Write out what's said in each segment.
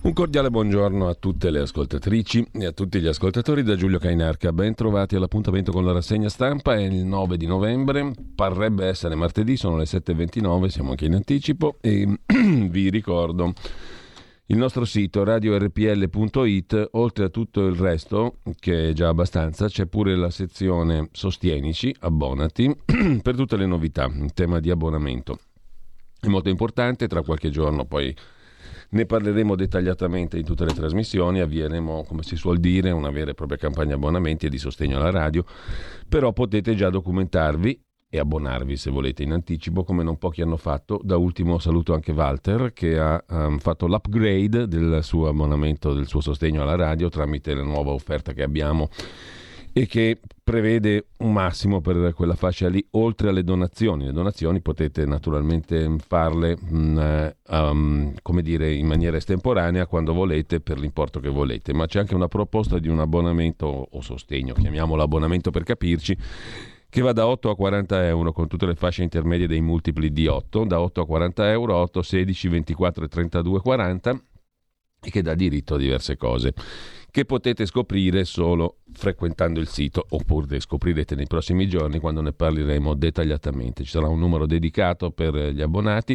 Un cordiale buongiorno a tutte le ascoltatrici e a tutti gli ascoltatori da Giulio Cainarca. Ben trovati all'appuntamento con la rassegna stampa. È il 9 di novembre, parrebbe essere martedì, sono le 7.29, siamo anche in anticipo e vi ricordo il nostro sito radiorpl.it. Oltre a tutto il resto, che è già abbastanza, c'è pure la sezione Sostienici, abbonati, per tutte le novità in tema di abbonamento. È molto importante, tra qualche giorno poi ne parleremo dettagliatamente in tutte le trasmissioni, avvieremo, come si suol dire, una vera e propria campagna abbonamenti e di sostegno alla radio, però potete già documentarvi e abbonarvi se volete in anticipo, come non pochi hanno fatto. Da ultimo saluto anche Walter, che ha fatto l'upgrade del suo abbonamento, del suo sostegno alla radio tramite la nuova offerta che abbiamo e che prevede un massimo per quella fascia lì, oltre alle donazioni. Le donazioni potete naturalmente farle come dire, in maniera estemporanea quando volete, per l'importo che volete, ma c'è anche una proposta di un abbonamento o sostegno, chiamiamolo abbonamento per capirci, che va da 8 a 40 euro con tutte le fasce intermedie dei multipli di 8, da 8 a 40 euro, 8, 16, 24 e 32, 40, e che dà diritto a diverse cose che potete scoprire solo frequentando il sito, oppure scoprirete nei prossimi giorni quando ne parleremo dettagliatamente. Ci sarà un numero dedicato per gli abbonati,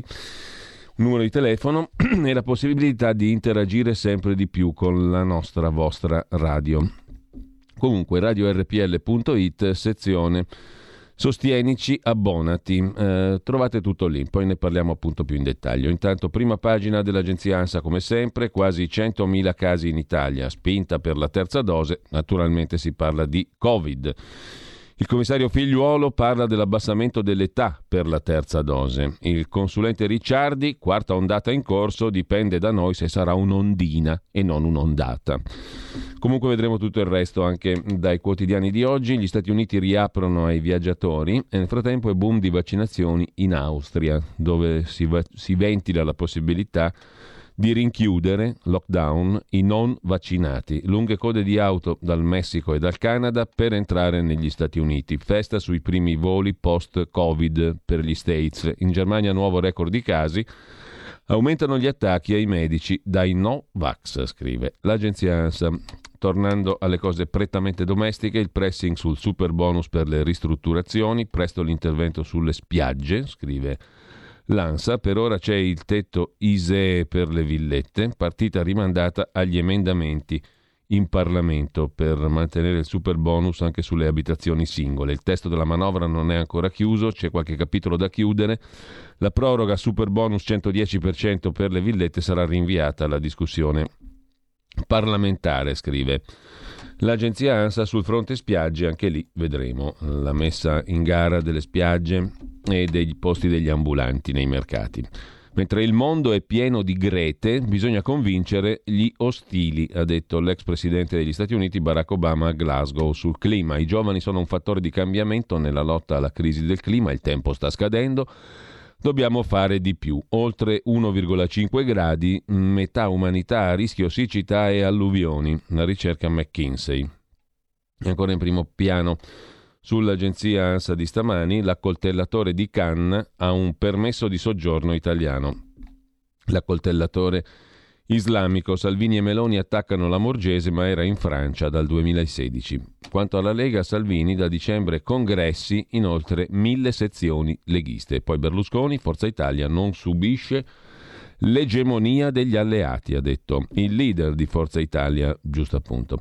un numero di telefono e la possibilità di interagire sempre di più con la nostra vostra radio. Comunque radiorpl.it, sezione Sostienici, abbonati, trovate tutto lì, poi ne parliamo appunto più in dettaglio. Intanto prima pagina dell'agenzia ANSA come sempre, quasi 100.000 casi in Italia, spinta per la terza dose, naturalmente si parla di Covid. Il commissario Figliuolo parla dell'abbassamento dell'età per la terza dose. Il consulente Ricciardi, quarta ondata in corso, dipende da noi se sarà un'ondina e non un'ondata. Comunque vedremo tutto il resto anche dai quotidiani di oggi. Gli Stati Uniti riaprono ai viaggiatori e nel frattempo è boom di vaccinazioni in Austria, dove si ventila la possibilità di rinchiudere, lockdown, i non vaccinati. Lunghe code di auto dal Messico e dal Canada per entrare negli Stati Uniti. Festa sui primi voli post-Covid per gli States. In Germania nuovo record di casi. Aumentano gli attacchi ai medici dai no-vax, scrive l'agenzia ANSA. Tornando alle cose prettamente domestiche, il pressing sul super bonus per le ristrutturazioni, presto l'intervento sulle spiagge, scrive l'ANSA. Per ora c'è il tetto ISEE per le villette, partita rimandata agli emendamenti in Parlamento per mantenere il super bonus anche sulle abitazioni singole. Il testo della manovra non è ancora chiuso, c'è qualche capitolo da chiudere. La proroga super bonus 110% per le villette sarà rinviata alla discussione parlamentare, scrive l'agenzia ANSA. Sul fronte spiagge, anche lì vedremo la messa in gara delle spiagge e dei posti degli ambulanti nei mercati. Mentre il mondo è pieno di Grete, bisogna convincere gli ostili, ha detto l'ex presidente degli Stati Uniti Barack Obama a Glasgow sul clima. I giovani sono un fattore di cambiamento nella lotta alla crisi del clima, il tempo sta scadendo, dobbiamo fare di più. Oltre 1,5 gradi, metà umanità a rischio siccità e alluvioni, la ricerca McKinsey. E ancora in primo piano sull'agenzia ANSA di stamani, l'accoltellatore di Cannes ha un permesso di soggiorno italiano. L'accoltellatore islamico. Salvini e Meloni attaccano la Morgese, ma era in Francia dal 2016. Quanto alla Lega, Salvini da dicembre congressi in oltre 1000 sezioni leghiste. Poi Berlusconi, Forza Italia non subisce l'egemonia degli alleati, ha detto il leader di Forza Italia, giusto appunto.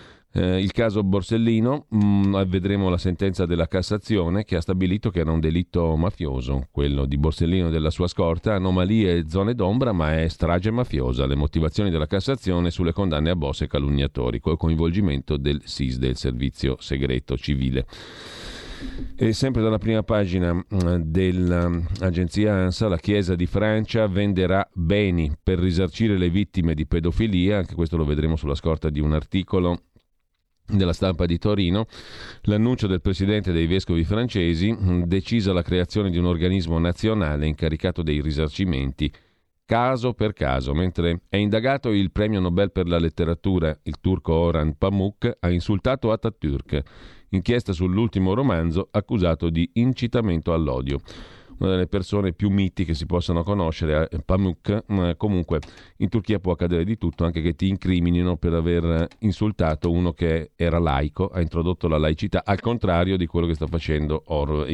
Il caso Borsellino, vedremo la sentenza della Cassazione che ha stabilito che era un delitto mafioso, quello di Borsellino e della sua scorta, anomalie e zone d'ombra, ma è strage mafiosa. Le motivazioni della Cassazione sulle condanne a boss e calunniatori, col coinvolgimento del SIS, del Servizio Segreto Civile. E sempre dalla prima pagina dell'agenzia ANSA, la Chiesa di Francia venderà beni per risarcire le vittime di pedofilia, anche questo lo vedremo sulla scorta di un articolo della Stampa di Torino. L'annuncio del presidente dei vescovi francesi, decisa la creazione di un organismo nazionale incaricato dei risarcimenti caso per caso. Mentre è indagato il premio Nobel per la letteratura, il turco Orhan Pamuk ha insultato Atatürk, inchiesta sull'ultimo romanzo accusato di incitamento all'odio. una delle persone più miti che si possano conoscere, Pamuk. Ma comunque in Turchia può accadere di tutto, anche che ti incriminino per aver insultato uno che era laico, ha introdotto la laicità, al contrario di quello che sta facendo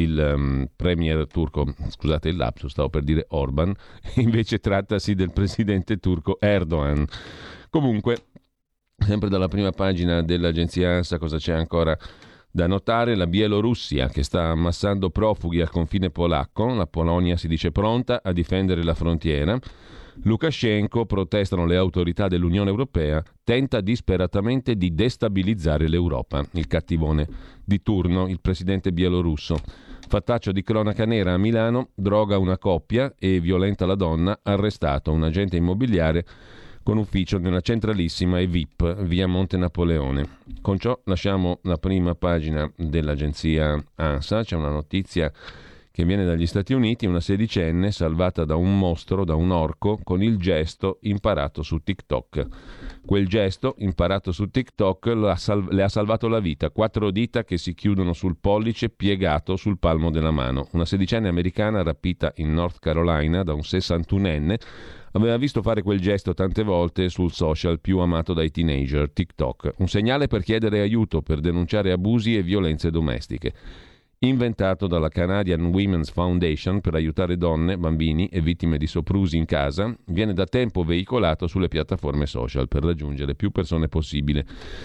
il premier turco, scusate il lapsus, stavo per dire Orban, invece trattasi del presidente turco Erdogan. Comunque, sempre dalla prima pagina dell'agenzia ANSA, cosa c'è ancora da notare? La Bielorussia che sta ammassando profughi al confine polacco, la Polonia si dice pronta a difendere la frontiera. Lukashenko, protestano le autorità dell'Unione Europea, tenta disperatamente di destabilizzare l'Europa. Il cattivone di turno, il presidente bielorusso. Fattaccio di cronaca nera a Milano, droga una coppia e violenta la donna, arrestato un agente immobiliare con ufficio nella centralissima e VIP via Monte Napoleone. Con ciò lasciamo la prima pagina dell'agenzia ANSA. C'è una notizia che viene dagli Stati Uniti: una sedicenne salvata da un mostro, da un orco, con il gesto imparato su TikTok. Quel gesto imparato su TikTok le ha salvato la vita. 4 dita che si chiudono sul pollice piegato sul palmo della mano. Una sedicenne americana rapita in North Carolina da un 61enne aveva visto fare quel gesto tante volte sul social più amato dai teenager, TikTok. Un segnale per chiedere aiuto, per denunciare abusi e violenze domestiche. Inventato dalla Canadian Women's Foundation per aiutare donne, bambini e vittime di soprusi in casa, viene da tempo veicolato sulle piattaforme social per raggiungere più persone possibile.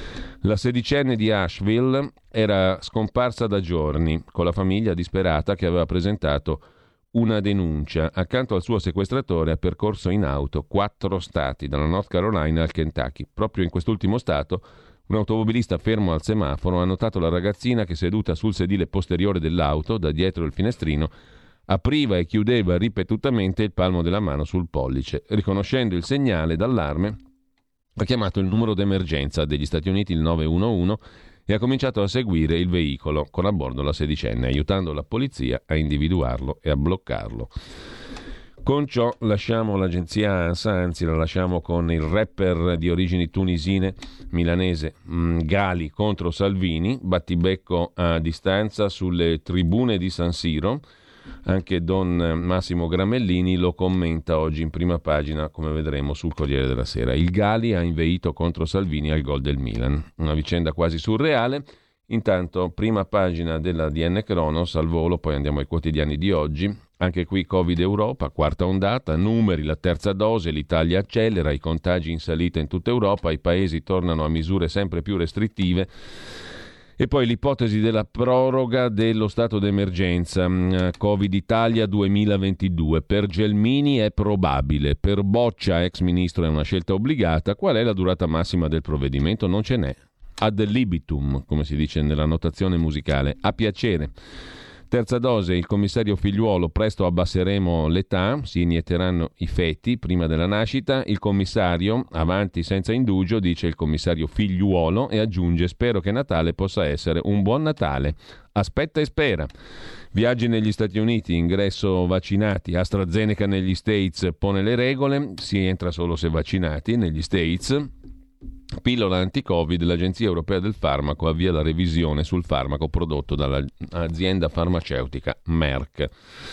La sedicenne di Asheville era scomparsa da giorni, con la famiglia disperata che aveva presentato una denuncia. Accanto al suo sequestratore ha percorso in auto 4 stati, dalla North Carolina al Kentucky. Proprio in quest'ultimo stato un automobilista fermo al semaforo ha notato la ragazzina che, seduta sul sedile posteriore dell'auto, da dietro il finestrino, apriva e chiudeva ripetutamente il palmo della mano sul pollice. Riconoscendo il segnale d'allarme, ha chiamato il numero d'emergenza degli Stati Uniti, il 911, e ha cominciato a seguire il veicolo con a bordo la sedicenne, aiutando la polizia a individuarlo e a bloccarlo. Con ciò lasciamo l'agenzia ANSA, anzi la lasciamo con il rapper di origini tunisine milanese Gali contro Salvini, battibecco a distanza sulle tribune di San Siro. Anche Don Massimo Gramellini lo commenta oggi in prima pagina, come vedremo sul Corriere della Sera. Il Gali ha inveito contro Salvini al gol del Milan, una vicenda quasi surreale. Intanto, prima pagina della DN Cronos al volo, poi andiamo ai quotidiani di oggi. Anche qui Covid Europa, 4ª ondata, numeri, la terza dose, l'Italia accelera, i contagi in salita in tutta Europa, i paesi tornano a misure sempre più restrittive. E poi l'ipotesi della proroga dello stato d'emergenza, Covid Italia 2022. Per Gelmini è probabile, per Boccia, ex ministro, è una scelta obbligata. Qual è la durata massima del provvedimento? Non ce n'è. Ad libitum, come si dice nella notazione musicale, a piacere. Terza dose, il commissario Figliuolo, presto abbasseremo l'età, si inietteranno i feti prima della nascita. Il commissario, avanti senza indugio, dice il commissario Figliuolo, e aggiunge: spero che Natale possa essere un buon Natale. Aspetta e spera. Viaggi negli Stati Uniti, ingresso vaccinati. AstraZeneca negli States pone le regole, si entra solo se vaccinati negli States. Pillola anti-Covid, l'Agenzia Europea del Farmaco avvia la revisione sul farmaco prodotto dall'azienda farmaceutica Merck.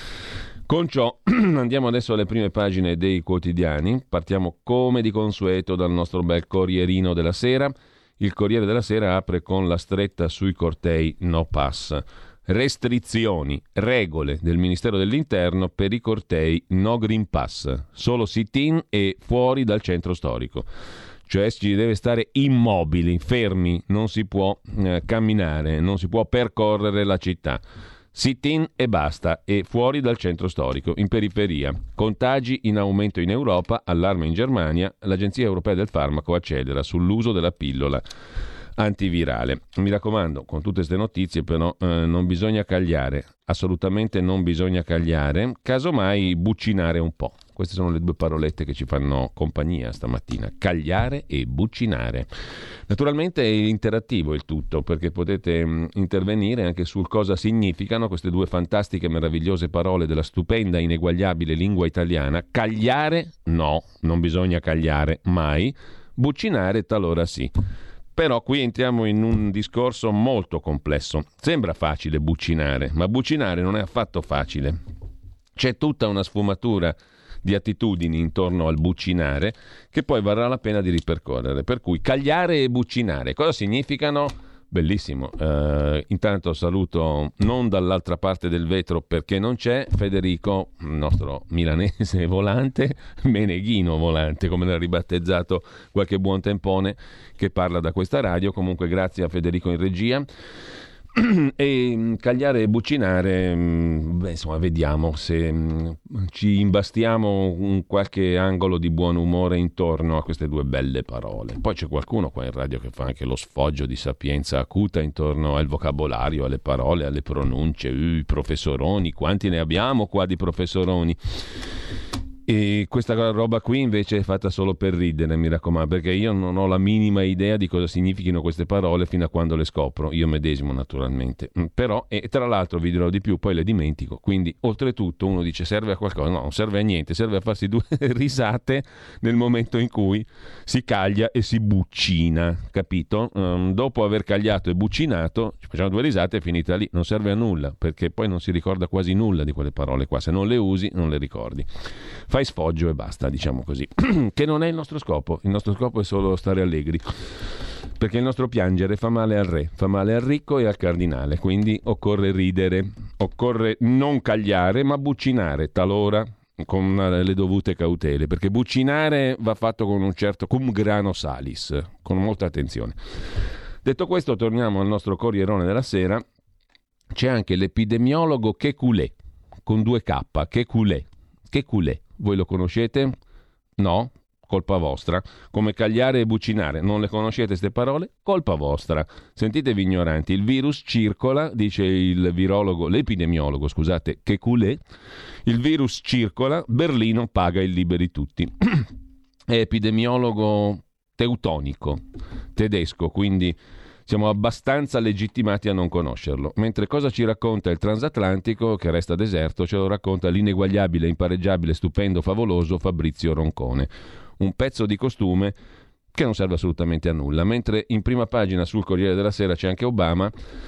Con ciò andiamo adesso alle prime pagine dei quotidiani. Partiamo come di consueto dal nostro bel Corrierino della Sera. Il Corriere della Sera apre con la stretta sui cortei no pass. Restrizioni, regole del Ministero dell'Interno per i cortei no Green Pass, solo sit-in e fuori dal centro storico. Cioè si deve stare immobili, fermi, non si può camminare, non si può percorrere la città. Sit-in e basta, e fuori dal centro storico, in periferia. Contagi in aumento in Europa, allarme in Germania, l'Agenzia Europea del Farmaco accelera sull'uso della pillola antivirale. Mi raccomando, con tutte queste notizie però non bisogna cagliare, assolutamente non bisogna cagliare, casomai buccinare un po'. Queste sono le 2 parolette che ci fanno compagnia stamattina, cagliare e buccinare. Naturalmente è interattivo il tutto, perché potete intervenire anche sul cosa significano queste 2 fantastiche, meravigliose parole della stupenda, ineguagliabile lingua italiana. Cagliare, no, non bisogna cagliare mai, buccinare talora sì. Però qui entriamo in un discorso molto complesso. Sembra facile buccinare, ma buccinare non è affatto facile. C'è tutta una sfumatura di attitudini intorno al buccinare che poi varrà la pena di ripercorrere. Per cui cagliare e buccinare cosa significano? Bellissimo. Intanto saluto non dall'altra parte del vetro perché non c'è Federico, il nostro milanese volante, Meneghino volante, come l'ha ribattezzato qualche buon tempone, che parla da questa radio. Comunque grazie a Federico in regia. E cagliare e buccinare, insomma, vediamo se ci imbastiamo un qualche angolo di buon umore intorno a queste due belle parole. Poi c'è qualcuno qua in radio che fa anche lo sfoggio di sapienza acuta intorno al vocabolario, alle parole, alle pronunce. I professoroni, quanti ne abbiamo qua di professoroni? E questa roba qui invece è fatta solo per ridere, mi raccomando, perché io non ho la minima idea di cosa significhino queste parole fino a quando le scopro, io medesimo naturalmente. Però, e tra l'altro vi dirò di più, poi le dimentico, quindi oltretutto uno dice serve a qualcosa, no, non serve a niente, serve a farsi due risate nel momento in cui si caglia e si buccina, capito? Dopo aver cagliato e buccinato ci facciamo due risate e finita lì, non serve a nulla, perché poi non si ricorda quasi nulla di quelle parole qua, se non le usi non le ricordi. Fai sfoggio e basta, diciamo così, che non è il nostro scopo. Il nostro scopo è solo stare allegri, perché il nostro piangere fa male al re, fa male al ricco e al cardinale, quindi occorre ridere, occorre non cagliare ma buccinare talora con le dovute cautele, perché buccinare va fatto con un certo cum grano salis, con molta attenzione. Detto questo, torniamo al nostro Corrierone della Sera. C'è anche l'epidemiologo Kekulé con 2K, Kekulé. Voi lo conoscete? No? Colpa vostra. Come cagliare e buccinare. Non le conoscete queste parole? Colpa vostra. Sentitevi ignoranti. Il virus circola, dice il virologo, l'epidemiologo, scusate, Kekulé. Il virus circola, Berlino paga il liberi tutti. È epidemiologo teutonico, tedesco, quindi siamo abbastanza legittimati a non conoscerlo. Mentre cosa ci racconta il transatlantico, che resta deserto, ce lo racconta l'ineguagliabile, impareggiabile, stupendo, favoloso Fabrizio Roncone. Un pezzo di costume che non serve assolutamente a nulla. Mentre in prima pagina sul Corriere della Sera c'è anche Obama,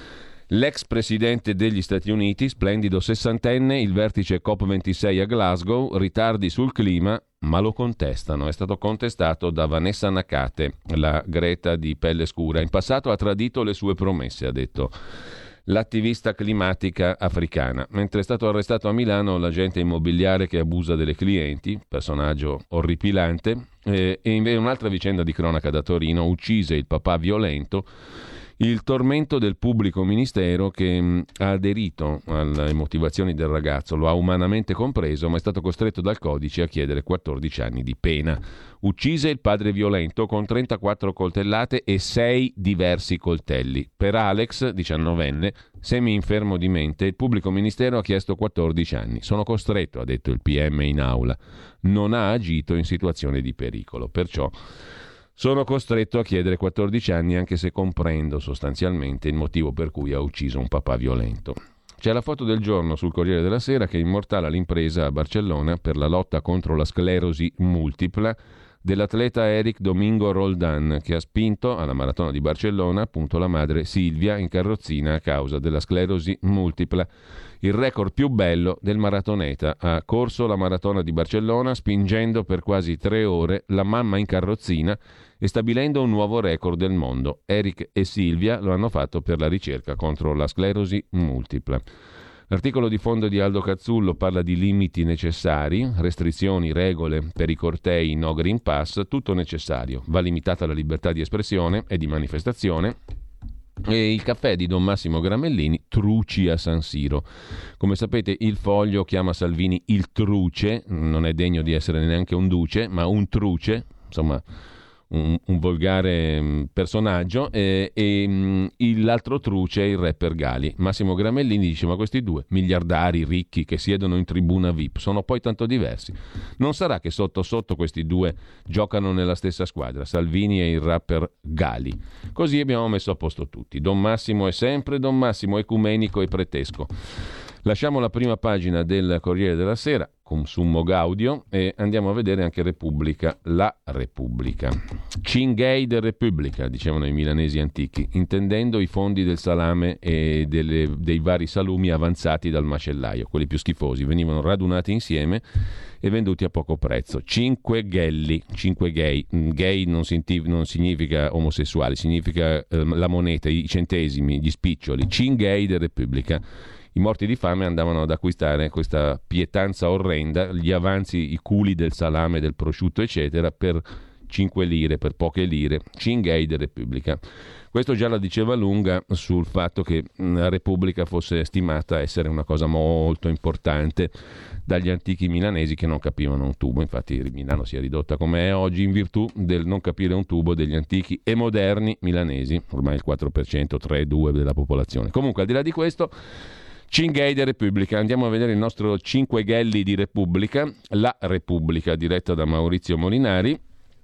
l'ex presidente degli Stati Uniti, splendido sessantenne, il vertice COP26 a Glasgow, ritardi sul clima, ma lo contestano. È stato contestato da Vanessa Nakate, la Greta di pelle scura. In passato ha tradito le sue promesse, ha detto l'attivista climatica africana. Mentre è stato arrestato a Milano l'agente immobiliare che abusa delle clienti, personaggio orripilante, e invece un'altra vicenda di cronaca da Torino, uccise il papà violento. Il tormento del pubblico ministero che ha aderito alle motivazioni del ragazzo, lo ha umanamente compreso, ma è stato costretto dal codice a chiedere 14 anni di pena. Uccise il padre violento con 34 coltellate e 6 diversi coltelli. Per Alex, 19enne, semi-infermo di mente, il pubblico ministero ha chiesto 14 anni. Sono costretto, ha detto il PM in aula. Non ha agito in situazione di pericolo, perciò sono costretto a chiedere 14 anni, anche se comprendo sostanzialmente il motivo per cui ha ucciso un papà violento. C'è la foto del giorno sul Corriere della Sera che immortala l'impresa a Barcellona per la lotta contro la sclerosi multipla dell'atleta Eric Domingo Roldan, che ha spinto alla maratona di Barcellona appunto la madre Silvia in carrozzina a causa della sclerosi multipla. Il record più bello del maratoneta. Ha corso la maratona di Barcellona spingendo per quasi 3 ore la mamma in carrozzina e stabilendo un nuovo record del mondo. Eric e Silvia lo hanno fatto per la ricerca contro la sclerosi multipla. L'articolo di fondo di Aldo Cazzullo parla di limiti necessari, restrizioni, regole per i cortei no Green Pass, tutto necessario. Va limitata la libertà di espressione e di manifestazione. E il caffè di Don Massimo Gramellini, truci a San Siro. Come sapete il Foglio chiama Salvini il truce, non è degno di essere neanche un duce, ma un truce, insomma un volgare personaggio, l'altro truce è il rapper Gali. Massimo Gramellini dice: ma questi due miliardari ricchi che siedono in tribuna VIP sono poi tanto diversi? Non sarà che sotto sotto questi due giocano nella stessa squadra, Salvini e il rapper Gali? Così abbiamo messo a posto tutti. Don Massimo è sempre Don Massimo, ecumenico e pretesco. Lasciamo la prima pagina del Corriere della Sera, con Summo Gaudio, e andiamo a vedere anche Repubblica, la Repubblica. Cinghiei de Repubblica, dicevano i milanesi antichi, intendendo i fondi del salame e dei vari salumi avanzati dal macellaio, quelli più schifosi, venivano radunati insieme e venduti a poco prezzo. 5 ghelli, 5 gay. Gay non significa omosessuali, significa la moneta, i centesimi, gli spiccioli. Cinghiei de Repubblica. I morti di fame andavano ad acquistare questa pietanza orrenda, gli avanzi, i culi del salame, del prosciutto, eccetera, per 5 lire, per poche lire. Cinghiei de Repubblica. Questo già la diceva lunga sul fatto che la Repubblica fosse stimata essere una cosa molto importante dagli antichi milanesi che non capivano un tubo. Infatti Milano si è ridotta come è oggi in virtù del non capire un tubo degli antichi e moderni milanesi, ormai il 4%, 3,2% della popolazione. Comunque, al di là di questo, Cinghiei de Repubblica. Andiamo a vedere il nostro 5 ghelli di Repubblica, la Repubblica diretta da Maurizio Molinari.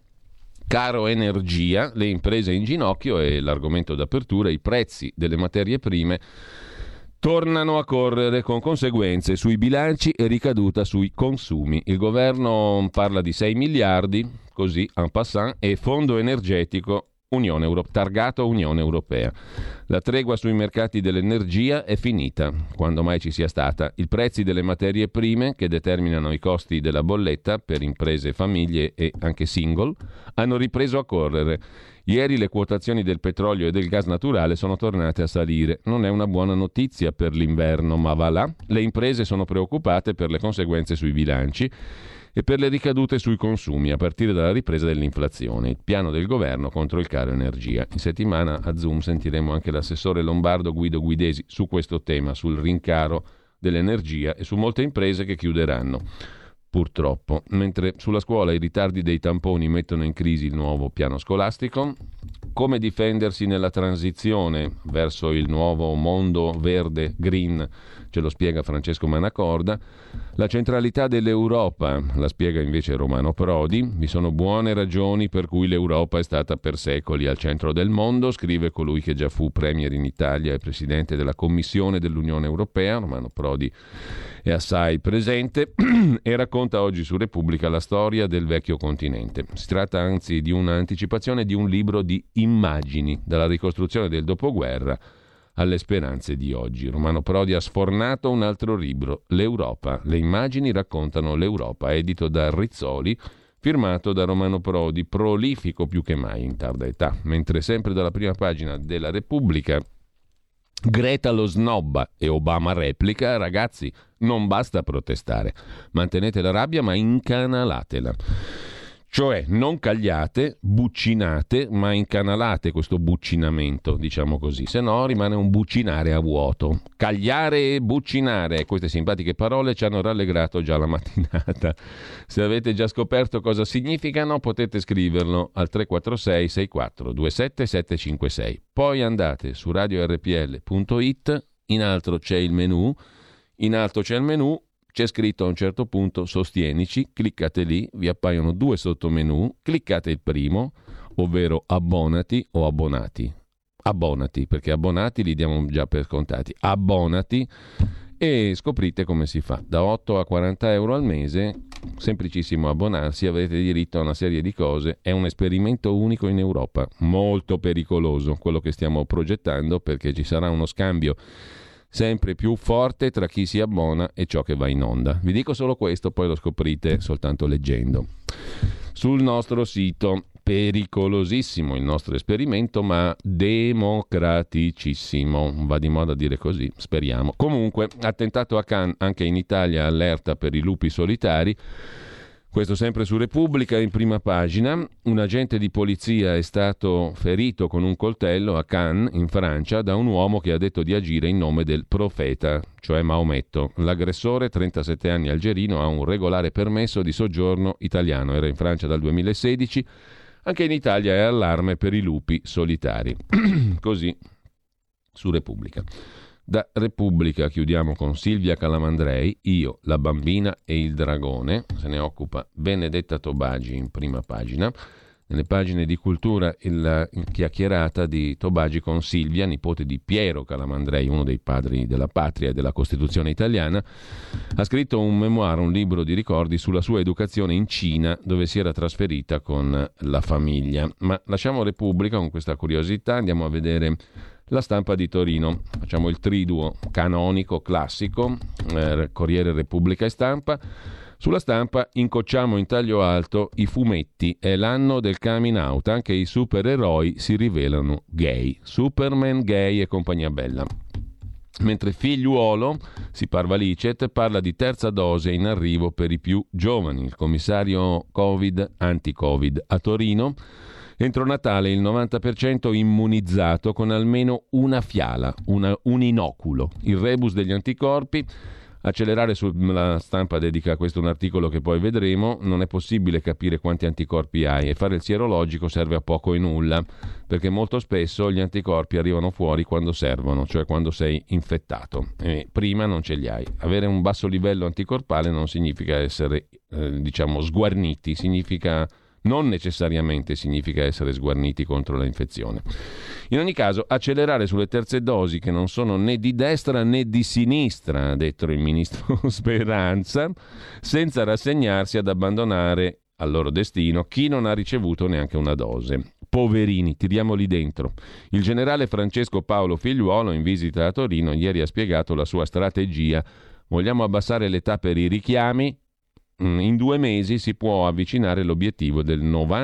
Caro energia, le imprese in ginocchio e l'argomento d'apertura, i prezzi delle materie prime tornano a correre con conseguenze sui bilanci e ricaduta sui consumi. Il governo parla di 6 miliardi, così en passant, e fondo energetico targato Unione Europea. La tregua sui mercati dell'energia è finita, quando mai ci sia stata. I prezzi delle materie prime, che determinano i costi della bolletta per imprese, famiglie e anche single, hanno ripreso a correre. Ieri le quotazioni del petrolio e del gas naturale sono tornate a salire. Non è una buona notizia per l'inverno, ma va là. Le imprese sono preoccupate per le conseguenze sui bilanci e per le ricadute sui consumi a partire dalla ripresa dell'inflazione. Il piano del governo contro il caro energia. In settimana a Zoom sentiremo anche l'assessore lombardo Guido Guidesi su questo tema, sul rincaro dell'energia e su molte imprese che chiuderanno, purtroppo. Mentre sulla scuola i ritardi dei tamponi mettono in crisi il nuovo piano scolastico. Come difendersi nella transizione verso il nuovo mondo verde, green, ce lo spiega Francesco Manacorda. La centralità dell'Europa la spiega invece Romano Prodi. Vi sono buone ragioni per cui l'Europa è stata per secoli al centro del mondo, scrive colui che già fu premier in Italia e presidente della Commissione dell'Unione Europea. Romano Prodi è assai presente e racconta oggi su Repubblica la storia del vecchio continente. Si tratta anzi di un'anticipazione di un libro di immagini, dalla ricostruzione del dopoguerra alle speranze di oggi. Romano Prodi ha sfornato un altro libro, L'Europa. Le immagini raccontano l'Europa, edito da Rizzoli, firmato da Romano Prodi, prolifico più che mai in tarda età. Mentre sempre dalla prima pagina della Repubblica, Greta lo snobba e Obama replica: ragazzi, non basta protestare, mantenete la rabbia ma incanalatela. Cioè non cagliate, buccinate, ma incanalate questo buccinamento, diciamo così, se no rimane un buccinare a vuoto. Cagliare e buccinare, queste simpatiche parole ci hanno rallegrato già la mattinata. Se avete già scoperto cosa significano, potete scriverlo al 346 64 27 756. Poi andate su radiorpl.it, in alto c'è il menu, c'è scritto a un certo punto sostienici, cliccate lì, vi appaiono 2 sottomenu, cliccate il primo, ovvero abbonati o abbonati. Abbonati, perché abbonati li diamo già per contati. Abbonati e scoprite come si fa. Da 8 a 40 euro al mese, semplicissimo abbonarsi, avete diritto a una serie di cose. È un esperimento unico in Europa, molto pericoloso quello che stiamo progettando, perché ci sarà uno scambio sempre più forte tra chi si abbona e ciò che va in onda. Vi dico solo questo, poi lo scoprite soltanto leggendo. Sul nostro sito, pericolosissimo il nostro esperimento, ma democraticissimo. Va di moda dire così, speriamo. Comunque, attentato a Cannes, anche in Italia allerta per i lupi solitari. Questo sempre su Repubblica, in prima pagina. Un agente di polizia è stato ferito con un coltello a Cannes, in Francia, da un uomo che ha detto di agire in nome del profeta, cioè Maometto. L'aggressore, 37 anni algerino, ha un regolare permesso di soggiorno italiano. Era in Francia dal 2016. Anche in Italia è allarme per i lupi solitari. Così su Repubblica. Da Repubblica chiudiamo con Silvia Calamandrei, Io, la bambina e il dragone. Se ne occupa Benedetta Tobagi in prima pagina. nelle pagine di cultura la chiacchierata di Tobagi con Silvia, nipote di Piero Calamandrei, uno dei padri della patria e della Costituzione italiana. Ha scritto un memoir, un libro di ricordi sulla sua educazione in Cina, dove si era trasferita con la famiglia. Ma lasciamo Repubblica con questa curiosità, andiamo a vedere La Stampa di Torino. Facciamo il triduo canonico, classico, Corriere, Repubblica e Stampa. Sulla Stampa incocciamo in taglio alto i fumetti, è l'anno del coming out, anche i supereroi si rivelano gay, Superman gay e compagnia bella. Mentre Figliuolo, si parla licet, parla di terza dose in arrivo per i più giovani. Il commissario Covid, anti-Covid a Torino, entro Natale il 90% immunizzato con almeno una fiala, un inoculo. Il rebus degli anticorpi. Accelerare sulla Stampa dedica a questo un articolo che poi vedremo. Non è possibile capire quanti anticorpi hai e fare il sierologico serve a poco e nulla, perché molto spesso gli anticorpi arrivano fuori quando servono, cioè quando sei infettato, e prima non ce li hai. Avere un basso livello anticorpale non significa essere sguarniti, non necessariamente significa essere sguarniti contro la infezione. In ogni caso, accelerare sulle terze dosi, che non sono né di destra né di sinistra, ha detto il ministro Speranza, senza rassegnarsi ad abbandonare al loro destino chi non ha ricevuto neanche una dose. Poverini, tiriamoli dentro. Il generale Francesco Paolo Figliuolo, in visita a Torino, ieri ha spiegato la sua strategia. Vogliamo abbassare l'età per i richiami? In 2 mesi si può avvicinare l'obiettivo del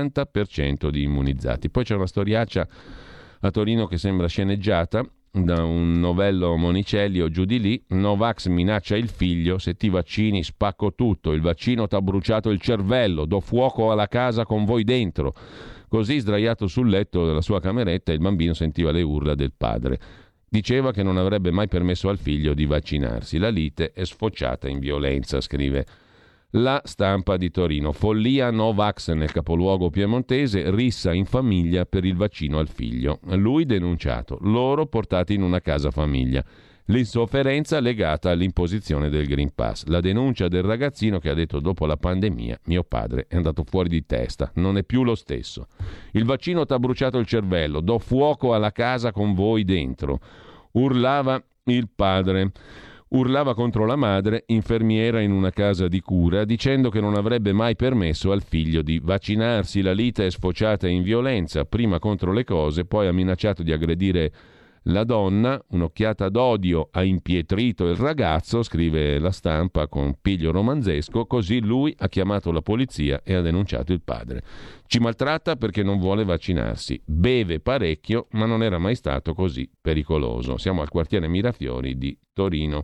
90% di immunizzati. Poi c'è una storiaccia a Torino che sembra sceneggiata da un novello Monicelli o giù di lì. Novax minaccia il figlio: se ti vaccini spacco tutto, il vaccino t'ha bruciato il cervello, do fuoco alla casa con voi dentro. Così, sdraiato sul letto della sua cameretta, il bambino sentiva le urla del padre. Diceva che non avrebbe mai permesso al figlio di vaccinarsi. La lite è sfociata in violenza, scrive La Stampa di Torino. Follia Novax nel capoluogo piemontese, rissa in famiglia per il vaccino al figlio. Lui denunciato, loro portati in una casa famiglia. L'insofferenza legata all'imposizione del Green Pass. La denuncia del ragazzino che ha detto: dopo la pandemia mio padre è andato fuori di testa, non è più lo stesso. Il vaccino t'ha bruciato il cervello, do fuoco alla casa con voi dentro. Urlava il padre. Urlava contro la madre, infermiera in una casa di cura, dicendo che non avrebbe mai permesso al figlio di vaccinarsi. La lite è sfociata in violenza, prima contro le cose, poi ha minacciato di aggredire la donna. Un'occhiata d'odio ha impietrito il ragazzo, scrive La Stampa con piglio romanzesco, così lui ha chiamato la polizia e ha denunciato il padre. Ci maltratta perché non vuole vaccinarsi, beve parecchio, ma non era mai stato così pericoloso. Siamo al quartiere Mirafiori di Torino.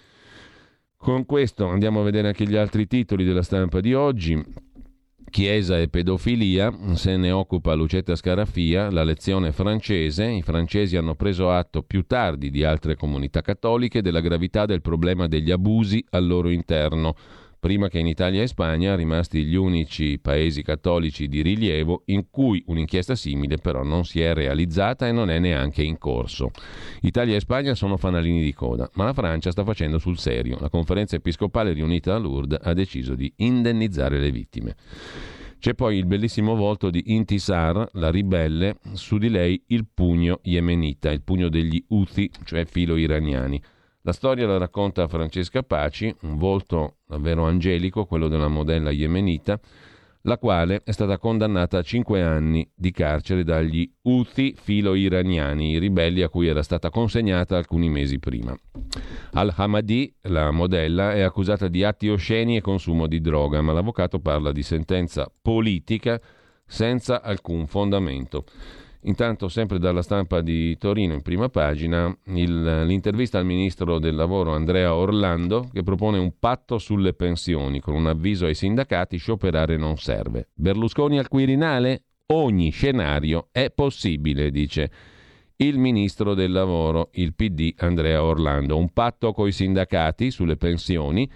Con questo andiamo a vedere anche gli altri titoli della Stampa di oggi. Chiesa e pedofilia, se ne occupa Lucetta Scarafia, la lezione francese. I francesi hanno preso atto più tardi di altre comunità cattoliche della gravità del problema degli abusi al loro interno, prima che in Italia e Spagna, rimasti gli unici paesi cattolici di rilievo in cui un'inchiesta simile però non si è realizzata e non è neanche in corso. Italia e Spagna sono fanalini di coda, ma la Francia sta facendo sul serio. La conferenza episcopale riunita a Lourdes ha deciso di indennizzare le vittime. C'è poi il bellissimo volto di Intisar, la ribelle, su di lei il pugno yemenita, il pugno degli Houthi, cioè filo iraniani. La storia la racconta Francesca Paci, un volto davvero angelico, quello della modella yemenita, la quale è stata condannata a 5 anni di carcere dagli Houthi filo-iraniani, i ribelli a cui era stata consegnata alcuni mesi prima. Al-Hamadi, la modella, è accusata di atti osceni e consumo di droga, ma l'avvocato parla di sentenza politica senza alcun fondamento. Intanto, sempre dalla Stampa di Torino, in prima pagina, l'intervista al ministro del lavoro Andrea Orlando, che propone un patto sulle pensioni con un avviso ai sindacati: scioperare non serve. Berlusconi al Quirinale? Ogni scenario è possibile, dice il ministro del lavoro, il PD Andrea Orlando. Un patto coi sindacati sulle pensioni,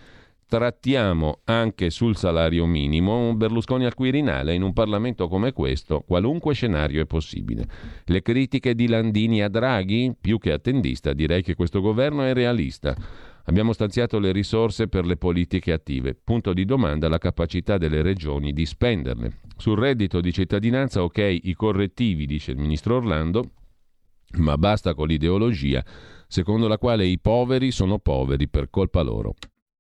Trattiamo anche sul salario minimo. Berlusconi al Quirinale: in un Parlamento come questo qualunque scenario è possibile. Le critiche di Landini a Draghi? Più che attendista, direi che questo governo è realista. Abbiamo stanziato le risorse per le politiche attive. Punto di domanda la capacità delle regioni di spenderle. Sul reddito di cittadinanza, ok, i correttivi, dice il ministro Orlando, ma basta con l'ideologia secondo la quale i poveri sono poveri per colpa loro.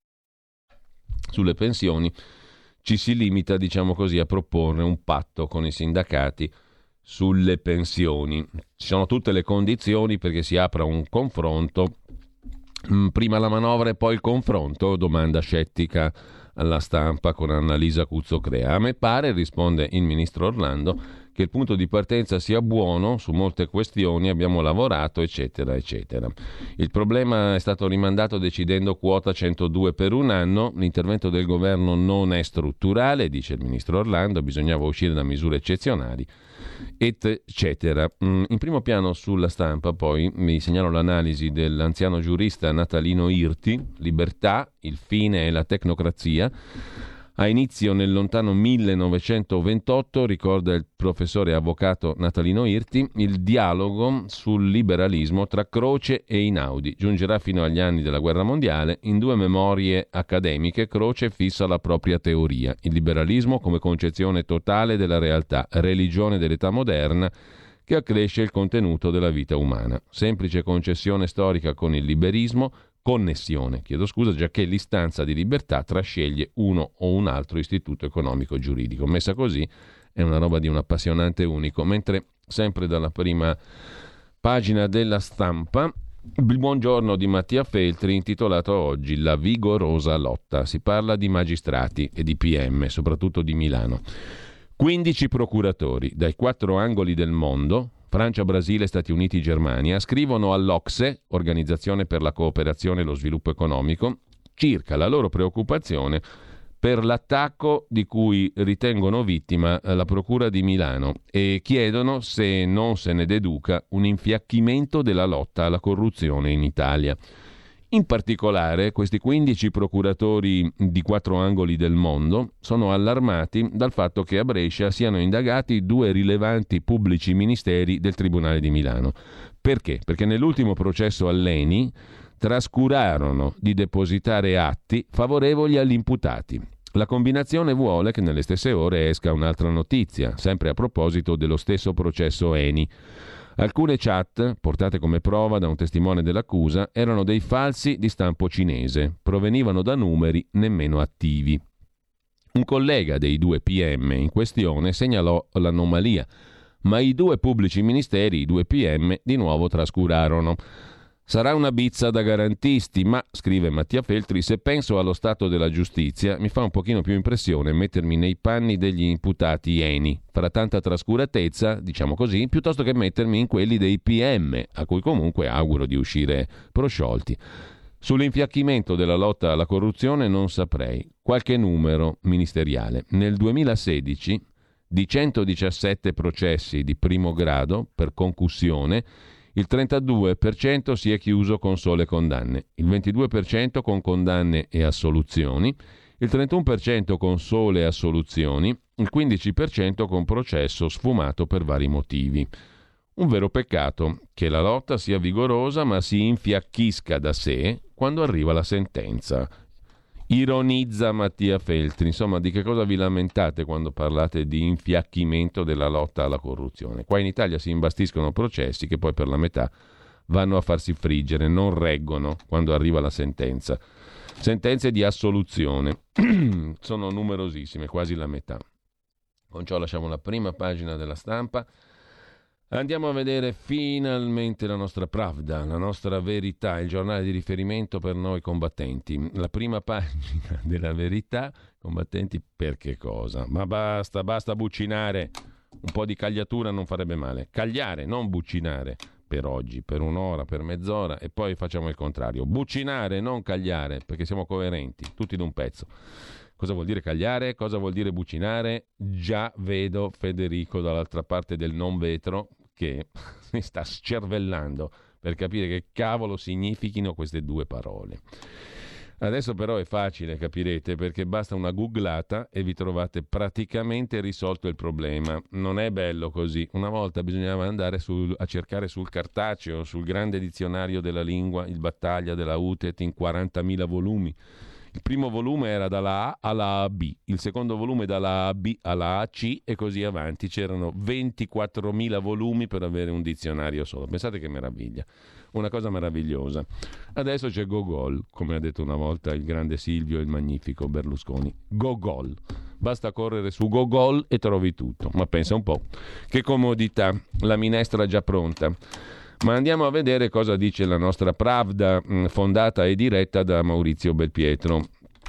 Sulle pensioni ci si limita, diciamo così, a proporre un patto con i sindacati sulle pensioni. Ci sono tutte le condizioni perché si apra un confronto. Prima la manovra e poi il confronto? Domanda scettica alla Stampa con Annalisa Cuzzocrea. A me pare, risponde il ministro Orlando, che il punto di partenza sia buono su molte questioni, abbiamo lavorato, eccetera, eccetera. Il problema è stato rimandato decidendo quota 102 per un anno, l'intervento del governo non è strutturale, dice il ministro Orlando, bisognava uscire da misure eccezionali, eccetera. In primo piano sulla Stampa poi vi segnalo l'analisi dell'anziano giurista Natalino Irti, Libertà, il fine e la tecnocrazia. Ha inizio nel lontano 1928, ricorda il professore avvocato Natalino Irti, il dialogo sul liberalismo tra Croce e Einaudi. Giungerà fino agli anni della guerra mondiale. In 2 memorie accademiche Croce fissa la propria teoria: il liberalismo come concezione totale della realtà, religione dell'età moderna che accresce il contenuto della vita umana. Semplice concessione storica con il liberismo, connessione, giacché l'istanza di libertà trasceglie uno o un altro istituto economico giuridico. Messa così è una roba di un appassionante unico. Mentre sempre dalla prima pagina della Stampa, il buongiorno di Mattia Feltri, intitolato oggi La vigorosa lotta. Si parla di magistrati e di PM, soprattutto di Milano. 15 procuratori dai 4 angoli del mondo, Francia, Brasile, Stati Uniti, Germania, scrivono all'OCSE, Organizzazione per la cooperazione e lo sviluppo economico, circa la loro preoccupazione per l'attacco di cui ritengono vittima la Procura di Milano e chiedono se non se ne deduca un infiacchimento della lotta alla corruzione in Italia. In particolare, questi 15 procuratori di 4 angoli del mondo sono allarmati dal fatto che a Brescia siano indagati 2 rilevanti pubblici ministeri del Tribunale di Milano. Perché? Perché nell'ultimo processo all'ENI trascurarono di depositare atti favorevoli agli imputati. La combinazione vuole che nelle stesse ore esca un'altra notizia, sempre a proposito dello stesso processo ENI. Alcune chat, portate come prova da un testimone dell'accusa, erano dei falsi di stampo cinese, provenivano da numeri nemmeno attivi. Un collega dei 2 PM in questione segnalò l'anomalia, ma i 2 pubblici ministeri, i 2 PM, di nuovo trascurarono. Sarà una bizza da garantisti, ma, scrive Mattia Feltri, se penso allo stato della giustizia mi fa un pochino più impressione mettermi nei panni degli imputati ENI, fra tanta trascuratezza, diciamo così, piuttosto che mettermi in quelli dei PM, a cui comunque auguro di uscire prosciolti. Sull'infiacchimento della lotta alla corruzione non saprei. Qualche numero ministeriale. Nel 2016, di 117 processi di primo grado per concussione, il 32% si è chiuso con sole condanne, il 22% con condanne e assoluzioni, il 31% con sole assoluzioni, il 15% con processo sfumato per vari motivi. Un vero peccato che la lotta sia vigorosa ma si infiacchisca da sé quando arriva la sentenza. Ironizza Mattia Feltri. Insomma, di che cosa vi lamentate quando parlate di infiacchimento della lotta alla corruzione? Qua in Italia si imbastiscono processi che poi per la metà vanno a farsi friggere, non reggono quando arriva la sentenza. Sentenze di assoluzione sono numerosissime, quasi la metà. Con ciò lasciamo la prima pagina della Stampa. Andiamo a vedere finalmente la nostra Pravda, la nostra Verità, il giornale di riferimento per noi combattenti. La prima pagina della Verità, combattenti per che cosa? Ma basta buccinare, un po' di cagliatura non farebbe male. Cagliare, non buccinare, per oggi, per un'ora, per mezz'ora e poi facciamo il contrario. Buccinare, non cagliare, perché siamo coerenti, tutti d'un pezzo. Cosa vuol dire cagliare? Cosa vuol dire buccinare? Già vedo Federico dall'altra parte del non vetro che si sta scervellando per capire che cavolo significhino queste 2 parole. Adesso però è facile, capirete, perché basta una googlata e vi trovate praticamente risolto il problema. Non è bello così. Una volta bisognava andare a cercare sul cartaceo, sul grande dizionario della lingua, il Battaglia della UTET in 40.000 volumi. Il primo volume era dalla A alla AB, il secondo volume dalla AB alla AC e così avanti. C'erano 24.000 volumi per avere un dizionario solo. Pensate che meraviglia, una cosa meravigliosa. Adesso c'è Gogol, come ha detto una volta il grande Silvio e il magnifico Berlusconi. Gogol. Basta correre su Gogol e trovi tutto. Ma pensa un po', che comodità, la minestra già pronta. Ma andiamo a vedere cosa dice la nostra Pravda, fondata e diretta da Maurizio Belpietro.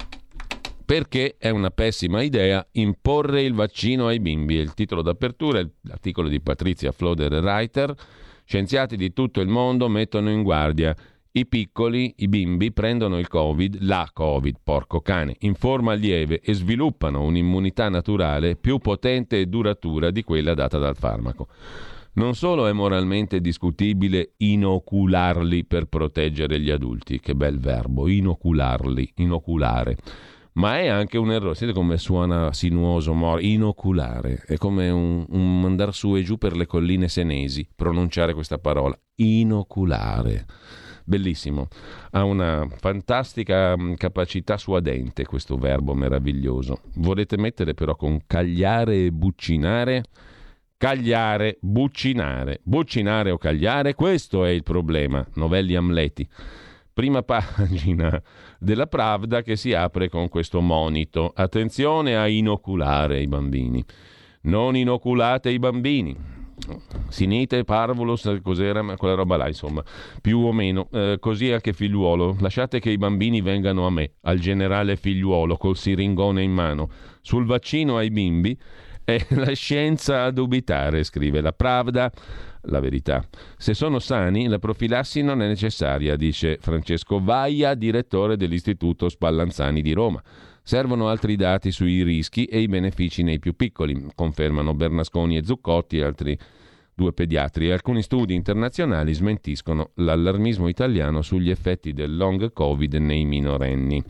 Perché è una pessima idea imporre il vaccino ai bimbi. È il titolo d'apertura, l'articolo di Patrizia Floder-Reiter. Scienziati di tutto il mondo mettono in guardia. I piccoli, i bimbi, prendono il Covid, la Covid, porco cane, in forma lieve e sviluppano un'immunità naturale più potente e duratura di quella data dal farmaco. Non solo è moralmente discutibile inocularli per proteggere gli adulti, che bel verbo, inocularli, inoculare, ma è anche un errore. Sentite come suona sinuoso, inoculare, è come un andare su e giù per le colline senesi, pronunciare questa parola, inoculare. Bellissimo, ha una fantastica capacità suadente questo verbo meraviglioso. Volete mettere però con cagliare e buccinare? Cagliare, buccinare o cagliare, questo è il problema. Novelli Amleti. Prima pagina della Pravda che si apre con questo monito. Attenzione a inoculare i bambini. Non inoculate i bambini. Sinite, parvulus, cos'era? Quella roba là, insomma, più o meno. Così anche figliuolo. Lasciate che i bambini vengano a me, al generale Figliuolo, col siringone in mano. Sul vaccino ai bimbi è la scienza a dubitare, scrive la Pravda. La verità. Se sono sani, la profilassi non è necessaria, dice Francesco Vaia, direttore dell'Istituto Spallanzani di Roma. Servono altri dati sui rischi e i benefici nei più piccoli, confermano Bernasconi e Zuccotti, altri due pediatri. Alcuni studi internazionali smentiscono l'allarmismo italiano sugli effetti del long Covid nei minorenni.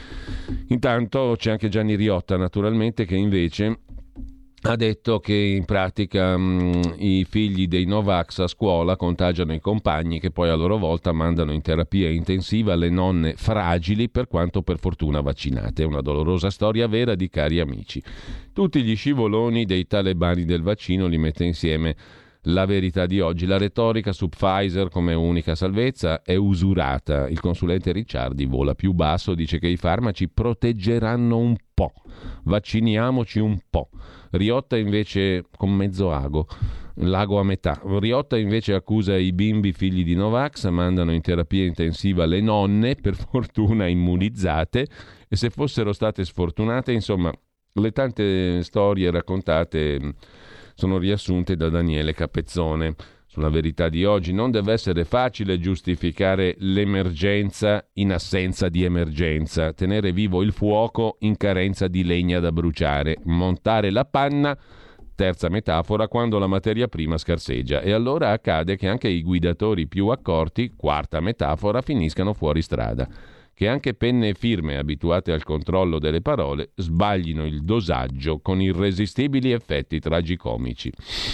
Intanto c'è anche Gianni Riotta, naturalmente, che invece ha detto che in pratica i figli dei Novax a scuola contagiano i compagni che poi a loro volta mandano in terapia intensiva le nonne fragili per quanto per fortuna vaccinate. È una dolorosa storia vera di cari amici. Tutti gli scivoloni dei talebani del vaccino li mette insieme la verità di oggi. La retorica su Pfizer come unica salvezza è usurata. Il consulente Ricciardi vola più basso, dice che i farmaci proteggeranno un po'. Vacciniamoci un po'. Riotta invece con mezzo lago a metà. Riotta invece accusa i bimbi figli di Novax, mandano in terapia intensiva le nonne, per fortuna immunizzate, e se fossero state sfortunate, insomma, le tante storie raccontate sono riassunte da Daniele Capezzone. Sulla verità di oggi non deve essere facile giustificare l'emergenza in assenza di emergenza, tenere vivo il fuoco in carenza di legna da bruciare, montare la panna, terza metafora, quando la materia prima scarseggia. E allora accade che anche i guidatori più accorti, quarta metafora, finiscano fuori strada. Che anche penne e firme abituate al controllo delle parole sbaglino il dosaggio con irresistibili effetti tragicomici.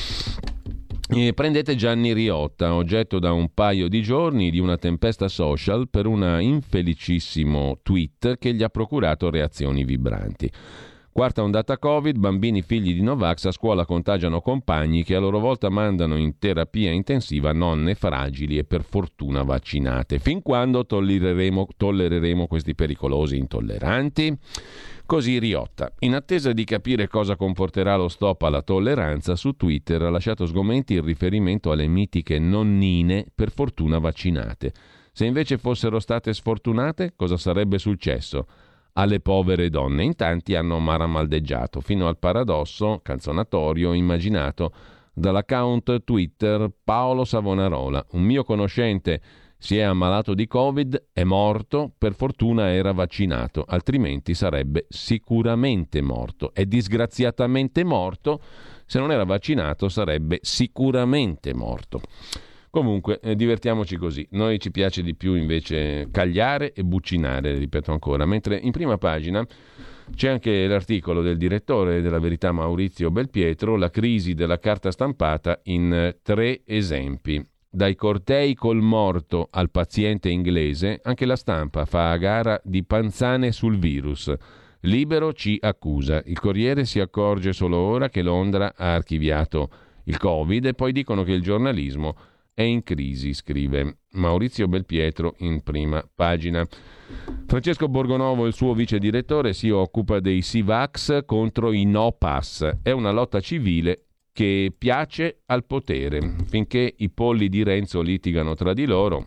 E prendete Gianni Riotta, oggetto da un paio di giorni di una tempesta social per un infelicissimo tweet che gli ha procurato reazioni vibranti. Quarta ondata Covid, bambini figli di Novax a scuola contagiano compagni che a loro volta mandano in terapia intensiva nonne fragili e per fortuna vaccinate. Fin quando tollereremo questi pericolosi intolleranti? Così Riotta, in attesa di capire cosa comporterà lo stop alla tolleranza, su Twitter ha lasciato sgomenti il riferimento alle mitiche nonnine per fortuna vaccinate. Se invece fossero state sfortunate, cosa sarebbe successo? Alle povere donne. In tanti hanno maramaldeggiato, fino al paradosso canzonatorio immaginato dall'account Twitter Paolo Savonarola. Un mio conoscente si è ammalato di Covid, è morto, per fortuna era vaccinato, altrimenti sarebbe sicuramente morto. È disgraziatamente morto, se non era vaccinato sarebbe sicuramente morto. Comunque, divertiamoci così. Noi ci piace di più invece cagliare e buccinare, ripeto ancora, mentre in prima pagina c'è anche l'articolo del direttore della Verità Maurizio Belpietro, la crisi della carta stampata in 3 esempi. Dai cortei col morto al paziente inglese, anche la stampa fa a gara di panzane sul virus. Libero ci accusa. Il Corriere si accorge solo ora che Londra ha archiviato il Covid e poi dicono che il giornalismo è in crisi, scrive Maurizio Belpietro in prima pagina. Francesco Borgonovo, il suo vice direttore, si occupa dei Sivax contro i no pass. È una lotta civile che piace al potere. Finché i polli di Renzo litigano tra di loro,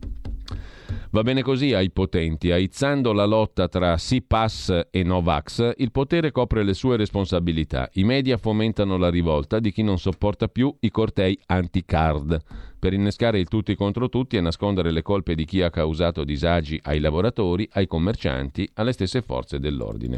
va bene così ai potenti. Aizzando la lotta tra Sì Pass e Novax, il potere copre le sue responsabilità. I media fomentano la rivolta di chi non sopporta più i cortei anti-card, per innescare il tutti contro tutti e nascondere le colpe di chi ha causato disagi ai lavoratori, ai commercianti, alle stesse forze dell'ordine.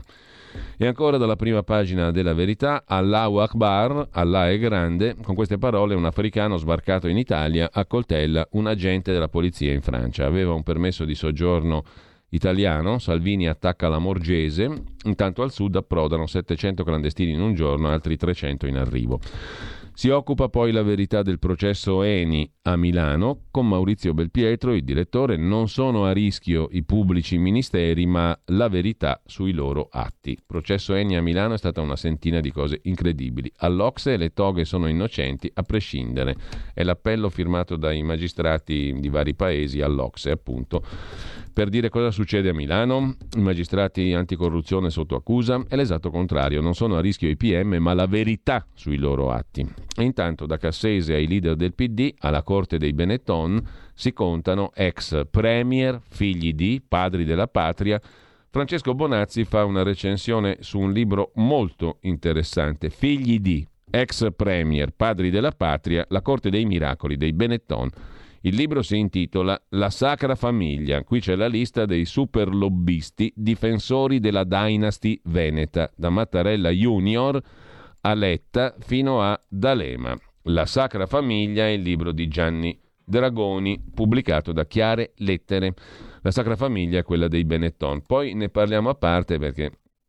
E ancora dalla prima pagina della Verità, Allahu Akbar, Allah è grande. Con queste parole un africano sbarcato in Italia accoltella un agente della polizia in Francia. Aveva un permesso di soggiorno italiano, Salvini attacca la Morgese, intanto al sud approdano 700 clandestini in un giorno, altri 300 in arrivo. Si occupa poi la Verità del processo Eni a Milano con Maurizio Belpietro, il direttore. Non sono a rischio i pubblici ministeri, ma la verità sui loro atti. Processo Eni a Milano è stata una sentina di cose incredibili. All'Ocse le toghe sono innocenti a prescindere. È l'appello firmato dai magistrati di vari paesi all'Ocse, appunto, per dire cosa succede a Milano. I magistrati anticorruzione sotto accusa. È l'esatto contrario, non sono a rischio i PM, ma la verità sui loro atti. E intanto da Cassese ai leader del PD, alla corte dei Benetton, si contano ex premier, figli di, padri della patria. Francesco Bonazzi fa una recensione su un libro molto interessante, Figli di, ex premier, padri della patria, la corte dei miracoli dei Benetton. Il libro si intitola La Sacra Famiglia. Qui c'è la lista dei super lobbisti difensori della dynasty veneta, da Mattarella Junior a Letta fino a D'Alema. La Sacra Famiglia è il libro di Gianni Dragoni, pubblicato da Chiare Lettere. La Sacra Famiglia è quella dei Benetton. Poi ne parliamo a parte perché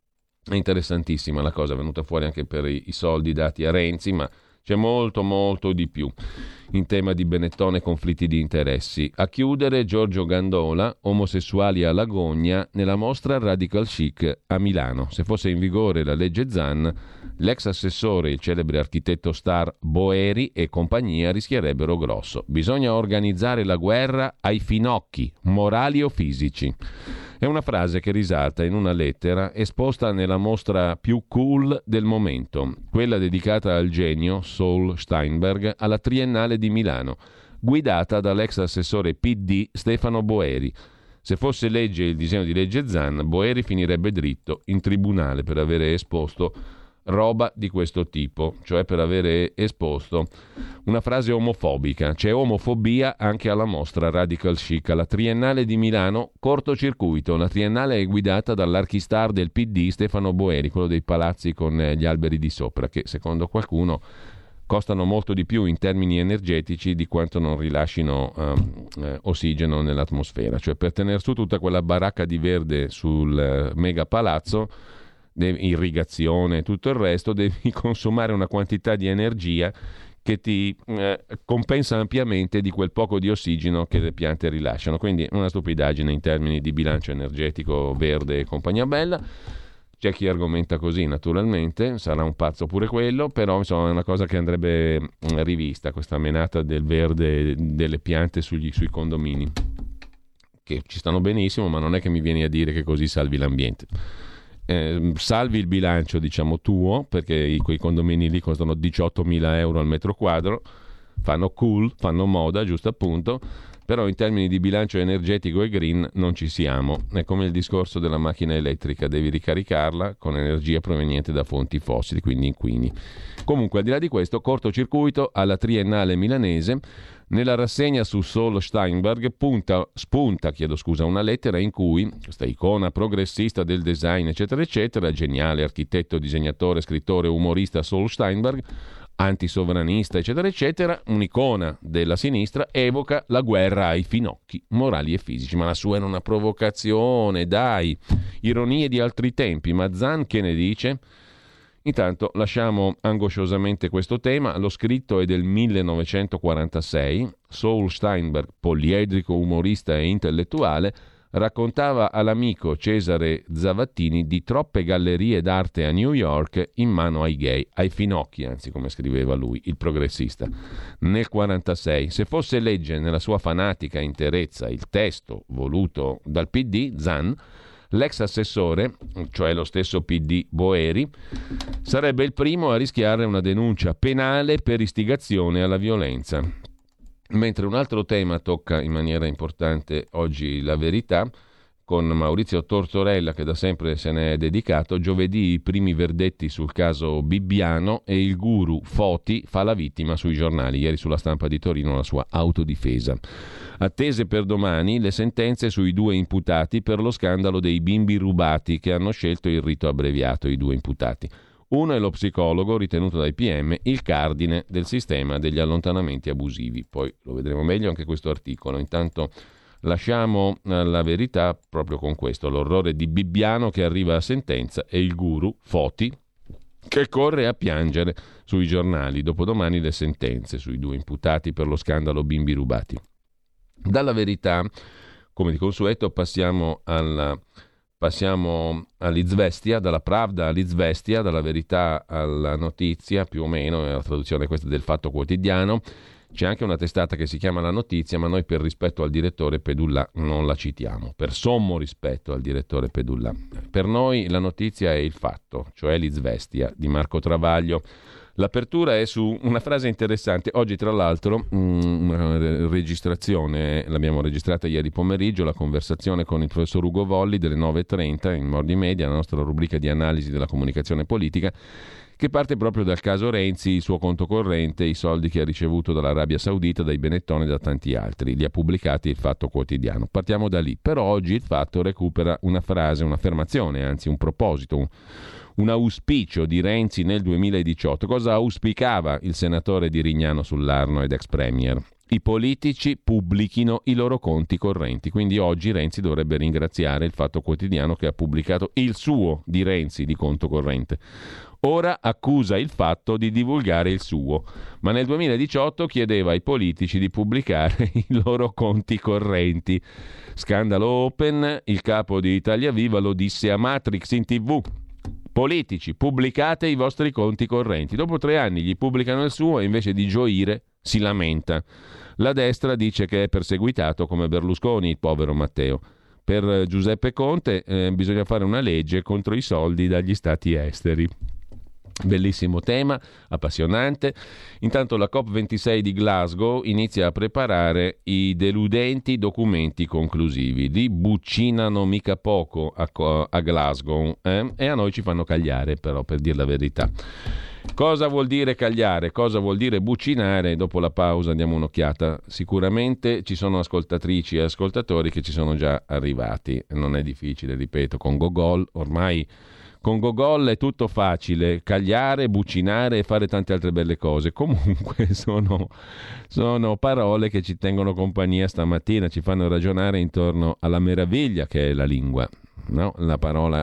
è interessantissima la cosa, è venuta fuori anche per i soldi dati a Renzi, ma c'è molto molto di più in tema di Benetton e conflitti di interessi. A chiudere Giorgio Gandola, omosessuali alla gogna, nella mostra Radical Chic a Milano. Se fosse in vigore la legge Zan, l'ex assessore, il celebre architetto star Boeri e compagnia rischierebbero grosso. Bisogna organizzare la guerra ai finocchi, morali o fisici. È una frase che risalta in una lettera esposta nella mostra più cool del momento, quella dedicata al genio Saul Steinberg alla Triennale di Milano, guidata dall'ex assessore PD Stefano Boeri. Se fosse legge il disegno di legge Zan, Boeri finirebbe dritto in tribunale per avere esposto roba di questo tipo, cioè per avere esposto una frase omofobica. C'è omofobia anche alla mostra Radical Chic alla Triennale di Milano, cortocircuito. La Triennale è guidata dall'archistar del PD Stefano Boeri, quello dei palazzi con gli alberi di sopra, che secondo qualcuno costano molto di più in termini energetici di quanto non rilascino ossigeno nell'atmosfera. Cioè, per tenere su tutta quella baracca di verde sul mega palazzo, irrigazione e tutto il resto, devi consumare una quantità di energia che ti compensa ampiamente di quel poco di ossigeno che le piante rilasciano. Quindi una stupidaggine in termini di bilancio energetico verde e compagnia bella. C'è chi argomenta così, naturalmente, sarà un pazzo pure quello, però insomma è una cosa che andrebbe rivista, questa menata del verde delle piante sui condomini, che ci stanno benissimo, ma non è che mi vieni a dire che così salvi l'ambiente. Salvi il bilancio, diciamo, tuo, perché quei condomini lì costano 18.000 euro al metro quadro, fanno cool, fanno moda, giusto appunto, però in termini di bilancio energetico e green non ci siamo. È come il discorso della macchina elettrica, devi ricaricarla con energia proveniente da fonti fossili, quindi inquini. Comunque, al di là di questo, cortocircuito alla Triennale milanese. Nella rassegna su Saul Steinberg spunta una lettera in cui questa icona progressista del design eccetera eccetera, geniale architetto, disegnatore, scrittore, umorista Saul Steinberg, antisovranista, eccetera, eccetera, un'icona della sinistra, evoca la guerra ai finocchi morali e fisici. Ma la sua era una provocazione, dai, ironie di altri tempi. Ma Zan che ne dice? Intanto lasciamo angosciosamente questo tema. Lo scritto è del 1946. Saul Steinberg, poliedrico umorista e intellettuale, raccontava all'amico Cesare Zavattini di troppe gallerie d'arte a New York in mano ai gay, ai finocchi, anzi, come scriveva lui, il progressista. Nel 1946, se fosse legge nella sua fanatica interezza il testo voluto dal PD, Zan, l'ex assessore, cioè lo stesso PD Boeri, sarebbe il primo a rischiare una denuncia penale per istigazione alla violenza. Mentre un altro tema tocca in maniera importante oggi La Verità, con Maurizio Tortorella, che da sempre se ne è dedicato. Giovedì i primi verdetti sul caso Bibbiano e il guru Foti fa la vittima sui giornali. Ieri sulla Stampa di Torino la sua autodifesa. Attese per domani le sentenze sui 2 imputati per lo scandalo dei bimbi rubati, che hanno scelto il rito abbreviato, i 2 imputati. Uno è lo psicologo ritenuto dai PM il cardine del sistema degli allontanamenti abusivi. Poi lo vedremo meglio anche questo articolo. Intanto lasciamo La Verità proprio con questo, l'orrore di Bibbiano che arriva a sentenza e il guru Foti che corre a piangere sui giornali. Dopodomani le sentenze sui 2 imputati per lo scandalo bimbi rubati. Dalla Verità, come di consueto, passiamo all'Izvestia, dalla Pravda all'Izvestia, dalla Verità alla Notizia, più o meno, è la traduzione questa del Fatto Quotidiano. C'è anche una testata che si chiama La Notizia, ma noi per rispetto al direttore Pedullà non la citiamo, per sommo rispetto al direttore Pedullà. Per noi La Notizia è il Fatto, cioè l'Izvestia di Marco Travaglio. L'apertura è su una frase interessante. Oggi, tra l'altro, una registrazione, l'abbiamo registrata ieri pomeriggio, la conversazione con il professor Ugo Volli delle 9.30 in Mordi Media, la nostra rubrica di analisi della comunicazione politica, che parte proprio dal caso Renzi, il suo conto corrente, i soldi che ha ricevuto dall'Arabia Saudita, dai Benetton e da tanti altri. Li ha pubblicati il Fatto Quotidiano. Partiamo da lì. Però oggi il Fatto recupera una frase, un'affermazione, anzi un proposito, un auspicio di Renzi nel 2018. Cosa auspicava il senatore di Rignano sull'Arno ed ex premier? I politici pubblichino i loro conti correnti. Quindi oggi Renzi dovrebbe ringraziare il Fatto Quotidiano che ha pubblicato il suo di Renzi di conto corrente. Ora accusa il Fatto di divulgare il suo, ma nel 2018 chiedeva ai politici di pubblicare i loro conti correnti. Scandalo open, il capo di Italia Viva lo disse a Matrix in TV. Politici, pubblicate i vostri conti correnti. Dopo 3 anni gli pubblicano il suo e invece di gioire si lamenta. La destra dice che è perseguitato come Berlusconi, il povero Matteo. Per Giuseppe Conte bisogna fare una legge contro i soldi dagli stati esteri. Bellissimo tema, appassionante. Intanto la COP26 di Glasgow inizia a preparare i deludenti documenti conclusivi. Li buccinano mica poco a Glasgow e a noi ci fanno cagliare, però, per dire la verità. Cosa vuol dire cagliare? Cosa vuol dire buccinare? Dopo la pausa diamo un'occhiata. Sicuramente ci sono ascoltatrici e ascoltatori che ci sono già arrivati. Non è difficile, ripeto, con Gogol ormai. Con Gogol è tutto facile, cagliare, buccinare e fare tante altre belle cose. Comunque sono parole che ci tengono compagnia stamattina, ci fanno ragionare intorno alla meraviglia che è la lingua. No? La parola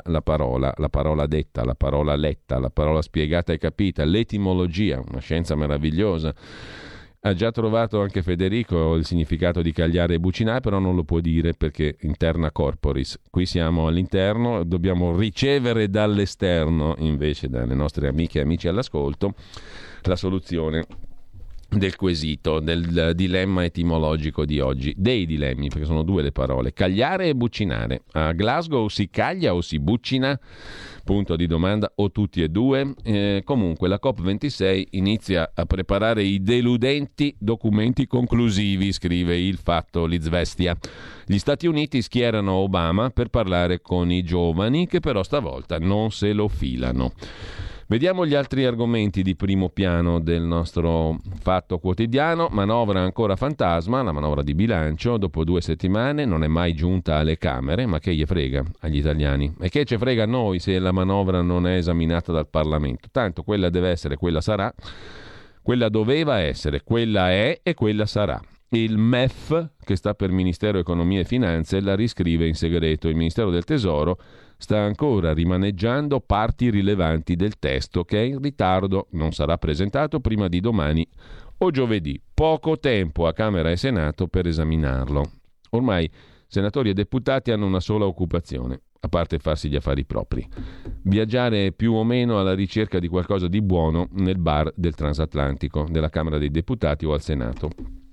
detta, la parola letta, la parola spiegata e capita, l'etimologia, una scienza meravigliosa. Ha già trovato anche Federico il significato di cagliare e bucinare, però non lo può dire perché interna corporis. Qui siamo all'interno, dobbiamo ricevere dall'esterno, invece dalle nostre amiche e amici all'ascolto, la soluzione del quesito, del dilemma etimologico di oggi. Dei dilemmi, perché sono 2 le parole, cagliare e buccinare. A Glasgow si caglia o si buccina? Punto di domanda, o tutti e 2. Comunque la COP26 inizia a preparare i deludenti documenti conclusivi, scrive il Fatto l'Izvestia. Gli Stati Uniti schierano Obama per parlare con i giovani, che però stavolta non se lo filano. Vediamo gli altri argomenti di primo piano del nostro Fatto Quotidiano. Manovra ancora fantasma, la manovra di bilancio dopo 2 settimane non è mai giunta alle Camere, ma che gli frega agli italiani? E che ci frega a noi se la manovra non è esaminata dal Parlamento? Tanto quella deve essere, quella sarà. Quella doveva essere, quella è e quella sarà. Il MEF, che sta per Ministero Economia e Finanze, la riscrive in segreto. Il Ministero del Tesoro sta ancora rimaneggiando parti rilevanti del testo, che è in ritardo, non sarà presentato prima di domani o giovedì. Poco tempo a Camera e Senato per esaminarlo. Ormai senatori e deputati hanno una sola occupazione, a parte farsi gli affari propri: viaggiare più o meno alla ricerca di qualcosa di buono nel bar del transatlantico, della Camera dei Deputati o al Senato.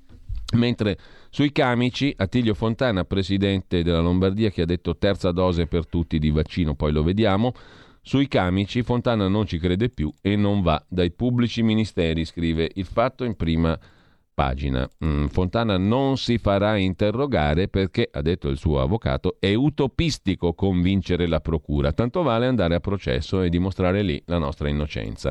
Mentre sui camici, Attilio Fontana, presidente della Lombardia, che ha detto terza dose per tutti di vaccino, poi lo vediamo, sui camici Fontana non ci crede più e non va dai pubblici ministeri, scrive Il Fatto in prima pagina. Fontana non si farà interrogare perché, ha detto il suo avvocato, è utopistico convincere la procura, tanto vale andare a processo e dimostrare lì la nostra innocenza.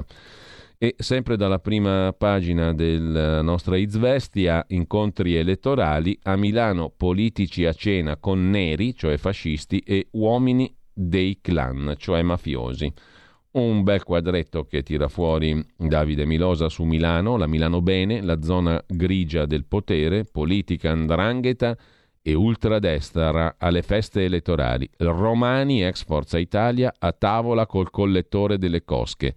E sempre dalla prima pagina della nostra Izvestia, incontri elettorali, a Milano politici a cena con neri, cioè fascisti, e uomini dei clan, cioè mafiosi. Un bel quadretto che tira fuori Davide Milosa su Milano, la Milano bene, la zona grigia del potere, politica 'ndrangheta e ultradestra alle feste elettorali. Romani, ex Forza Italia, a tavola col collettore delle cosche.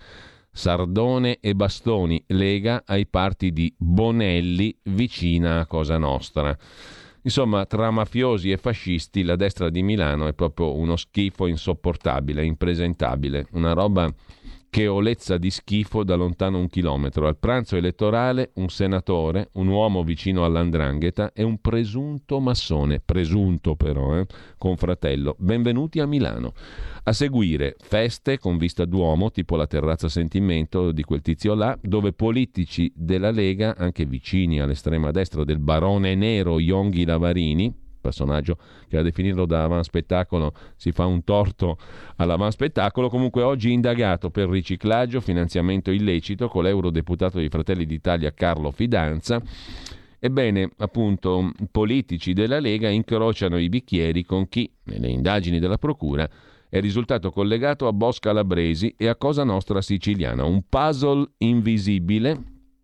Sardone e Bastoni, Lega ai parti di Bonelli, vicina a Cosa Nostra. Insomma, tra mafiosi e fascisti la destra di Milano è proprio uno schifo insopportabile, impresentabile, una roba che olezza di schifo da lontano 1 chilometro. Al pranzo elettorale un senatore, un uomo vicino all''ndrangheta e un presunto massone, presunto però, confratello. Benvenuti a Milano. A seguire feste con vista d'uomo, tipo la terrazza Sentimento di quel tizio là, dove politici della Lega, anche vicini all'estrema destra del barone nero Yonghi Lavarini, personaggio che a definirlo da avanspettacolo si fa un torto all'avanspettacolo, comunque oggi indagato per riciclaggio, finanziamento illecito con l'eurodeputato di Fratelli d'Italia Carlo Fidanza. Ebbene, appunto, politici della Lega incrociano i bicchieri con chi, nelle indagini della procura, è risultato collegato a Bosch Calabresi e a Cosa Nostra siciliana, un puzzle invisibile,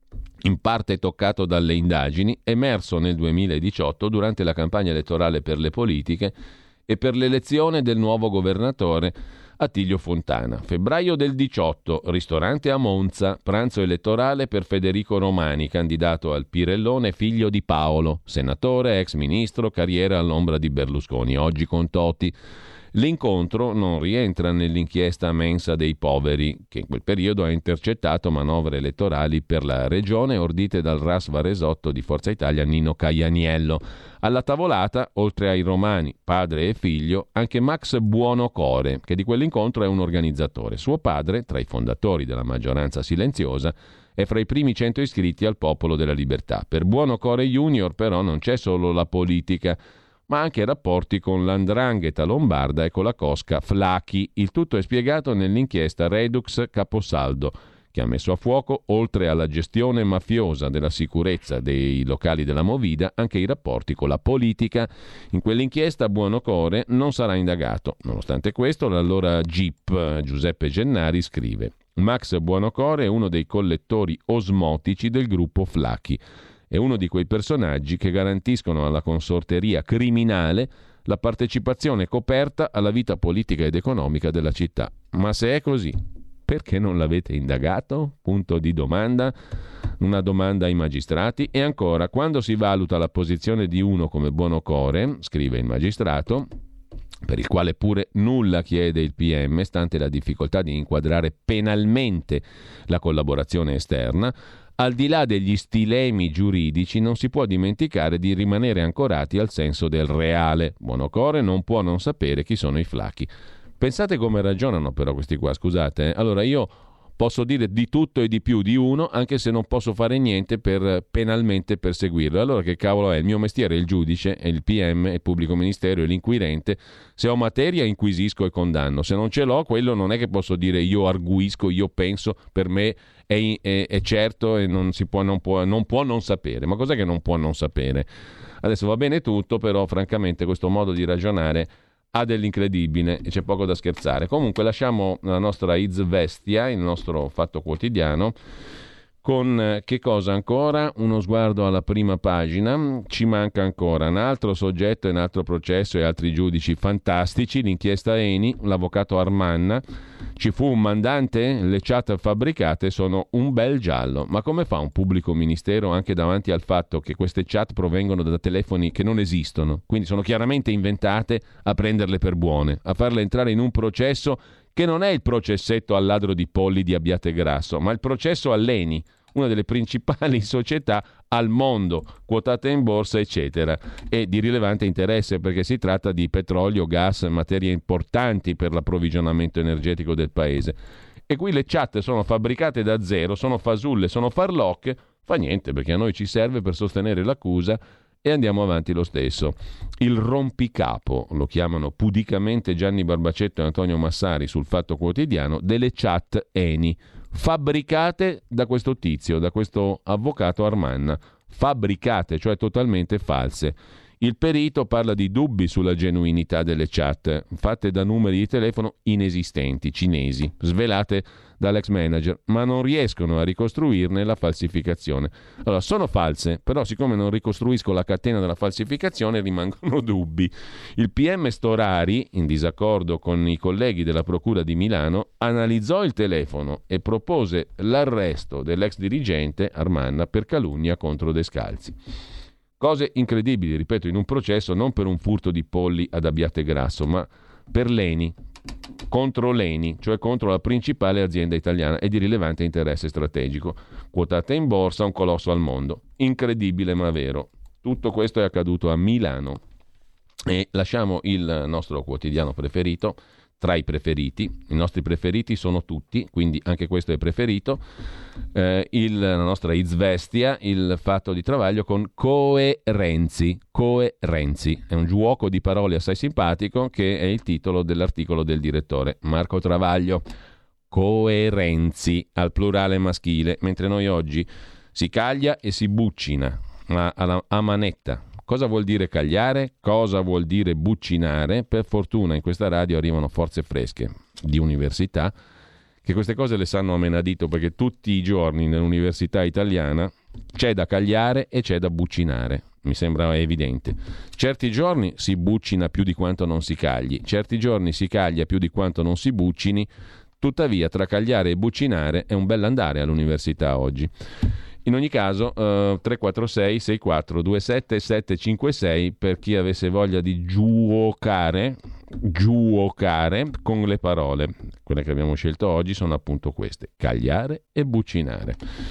in parte toccato dalle indagini, emerso nel 2018 durante la campagna elettorale per le politiche e per l'elezione del nuovo governatore Attilio Fontana. Febbraio del 18, ristorante a Monza, pranzo elettorale per Federico Romani, candidato al Pirellone, figlio di Paolo, senatore, ex ministro, carriera all'ombra di Berlusconi, oggi con Toti. L'incontro non rientra nell'inchiesta Mensa dei poveri, che in quel periodo ha intercettato manovre elettorali per la regione ordite dal RAS Varesotto di Forza Italia Nino Caianiello. Alla tavolata, oltre ai Romani, padre e figlio, anche Max Buonocore, che di quell'incontro è un organizzatore. Suo padre, tra i fondatori della maggioranza silenziosa, è fra i primi 100 iscritti al Popolo della Libertà. Per Buonocore Junior però non c'è solo la politica, ma anche rapporti con l''ndrangheta lombarda e con la cosca Flacchi. Il tutto è spiegato nell'inchiesta Redux Caposaldo, che ha messo a fuoco, oltre alla gestione mafiosa della sicurezza dei locali della Movida, anche i rapporti con la politica. In quell'inchiesta Buonocore non sarà indagato. Nonostante questo, l'allora GIP Giuseppe Gennari scrive: Max Buonocore è uno dei collettori osmotici del gruppo Flacchi. È uno di quei personaggi che garantiscono alla consorteria criminale la partecipazione coperta alla vita politica ed economica della città. Ma se è così, perché non l'avete indagato? Punto di domanda. Una domanda ai magistrati. E ancora, quando si valuta la posizione di uno come Buonocore, scrive il magistrato, per il quale pure nulla chiede il PM, stante la difficoltà di inquadrare penalmente la collaborazione esterna, al di là degli stilemi giuridici non si può dimenticare di rimanere ancorati al senso del reale. Buonocore non può non sapere chi sono i Flacchi. Pensate come ragionano però questi qua, scusate. Allora io posso dire di tutto e di più di uno, anche se non posso fare niente per penalmente perseguirlo. Allora che cavolo è? Il mio mestiere è il giudice, è il PM, è il pubblico ministero, è l'inquirente. Se ho materia inquisisco e condanno. Se non ce l'ho, quello non è che posso dire io arguisco, io penso, per me è certo e non può non sapere. Ma cos'è che non può non sapere? Adesso va bene tutto, però francamente questo modo di ragionare ha dell'incredibile e c'è poco da scherzare. Comunque lasciamo la nostra Izvestia, il nostro fatto quotidiano, Con che cosa ancora? Uno sguardo alla prima pagina, ci manca ancora un altro soggetto e un altro processo e altri giudici fantastici, l'inchiesta Eni, l'avvocato Armanna, ci fu un mandante, le chat fabbricate sono un bel giallo, ma come fa un pubblico ministero anche davanti al fatto che queste chat provengono da telefoni che non esistono, quindi sono chiaramente inventate, a prenderle per buone, a farle entrare in un processo che non è il processetto al ladro di polli di Abbiategrasso, ma il processo all'Eni, una delle principali società al mondo, quotate in borsa, eccetera, e di rilevante interesse perché si tratta di petrolio, gas, materie importanti per l'approvvigionamento energetico del paese. E qui le chat sono fabbricate da zero, sono fasulle, sono farlocche, fa niente perché a noi ci serve per sostenere l'accusa e andiamo avanti lo stesso. Il rompicapo, lo chiamano pudicamente Gianni Barbacetto e Antonio Massari sul Fatto Quotidiano, delle chat Eni, fabbricate da questo tizio, da questo avvocato Armanna, fabbricate, cioè totalmente false. Il perito parla di dubbi sulla genuinità delle chat, fatte da numeri di telefono inesistenti, cinesi, svelate dall'ex manager, ma non riescono a ricostruirne la falsificazione. Allora, sono false, però siccome non ricostruisco la catena della falsificazione rimangono dubbi. Il PM Storari, in disaccordo con i colleghi della Procura di Milano, analizzò il telefono e propose l'arresto dell'ex dirigente Armanna per calunnia contro Descalzi. Cose incredibili, ripeto, in un processo non per un furto di polli ad Abbiategrasso, ma per l'Eni, contro l'Eni, cioè contro la principale azienda italiana e di rilevante interesse strategico, quotata in borsa, un colosso al mondo. Incredibile ma vero. Tutto questo è accaduto a Milano. E lasciamo il nostro quotidiano preferito, tra i preferiti, i nostri preferiti sono tutti, quindi anche questo è preferito, la nostra Izvestia, il Fatto di Travaglio con Coerenzi, è un giuoco di parole assai simpatico che è il titolo dell'articolo del direttore Marco Travaglio. Coerenzi al plurale maschile, mentre noi oggi si caglia e si buccina a manetta. Cosa vuol dire cagliare? Cosa vuol dire buccinare? Per fortuna in questa radio arrivano forze fresche di università che queste cose le sanno a menadito, perché tutti i giorni nell'università italiana c'è da cagliare e c'è da buccinare. Mi sembra evidente. Certi giorni si buccina più di quanto non si cagli, certi giorni si caglia più di quanto non si buccini. Tuttavia, tra cagliare e buccinare è un bell'andare all'università oggi. In ogni caso, 346 64 27 756 per chi avesse voglia di giuocare con le parole. Quelle che abbiamo scelto oggi sono appunto queste: cagliare e buccinare.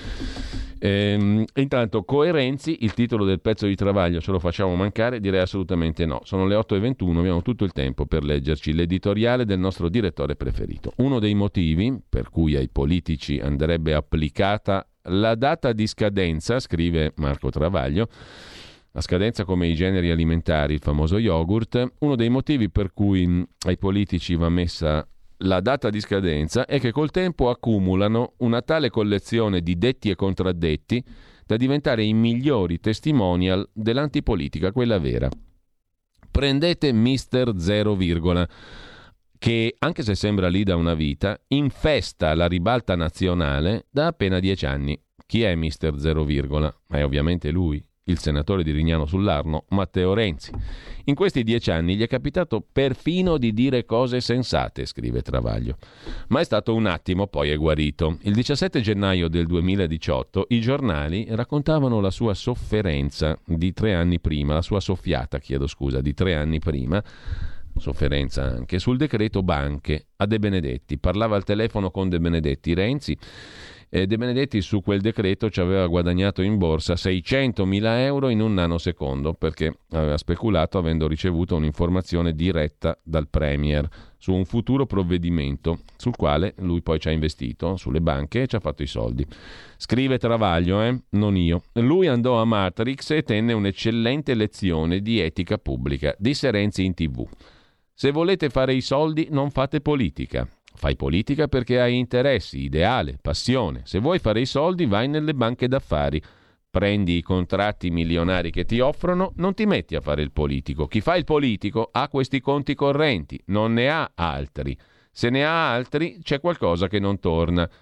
Intanto Coerenzi, il titolo del pezzo di Travaglio, ce lo facciamo mancare? Direi assolutamente no. Sono le 8:21, abbiamo tutto il tempo per leggerci l'editoriale del nostro direttore preferito. Uno dei motivi per cui ai politici andrebbe applicata la data di scadenza, scrive Marco Travaglio, la scadenza come i generi alimentari, il famoso yogurt, uno dei motivi per cui ai politici va messa la data di scadenza è che col tempo accumulano una tale collezione di detti e contraddetti da diventare i migliori testimonial dell'antipolitica, quella vera. Prendete Mister Zero Virgola, che, anche se sembra lì da una vita, infesta la ribalta nazionale da appena 10 anni. Chi è Mister Zero Virgola? È ovviamente lui, il senatore di Rignano sull'Arno, Matteo Renzi. In questi 10 anni gli è capitato perfino di dire cose sensate, scrive Travaglio. Ma è stato un attimo, poi è guarito. Il 17 gennaio del 2018 i giornali raccontavano la sua sofferenza di 3 anni prima, la sua soffiata, di 3 anni prima, sofferenza anche, sul decreto banche a De Benedetti. Parlava al telefono con De Benedetti. Renzi De Benedetti su quel decreto ci aveva guadagnato in borsa 600.000 euro in un nanosecondo, perché aveva speculato avendo ricevuto un'informazione diretta dal Premier su un futuro provvedimento sul quale lui poi ci ha investito, sulle banche, e ci ha fatto i soldi. Scrive Travaglio, non io. Lui andò a Matrix e tenne un'eccellente lezione di etica pubblica. Disse Renzi in TV: se volete fare i soldi non fate politica. Fai politica perché hai interessi, ideale, passione. Se vuoi fare i soldi vai nelle banche d'affari. Prendi i contratti milionari che ti offrono, non ti metti a fare il politico. Chi fa il politico ha questi conti correnti, non ne ha altri. Se ne ha altri c'è qualcosa che non torna.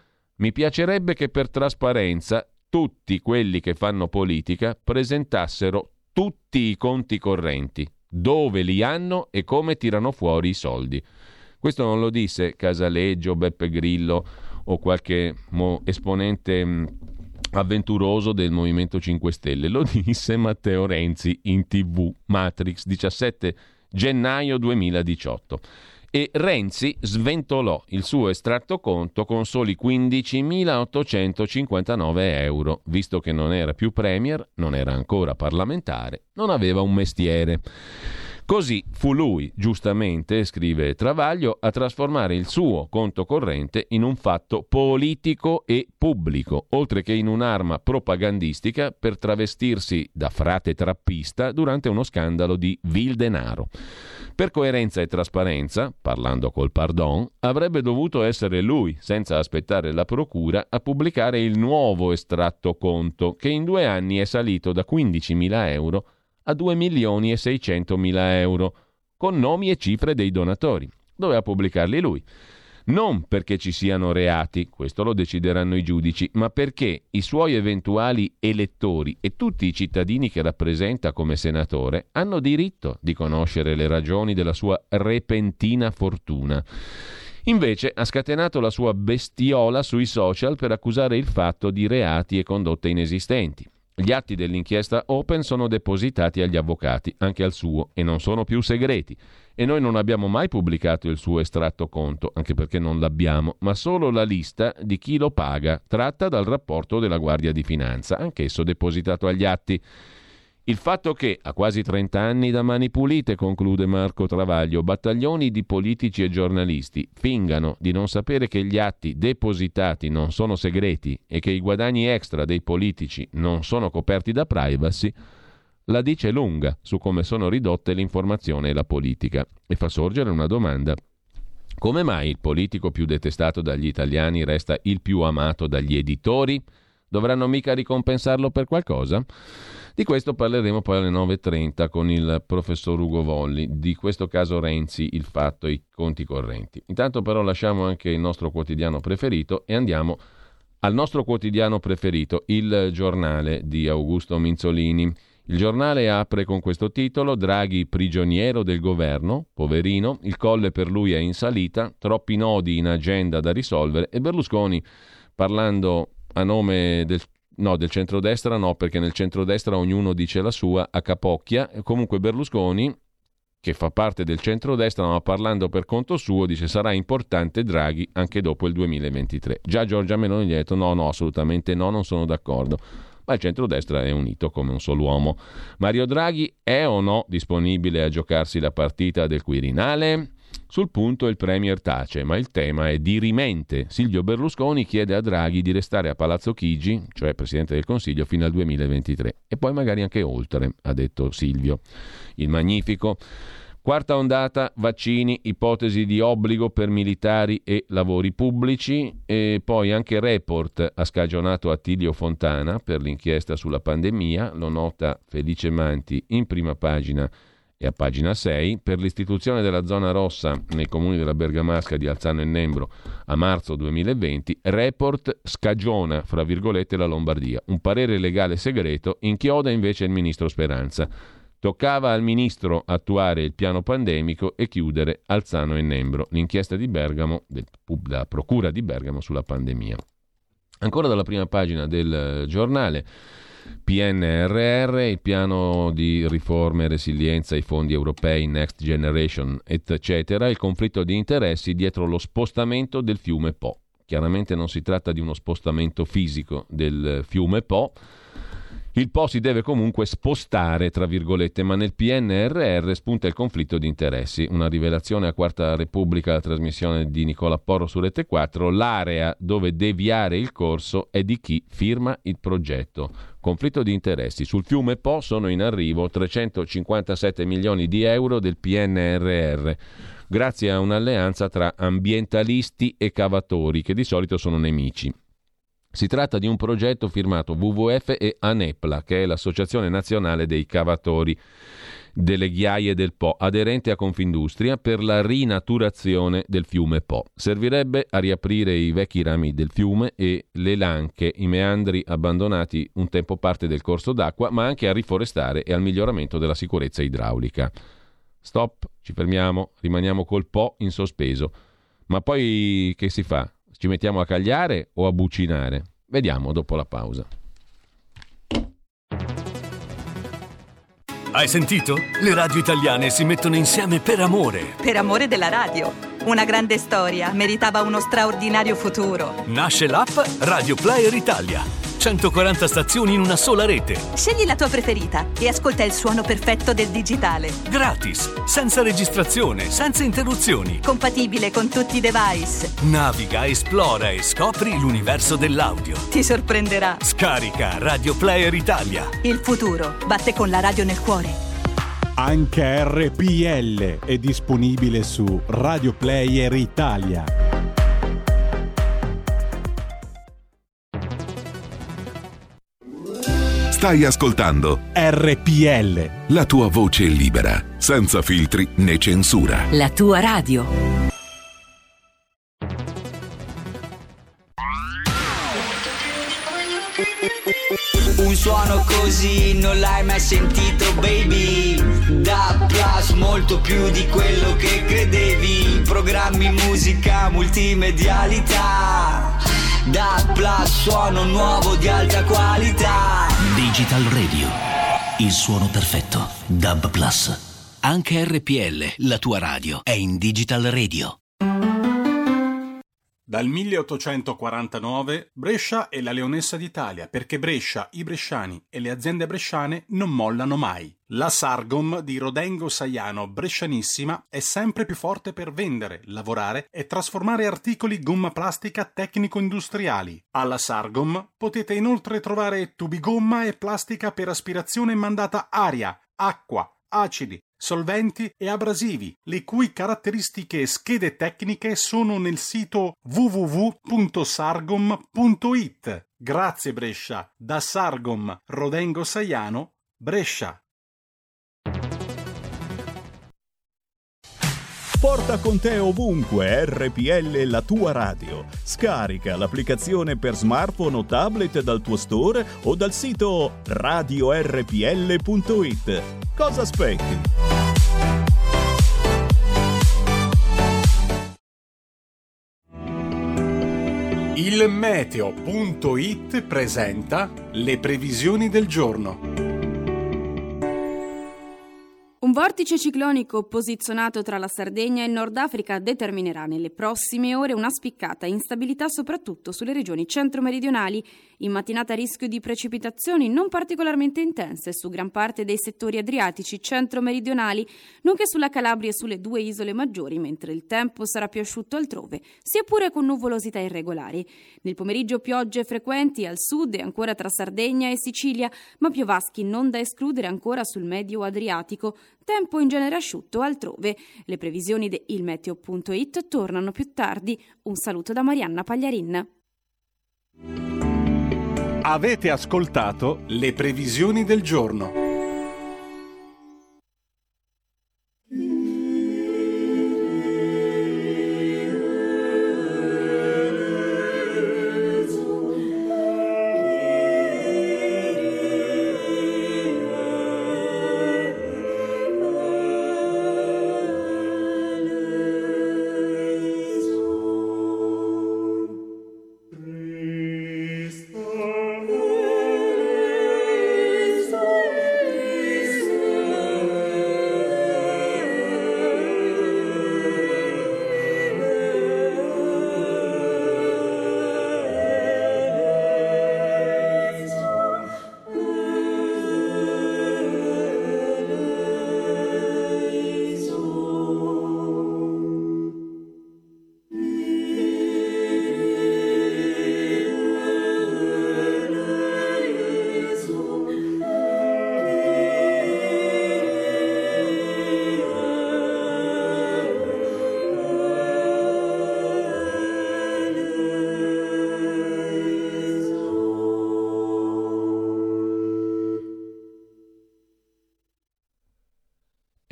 Mi piacerebbe che per trasparenza tutti quelli che fanno politica presentassero tutti i conti correnti, dove li hanno e come tirano fuori i soldi. Questo non lo disse Casaleggio, Beppe Grillo o qualche esponente avventuroso del Movimento 5 Stelle, lo disse Matteo Renzi in TV, Matrix, 17 gennaio 2018. E Renzi sventolò il suo estratto conto con soli 15.859 euro, visto che non era più premier, non era ancora parlamentare, non aveva un mestiere. Così fu lui, giustamente, scrive Travaglio, a trasformare il suo conto corrente in un fatto politico e pubblico, oltre che in un'arma propagandistica per travestirsi da frate trappista durante uno scandalo di vil denaro. Per coerenza e trasparenza, parlando col pardon, avrebbe dovuto essere lui, senza aspettare la procura, a pubblicare il nuovo estratto conto, che in 2 anni è salito da 15.000 euro a 2.600.000 euro, con nomi e cifre dei donatori. Doveva pubblicarli lui. Non perché ci siano reati, questo lo decideranno i giudici, ma perché i suoi eventuali elettori e tutti i cittadini che rappresenta come senatore hanno diritto di conoscere le ragioni della sua repentina fortuna. Invece ha scatenato la sua bestiola sui social per accusare il fatto di reati e condotte inesistenti. Gli atti dell'inchiesta Open sono depositati agli avvocati, anche al suo, e non sono più segreti. E noi non abbiamo mai pubblicato il suo estratto conto, anche perché non l'abbiamo, ma solo la lista di chi lo paga, tratta dal rapporto della Guardia di Finanza, anch'esso depositato agli atti. Il fatto che, a quasi 30 anni da Mani Pulite, conclude Marco Travaglio, battaglioni di politici e giornalisti fingano di non sapere che gli atti depositati non sono segreti e che i guadagni extra dei politici non sono coperti da privacy, la dice lunga su come sono ridotte l'informazione e la politica, e fa sorgere una domanda. Come mai il politico più detestato dagli italiani resta il più amato dagli editori? Dovranno mica ricompensarlo per qualcosa? Di questo parleremo poi alle 9.30 con il professor Ugo Volli, di questo caso Renzi, il fatto e i conti correnti. Intanto però lasciamo anche il nostro quotidiano preferito e andiamo al nostro quotidiano preferito, Il Giornale di Augusto Minzolini. Il Giornale apre con questo titolo: Draghi prigioniero del governo, poverino, il colle per lui è in salita, troppi nodi in agenda da risolvere, e Berlusconi, parlando a nome del centrodestra, no, perché nel centrodestra ognuno dice la sua a capocchia. Comunque Berlusconi, che fa parte del centrodestra, ma parlando per conto suo, dice sarà importante Draghi anche dopo il 2023. Già Giorgia Meloni gli ha detto no, assolutamente no, non sono d'accordo. Ma il centrodestra è unito come un solo uomo. Mario Draghi è o no disponibile a giocarsi la partita del Quirinale? Sul punto il premier tace, ma il tema è dirimente. Silvio Berlusconi chiede a Draghi di restare a Palazzo Chigi, cioè Presidente del Consiglio, fino al 2023. E poi magari anche oltre, ha detto Silvio. Il Magnifico. Quarta ondata, vaccini, ipotesi di obbligo per militari e lavori pubblici. E poi anche Report ha scagionato Attilio Fontana per l'inchiesta sulla pandemia, lo nota Felice Manti in prima pagina e a pagina 6. Per l'istituzione della zona rossa nei comuni della Bergamasca di Alzano e Nembro a marzo 2020, Report scagiona, fra virgolette, la Lombardia. Un parere legale segreto inchioda invece il ministro Speranza. Toccava al ministro attuare il piano pandemico e chiudere Alzano e Nembro, l'inchiesta di Bergamo, della procura di Bergamo sulla pandemia. Ancora dalla prima pagina del Giornale, PNRR, il piano di riforme e resilienza, i fondi europei, Next Generation, eccetera, il conflitto di interessi dietro lo spostamento del fiume Po. Chiaramente non si tratta di uno spostamento fisico del fiume Po. Il Po si deve comunque spostare, tra virgolette, ma nel PNRR spunta il conflitto di interessi. Una rivelazione a Quarta Repubblica, la trasmissione di Nicola Porro su Rete 4, l'area dove deviare il corso è di chi firma il progetto. Conflitto di interessi. Sul fiume Po sono in arrivo 357 milioni di euro del PNRR, grazie a un'alleanza tra ambientalisti e cavatori, che di solito sono nemici. Si tratta di un progetto firmato WWF e ANEPLA, che è l'Associazione Nazionale dei Cavatori. delle ghiaie del Po, aderente a Confindustria per la rinaturazione del fiume Po. Servirebbe a riaprire i vecchi rami del fiume e le lanche, i meandri abbandonati un tempo parte del corso d'acqua, ma anche a riforestare e al miglioramento della sicurezza idraulica. Stop, ci fermiamo, rimaniamo col Po in sospeso. Ma poi che si fa? Ci mettiamo a cagliare o a bucinare? Vediamo dopo la pausa. Hai sentito? Le radio italiane si mettono insieme per amore. Per amore della radio. Una grande storia meritava uno straordinario futuro. Nasce l'app Radio Player Italia. 140 stazioni in una sola rete. Scegli la tua preferita e ascolta il suono perfetto del digitale. Gratis, senza registrazione, senza interruzioni. Compatibile con tutti i device. Naviga, esplora e scopri l'universo dell'audio. Ti sorprenderà. Scarica Radio Player Italia. Il futuro batte con la radio nel cuore. Anche RPL è disponibile su Radio Player Italia. Stai ascoltando RPL, la tua voce libera, senza filtri né censura. La tua radio. Un suono così non l'hai mai sentito, baby. Da Plus, molto più di quello che credevi. Programmi, musica, multimedialità. Da Plus, suono nuovo di alta qualità. Digital Radio, il suono perfetto. DAB Plus. Anche RPL, la tua radio, è in Digital Radio. Dal 1849 Brescia è la leonessa d'Italia, perché Brescia, i bresciani e le aziende bresciane non mollano mai. La Sargom di Rodengo Saiano Brescianissima è sempre più forte per vendere, lavorare e trasformare articoli gomma plastica tecnico-industriali. Alla Sargom potete inoltre trovare tubi gomma e plastica per aspirazione mandata aria, acqua, acidi, solventi e abrasivi, le cui caratteristiche e schede tecniche sono nel sito www.sargom.it. Grazie Brescia, da Sargom Rodengo Saiano, Brescia. Porta con te ovunque RPL, la tua radio. Scarica l'applicazione per smartphone o tablet dal tuo store o dal sito radiorpl.it. Cosa aspetti? Il meteo.it presenta le previsioni del giorno. Un vortice ciclonico posizionato tra la Sardegna e il Nord Africa determinerà nelle prossime ore una spiccata instabilità soprattutto sulle regioni centro-meridionali. In mattinata rischio di precipitazioni non particolarmente intense su gran parte dei settori adriatici centro-meridionali, nonché sulla Calabria e sulle due isole maggiori, mentre il tempo sarà più asciutto altrove, sia pure con nuvolosità irregolari. Nel pomeriggio piogge frequenti al sud e ancora tra Sardegna e Sicilia, ma piovaschi non da escludere ancora sul medio Adriatico. Tempo in genere asciutto altrove. Le previsioni di ilmeteo.it tornano più tardi. Un saluto da Marianna Pagliarin. Avete ascoltato le previsioni del giorno.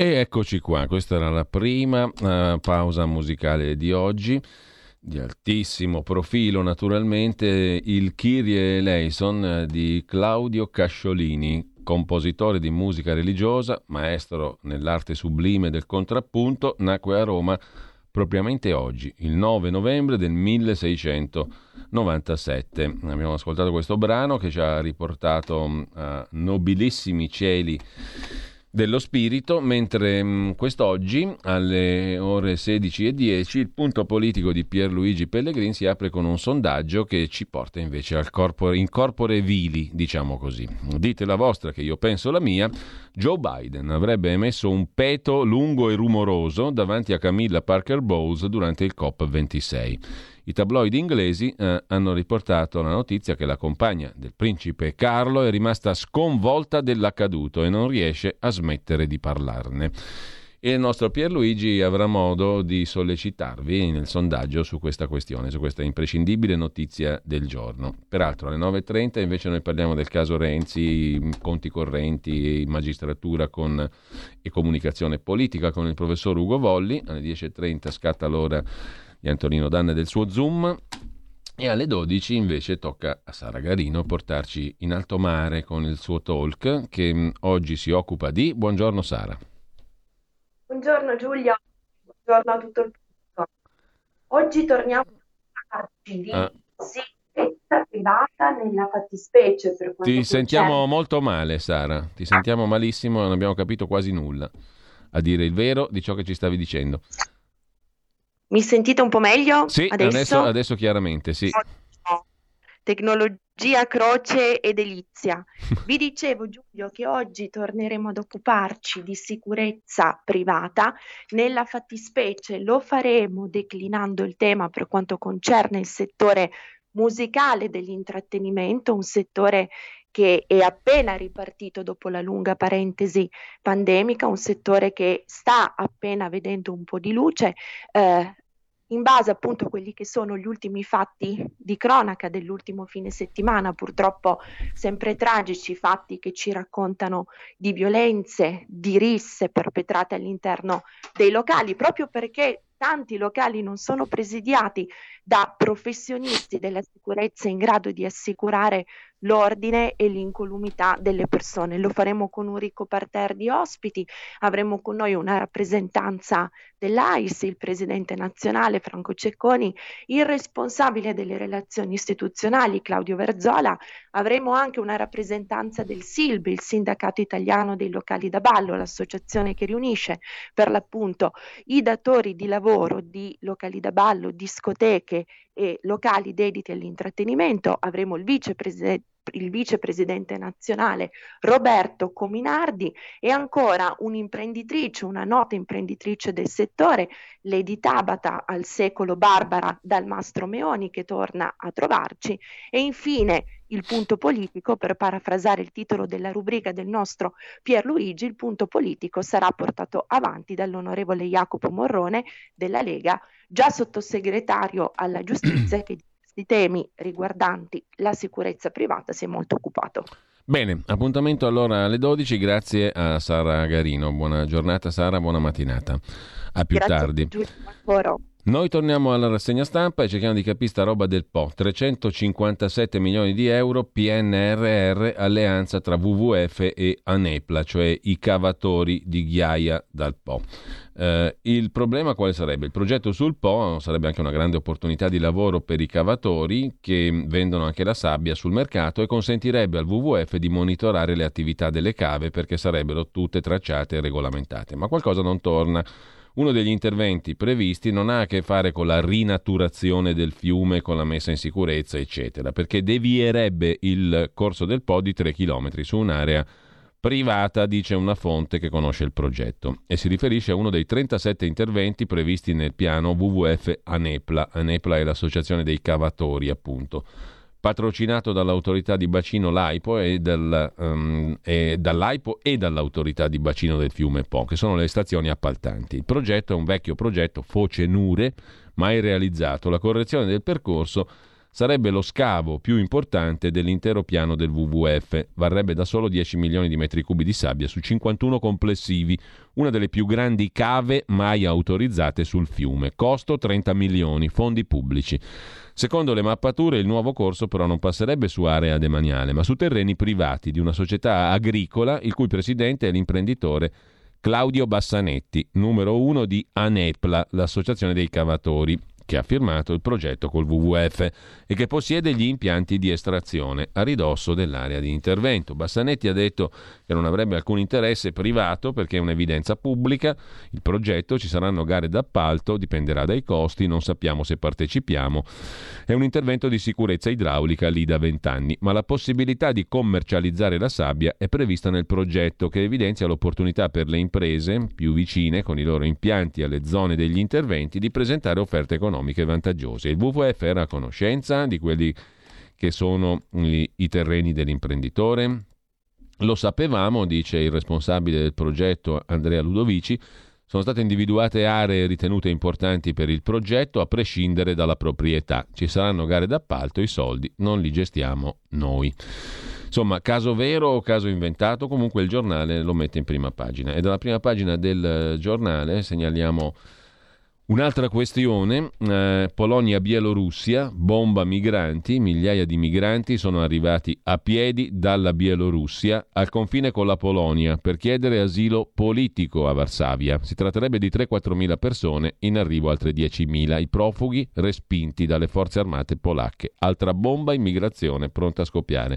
E eccoci qua, questa era la prima pausa musicale di oggi, di altissimo profilo naturalmente, il Kyrie eleison di Claudio Casciolini, compositore di musica religiosa, maestro nell'arte sublime del contrappunto, nacque a Roma propriamente oggi, il 9 novembre del 1697. Abbiamo ascoltato questo brano che ci ha riportato a nobilissimi cieli dello spirito, mentre quest'oggi alle ore 16:10 il punto politico di Pierluigi Pellegrin si apre con un sondaggio che ci porta invece al in corpore vili, diciamo così. Dite la vostra che io penso la mia. Joe Biden avrebbe emesso un peto lungo e rumoroso davanti a Camilla Parker Bowles durante il COP26. I tabloid inglesi hanno riportato la notizia che la compagna del principe Carlo è rimasta sconvolta dell'accaduto e non riesce a smettere di parlarne. E il nostro Pierluigi avrà modo di sollecitarvi nel sondaggio su questa questione, su questa imprescindibile notizia del giorno. Peraltro alle 9:30 invece noi parliamo del caso Renzi, conti correnti, magistratura e comunicazione politica con il professor Ugo Volli. Alle 10:30 scatta l'ora di Antonino Danna del suo Zoom e alle 12 invece tocca a Sara Garino portarci in alto mare con il suo talk che oggi si occupa di... Buongiorno Sara. Buongiorno Giulia, buongiorno a tutto il pubblico. Oggi torniamo a parlarci di sicurezza privata nella fattispecie per quanto Ti sentiamo molto male Sara, ti sentiamo malissimo, non abbiamo capito quasi nulla, a dire il vero, di ciò che ci stavi dicendo. Mi sentite un po' meglio? Sì, adesso chiaramente, sì. Tecnologia, croce e delizia. Vi dicevo, Giulio, che oggi torneremo ad occuparci di sicurezza privata. Nella fattispecie lo faremo declinando il tema per quanto concerne il settore musicale dell'intrattenimento, un settore che è appena ripartito dopo la lunga parentesi pandemica, un settore che sta appena vedendo un po' di luce, in base appunto a quelli che sono gli ultimi fatti di cronaca dell'ultimo fine settimana, purtroppo sempre tragici, fatti che ci raccontano di violenze, di risse perpetrate all'interno dei locali, proprio perché tanti locali non sono presidiati da professionisti della sicurezza in grado di assicurare l'ordine e l'incolumità delle persone. Lo faremo con un ricco parterre di ospiti, avremo con noi una rappresentanza dell'AIS, il presidente nazionale Franco Cecconi, il responsabile delle relazioni istituzionali Claudio Verzola, avremo anche una rappresentanza del SILB, il sindacato italiano dei locali da ballo, l'associazione che riunisce per l'appunto i datori di lavoro di locali da ballo, discoteche e locali dediti all'intrattenimento. Avremo il vicepresidente nazionale Roberto Cominardi e ancora un'imprenditrice, una nota imprenditrice del settore, Lady Tabata, al secolo Barbara dal Mastro Meoni, che torna a trovarci, e infine il punto politico, per parafrasare il titolo della rubrica del nostro Pierluigi, il punto politico sarà portato avanti dall'onorevole Jacopo Morrone della Lega, già sottosegretario alla giustizia, che di questi temi riguardanti la sicurezza privata si è molto occupato. Bene, appuntamento allora alle 12, grazie a Sara Garino. Buona giornata Sara, buona mattinata. A più tardi. Noi torniamo alla rassegna stampa e cerchiamo di capire sta roba del Po. 357 milioni di euro PNRR, alleanza tra WWF e Anepla, cioè i cavatori di ghiaia dal Po. Il problema quale sarebbe? Il progetto sul Po sarebbe anche una grande opportunità di lavoro per i cavatori che vendono anche la sabbia sul mercato e consentirebbe al WWF di monitorare le attività delle cave perché sarebbero tutte tracciate e regolamentate. Ma qualcosa non torna. Uno degli interventi previsti non ha a che fare con la rinaturazione del fiume, con la messa in sicurezza, eccetera, perché devierebbe il corso del Po di 3 chilometri su un'area privata, dice una fonte che conosce il progetto, e si riferisce a uno dei 37 interventi previsti nel piano WWF Anepla. Anepla è l'associazione dei cavatori, appunto, patrocinato dall'autorità di bacino Laipo e dall'Aipo e dall'autorità di bacino del fiume Po, che sono le stazioni appaltanti. Il progetto è un vecchio progetto Foce Nure, mai realizzato. La correzione del percorso sarebbe lo scavo più importante dell'intero piano del WWF. Varrebbe da solo 10 milioni di metri cubi di sabbia su 51 complessivi, una delle più grandi cave mai autorizzate sul fiume. Costo 30 milioni, fondi pubblici. Secondo le mappature il nuovo corso però non passerebbe su area demaniale, ma su terreni privati di una società agricola il cui presidente è l'imprenditore Claudio Bassanetti, numero 1 di ANEPLA, l'associazione dei cavatori, che ha firmato il progetto col WWF e che possiede gli impianti di estrazione a ridosso dell'area di intervento. Bassanetti ha detto che non avrebbe alcun interesse privato perché è un'evidenza pubblica, il progetto, ci saranno gare d'appalto, dipenderà dai costi, non sappiamo se partecipiamo. È un intervento di sicurezza idraulica lì da 20 anni, ma la possibilità di commercializzare la sabbia è prevista nel progetto, che evidenzia l'opportunità per le imprese più vicine con i loro impianti alle zone degli interventi di presentare offerte economiche vantaggiose. Il WWF era a conoscenza di quelli che sono i terreni dell'imprenditore? Lo sapevamo, dice il responsabile del progetto Andrea Ludovici, sono state individuate aree ritenute importanti per il progetto a prescindere dalla proprietà. Ci saranno gare d'appalto, i soldi non li gestiamo noi. Insomma, caso vero o caso inventato, comunque il giornale lo mette in prima pagina. E dalla prima pagina del giornale segnaliamo un'altra questione, Polonia-Bielorussia, bomba migranti, migliaia di migranti sono arrivati a piedi dalla Bielorussia al confine con la Polonia per chiedere asilo politico a Varsavia. Si tratterebbe di 3-4 mila persone, in arrivo altre 10.000, i profughi respinti dalle forze armate polacche. Altra bomba immigrazione pronta a scoppiare.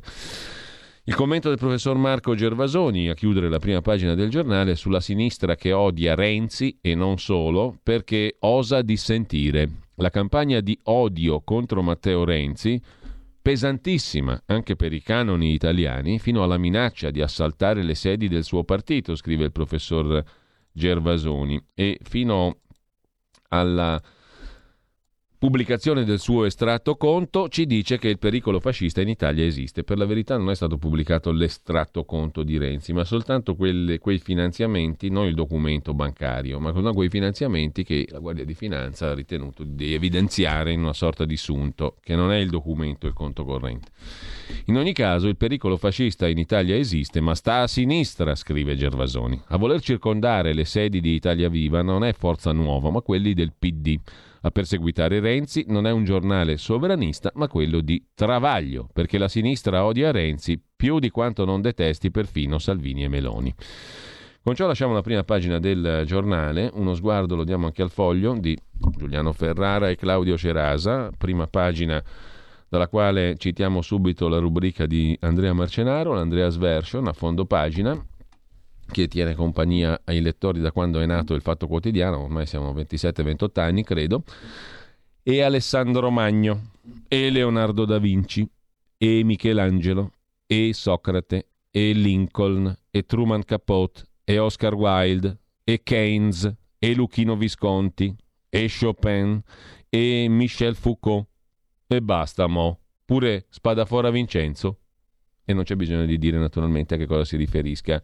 Il commento del professor Marco Gervasoni a chiudere la prima pagina del giornale sulla sinistra che odia Renzi e non solo perché osa dissentire. La campagna di odio contro Matteo Renzi, pesantissima anche per i canoni italiani, fino alla minaccia di assaltare le sedi del suo partito, scrive il professor Gervasoni, e fino alla pubblicazione del suo estratto conto ci dice che il pericolo fascista in Italia esiste. Per la verità non è stato pubblicato l'estratto conto di Renzi, ma soltanto quei finanziamenti, non il documento bancario, ma soltanto quei finanziamenti che la Guardia di Finanza ha ritenuto di evidenziare in una sorta di sunto, che non è il documento, il conto corrente. In ogni caso il pericolo fascista in Italia esiste, ma sta a sinistra, scrive Gervasoni. A voler circondare le sedi di Italia Viva non è Forza Nuova, ma quelli del PD. A perseguitare Renzi non è un giornale sovranista, ma quello di Travaglio, perché la sinistra odia Renzi più di quanto non detesti perfino Salvini e Meloni. Con ciò lasciamo la prima pagina del giornale, uno sguardo lo diamo anche al Foglio di Giuliano Ferrara e Claudio Cerasa, prima pagina dalla quale citiamo subito la rubrica di Andrea Marcenaro, l'Andreas Version, a fondo pagina, che tiene compagnia ai lettori da quando è nato il Fatto Quotidiano, ormai siamo 27-28 anni credo, e Alessandro Magno, e Leonardo da Vinci, e Michelangelo, e Socrate, e Lincoln, e Truman Capote, e Oscar Wilde, e Keynes, e Luchino Visconti, e Chopin, e Michel Foucault, e basta mo, pure Spadafora Vincenzo, e non c'è bisogno di dire naturalmente a che cosa si riferisca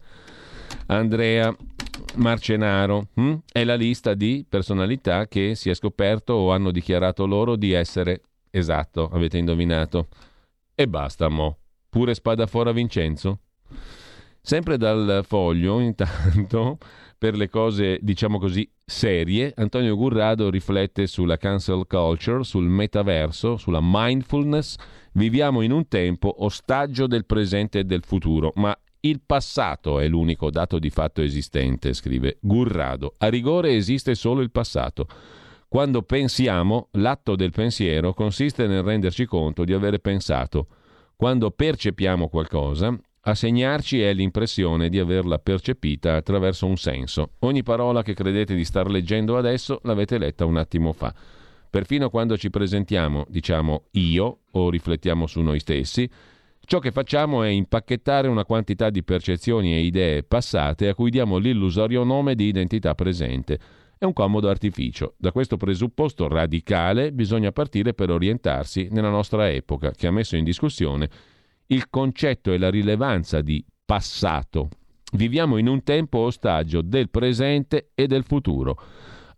Andrea Marcenaro. È la lista di personalità che si è scoperto o hanno dichiarato loro di essere, esatto, avete indovinato, e basta mo, pure Spadafora Vincenzo. Sempre dal Foglio, intanto, per le cose diciamo così serie, Antonio Gurrado riflette sulla cancel culture, sul metaverso, sulla mindfulness. Viviamo in un tempo ostaggio del presente e del futuro, ma il passato è l'unico dato di fatto esistente, scrive Gurrado. A rigore esiste solo il passato. Quando pensiamo, l'atto del pensiero consiste nel renderci conto di avere pensato. Quando percepiamo qualcosa, a segnarci è l'impressione di averla percepita attraverso un senso. Ogni parola che credete di star leggendo adesso l'avete letta un attimo fa. Perfino quando ci presentiamo, diciamo io, o riflettiamo su noi stessi, ciò che facciamo è impacchettare una quantità di percezioni e idee passate a cui diamo l'illusorio nome di identità presente. È un comodo artificio. Da questo presupposto radicale bisogna partire per orientarsi nella nostra epoca, che ha messo in discussione il concetto e la rilevanza di passato. Viviamo in un tempo ostaggio del presente e del futuro.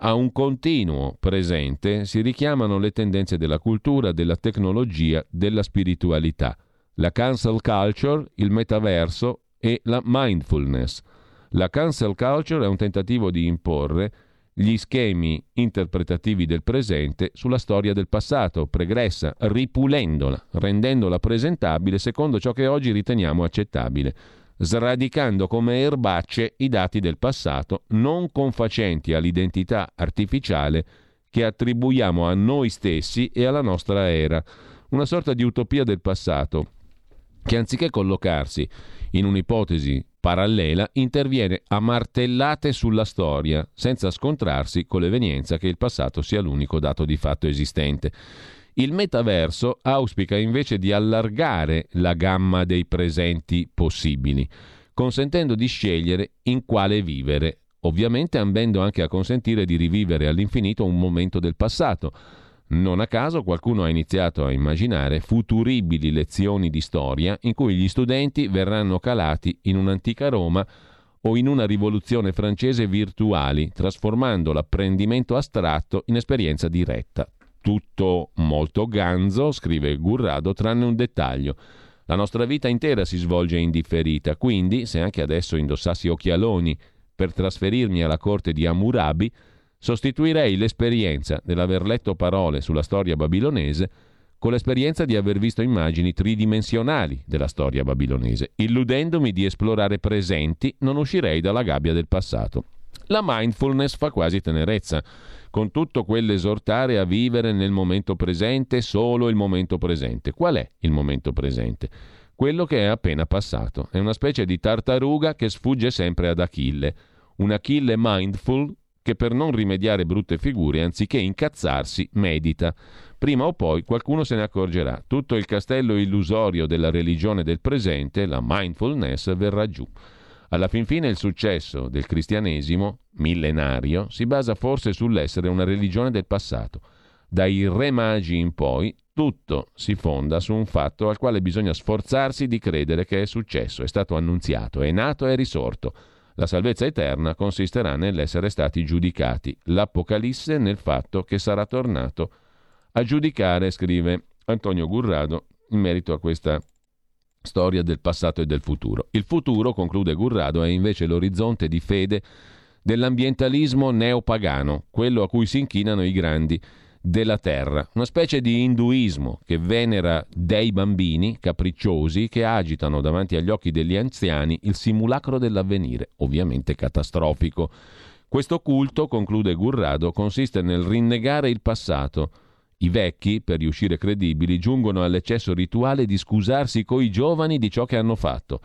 A un continuo presente si richiamano le tendenze della cultura, della tecnologia, della spiritualità, la cancel culture, il metaverso e la mindfulness. La cancel culture è un tentativo di imporre gli schemi interpretativi del presente sulla storia del passato, pregressa, ripulendola, rendendola presentabile secondo ciò che oggi riteniamo accettabile, sradicando come erbacce i dati del passato, non confacenti all'identità artificiale che attribuiamo a noi stessi e alla nostra era. Una sorta di utopia del passato che, anziché collocarsi in un'ipotesi parallela, interviene a martellate sulla storia, senza scontrarsi con l'evenienza che il passato sia l'unico dato di fatto esistente. Il metaverso auspica invece di allargare la gamma dei presenti possibili, consentendo di scegliere in quale vivere, ovviamente ambendo anche a consentire di rivivere all'infinito un momento del passato. Non a caso qualcuno ha iniziato a immaginare futuribili lezioni di storia in cui gli studenti verranno calati in un'antica Roma o in una rivoluzione francese virtuali, trasformando l'apprendimento astratto in esperienza diretta. Tutto molto ganzo, scrive Gurrado, tranne un dettaglio. La nostra vita intera si svolge in differita, quindi se anche adesso indossassi occhialoni per trasferirmi alla corte di Hammurabi, sostituirei l'esperienza dell'aver letto parole sulla storia babilonese con l'esperienza di aver visto immagini tridimensionali della storia babilonese. Illudendomi di esplorare presenti, non uscirei dalla gabbia del passato. La mindfulness fa quasi tenerezza, con tutto quell'esortare a vivere nel momento presente, solo il momento presente. Qual è il momento presente? Quello che è appena passato. È una specie di tartaruga che sfugge sempre ad Achille. Un Achille mindful che per non rimediare brutte figure, anziché incazzarsi, medita. Prima o poi qualcuno se ne accorgerà. Tutto il castello illusorio della religione del presente, la mindfulness, verrà giù. Alla fin fine il successo del cristianesimo, millenario, si basa forse sull'essere una religione del passato. Dai Re Magi in poi, tutto si fonda su un fatto al quale bisogna sforzarsi di credere che è successo, è stato annunziato, è nato, è risorto. La salvezza eterna consisterà nell'essere stati giudicati. L'Apocalisse nel fatto che sarà tornato a giudicare, scrive Antonio Gurrado, in merito a questa storia del passato e del futuro. Il futuro, conclude Gurrado, è invece l'orizzonte di fede dell'ambientalismo neopagano, quello a cui si inchinano i grandi della terra, una specie di induismo che venera dei bambini capricciosi che agitano davanti agli occhi degli anziani il simulacro dell'avvenire, ovviamente catastrofico. Questo culto, conclude Gurrado, consiste nel rinnegare il passato. I vecchi, per riuscire credibili, giungono all'eccesso rituale di scusarsi coi giovani di ciò che hanno fatto.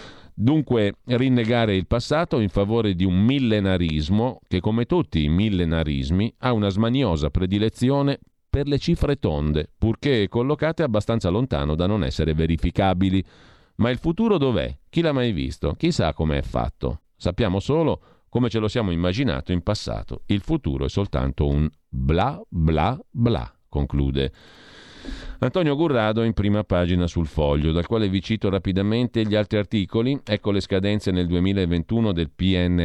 Dunque, rinnegare il passato in favore di un millenarismo che, come tutti i millenarismi, ha una smaniosa predilezione per le cifre tonde, purché collocate abbastanza lontano da non essere verificabili. Ma il futuro dov'è? Chi l'ha mai visto? Chi sa come è fatto? Sappiamo solo come ce lo siamo immaginato in passato. Il futuro è soltanto un bla bla bla, conclude Antonio Gurrado in prima pagina sul Foglio, dal quale vi cito rapidamente gli altri articoli. Ecco le scadenze nel 2021 del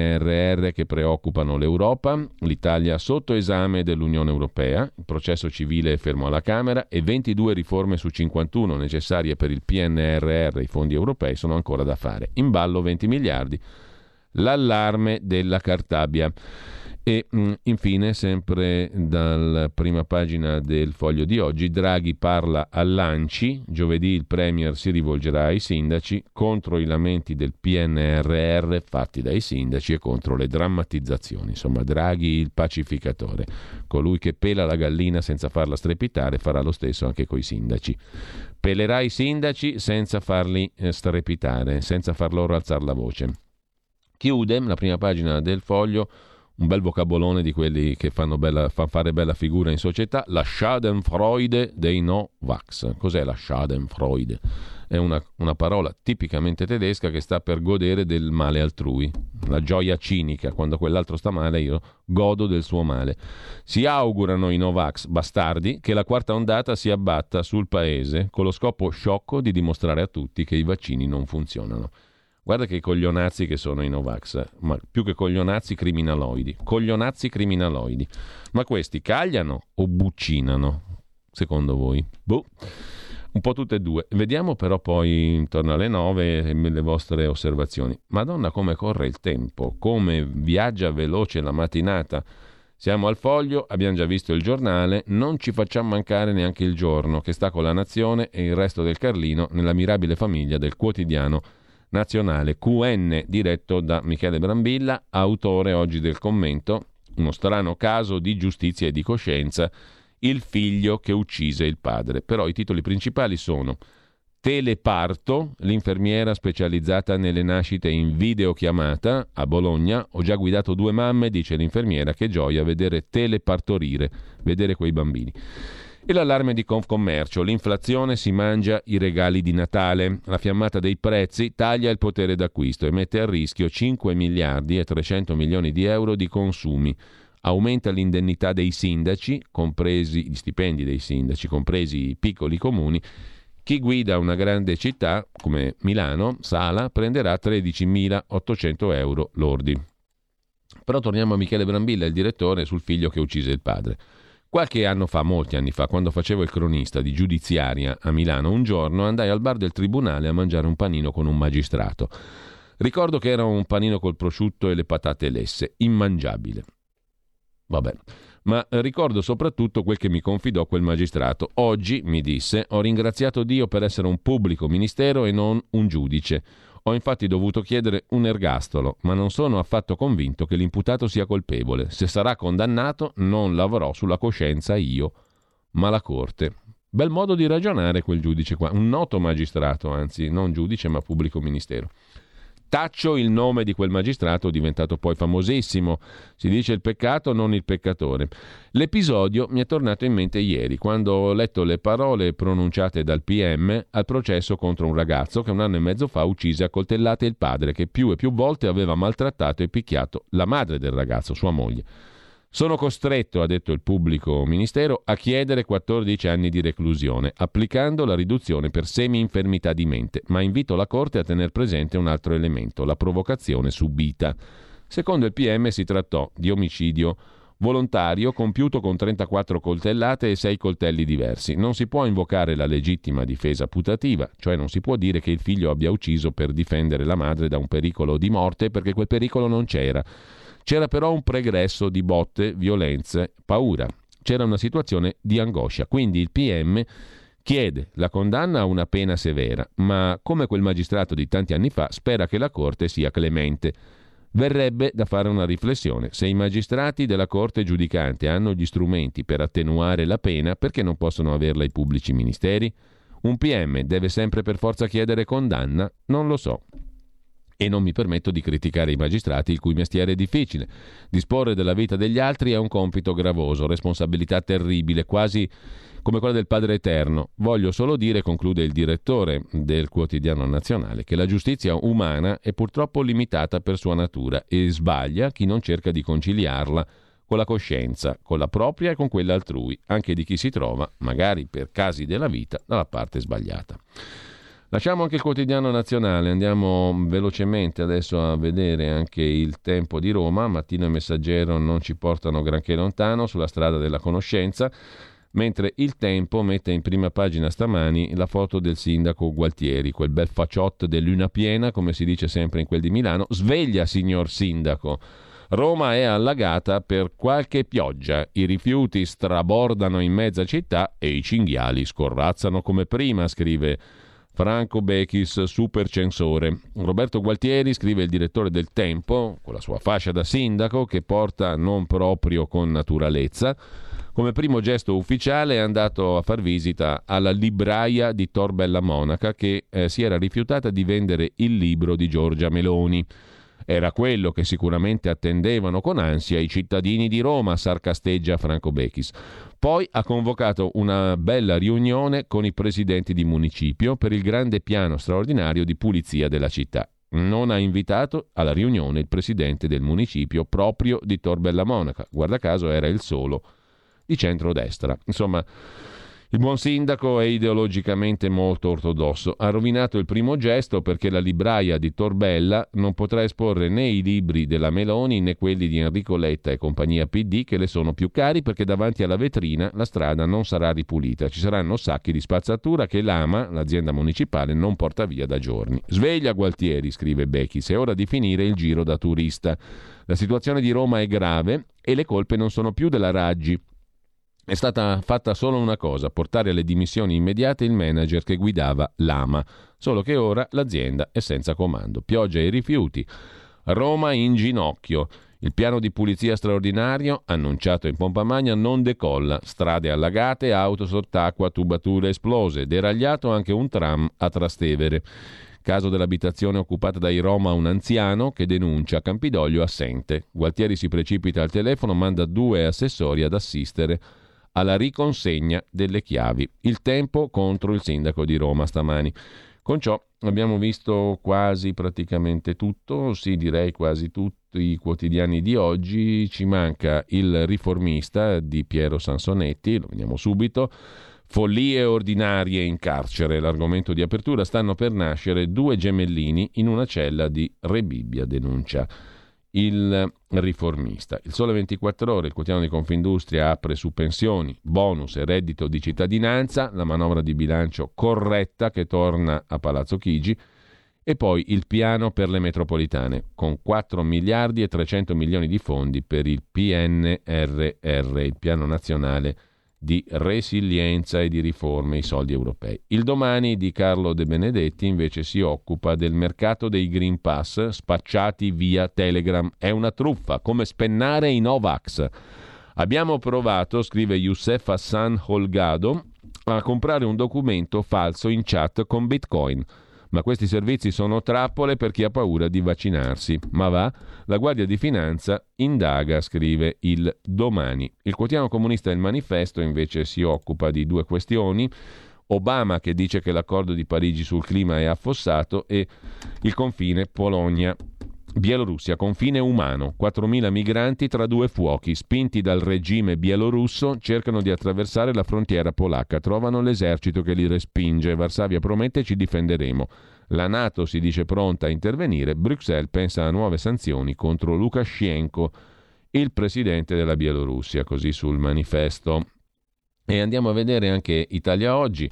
PNRR che preoccupano l'Europa, l'Italia sotto esame dell'Unione Europea, il processo civile è fermo alla Camera e 22 riforme su 51 necessarie per il PNRR, i fondi europei, sono ancora da fare. In ballo 20 miliardi. L'allarme della Cartabia. E infine, sempre dalla prima pagina del Foglio di oggi, Draghi parla all'ANCI, giovedì il Premier si rivolgerà ai sindaci contro i lamenti del PNRR fatti dai sindaci e contro le drammatizzazioni. Insomma, Draghi il pacificatore, colui che pela la gallina senza farla strepitare, farà lo stesso anche coi sindaci. Pelerà i sindaci senza farli strepitare, senza far loro alzare la voce. Chiude la prima pagina del Foglio un bel vocabolone di quelli che fanno fare bella figura in società, la Schadenfreude dei no-vax. Cos'è la Schadenfreude? È una parola tipicamente tedesca che sta per godere del male altrui, la gioia cinica, quando quell'altro sta male io godo del suo male. Si augurano i no-vax bastardi che la quarta ondata si abbatta sul paese con lo scopo sciocco di dimostrare a tutti che i vaccini non funzionano. Guarda che coglionazzi che sono i Novax, ma più che coglionazzi criminaloidi. Coglionazzi criminaloidi. Ma questi cagliano o buccinano, secondo voi? Boh. Un po' tutte e due. Vediamo però poi intorno alle 9 le vostre osservazioni. Madonna come corre il tempo, come viaggia veloce la mattinata. Siamo al Foglio, abbiamo già visto il giornale, non ci facciamo mancare neanche il Giorno, che sta con La Nazione e il resto del Carlino nella mirabile famiglia del Quotidiano Nazionale, QN, diretto da Michele Brambilla, autore oggi del commento, uno strano caso di giustizia e di coscienza, il figlio che uccise il padre. Però i titoli principali sono: teleparto, l'infermiera specializzata nelle nascite in videochiamata a Bologna, ho già guidato 2 mamme, dice l'infermiera, che gioia vedere telepartorire, vedere quei bambini. E l'allarme di Confcommercio, l'inflazione si mangia i regali di Natale, la fiammata dei prezzi taglia il potere d'acquisto e mette a rischio 5 miliardi e 300 milioni di euro di consumi. Aumenta l'indennità dei sindaci, compresi gli stipendi dei sindaci, compresi i piccoli comuni. Chi guida una grande città come Milano, Sala, prenderà 13.800 euro lordi. Però torniamo a Michele Brambilla, il direttore, sul figlio che uccise il padre. Qualche anno fa, molti anni fa, quando facevo il cronista di giudiziaria a Milano, un giorno andai al bar del tribunale a mangiare un panino con un magistrato. Ricordo che era un panino col prosciutto e le patate lesse, immangiabile. Vabbè. Ma ricordo soprattutto quel che mi confidò quel magistrato. Oggi, mi disse, ho ringraziato Dio per essere un pubblico ministero e non un giudice. Ho infatti dovuto chiedere un ergastolo, ma non sono affatto convinto che l'imputato sia colpevole. Se sarà condannato, non l'avrò sulla coscienza io, ma la Corte. Bel modo di ragionare quel giudice qua, un noto magistrato, anzi, non giudice, ma pubblico ministero. Taccio il nome di quel magistrato, diventato poi famosissimo. Si dice il peccato, non il peccatore. L'episodio mi è tornato in mente ieri, quando ho letto le parole pronunciate dal PM al processo contro un ragazzo che 1 anno e mezzo fa uccise a coltellate il padre, che più e più volte aveva maltrattato e picchiato la madre del ragazzo, sua moglie. Sono costretto, ha detto il pubblico ministero, a chiedere 14 anni di reclusione, applicando la riduzione per semi-infermità di mente, ma invito la Corte a tener presente un altro elemento, la provocazione subita. Secondo il PM si trattò di omicidio volontario compiuto con 34 coltellate e 6 coltelli diversi. Non si può invocare la legittima difesa putativa, cioè non si può dire che il figlio abbia ucciso per difendere la madre da un pericolo di morte, perché quel pericolo non c'era. C'era però un pregresso di botte, violenze, paura. C'era una situazione di angoscia. Quindi il PM chiede la condanna a una pena severa, ma come quel magistrato di tanti anni fa spera che la Corte sia clemente. Verrebbe da fare una riflessione. Se i magistrati della Corte giudicante hanno gli strumenti per attenuare la pena, perché non possono averla i pubblici ministeri? Un PM deve sempre per forza chiedere condanna? Non lo so. E non mi permetto di criticare i magistrati, il cui mestiere è difficile. Disporre della vita degli altri è un compito gravoso, responsabilità terribile, quasi come quella del Padre Eterno. Voglio solo dire, conclude il direttore del Quotidiano Nazionale, che la giustizia umana è purtroppo limitata per sua natura e sbaglia chi non cerca di conciliarla con la coscienza, con la propria e con quella altrui, anche di chi si trova, magari per casi della vita, dalla parte sbagliata. Lasciamo anche il Quotidiano Nazionale, andiamo velocemente adesso a vedere anche il Tempo di Roma. Mattino e Messaggero non ci portano granché lontano sulla strada della conoscenza, mentre il Tempo mette in prima pagina stamani la foto del sindaco Gualtieri, quel bel facciotto del luna piena, come si dice sempre in quel di Milano. Sveglia, signor sindaco! Roma è allagata per qualche pioggia, i rifiuti strabordano in mezza città e i cinghiali scorrazzano come prima, scrive Franco Bechis, supercensore. Roberto Gualtieri, scrive il direttore del Tempo, con la sua fascia da sindaco che porta non proprio con naturalezza, come primo gesto ufficiale è andato a far visita alla libraia di Tor Bella Monaca che si era rifiutata di vendere il libro di Giorgia Meloni. Era quello che sicuramente attendevano con ansia i cittadini di Roma, sarcasteggia Franco Bechis. Poi ha convocato una bella riunione con i presidenti di municipio per il grande piano straordinario di pulizia della città. Non ha invitato alla riunione il presidente del municipio proprio di Tor Bella Monaca. Guarda caso era il solo di centrodestra. Insomma, Il buon sindaco è ideologicamente molto ortodosso. Ha rovinato il primo gesto perché la libraia di Torbella non potrà esporre né i libri della Meloni né quelli di Enrico Letta e compagnia PD, che le sono più cari, perché davanti alla vetrina la strada non sarà ripulita. Ci saranno sacchi di spazzatura che l'AMA, l'azienda municipale, non porta via da giorni. Sveglia Gualtieri, scrive Bechis, è ora di finire il giro da turista. La situazione di Roma è grave e le colpe non sono più della Raggi. È stata fatta solo una cosa, portare alle dimissioni immediate il manager che guidava l'AMA, solo che ora l'azienda è senza comando. Pioggia e rifiuti. Roma in ginocchio. Il piano di pulizia straordinario, annunciato in pompa magna, non decolla. Strade allagate, auto sott'acqua, tubature esplose. Deragliato anche un tram a Trastevere. Caso dell'abitazione occupata dai Roma un anziano che denuncia Campidoglio assente. Gualtieri si precipita al telefono, manda 2 assessori ad assistere alla riconsegna delle chiavi. Il Tempo contro il sindaco di Roma stamani. Con ciò abbiamo visto quasi praticamente tutto, sì, direi quasi tutti i quotidiani di oggi. Ci manca il Riformista di Piero Sansonetti, lo vediamo subito. Follie ordinarie in carcere, l'argomento di apertura. Stanno per nascere 2 gemellini in una cella di Rebibbia, denuncia il Riformista. Il Sole 24 Ore, il quotidiano di Confindustria, apre su pensioni, bonus e reddito di cittadinanza, la manovra di bilancio corretta che torna a Palazzo Chigi, e poi il piano per le metropolitane con 4 miliardi e 300 milioni di fondi per il PNRR, il piano nazionale di resilienza e di riforme, i soldi europei. Il Domani di Carlo De Benedetti invece si occupa del mercato dei Green Pass spacciati via Telegram. È una truffa, come spennare i Novax. Abbiamo provato, scrive Youssef Hassan Holgado, a comprare un documento falso in chat con Bitcoin. Ma questi servizi sono trappole per chi ha paura di vaccinarsi. Ma va, la Guardia di Finanza indaga, scrive il Domani. Il quotidiano comunista Il Manifesto invece si occupa di 2 questioni. Obama che dice che l'accordo di Parigi sul clima è affossato e il confine Polonia-Bielorussia, confine umano. 4.000 migranti tra 2 fuochi, spinti dal regime bielorusso, cercano di attraversare la frontiera polacca, trovano l'esercito che li respinge. Varsavia promette: ci difenderemo. La NATO si dice pronta a intervenire, Bruxelles pensa a nuove sanzioni contro Lukashenko, il presidente della Bielorussia, così sul Manifesto. E andiamo a vedere anche Italia Oggi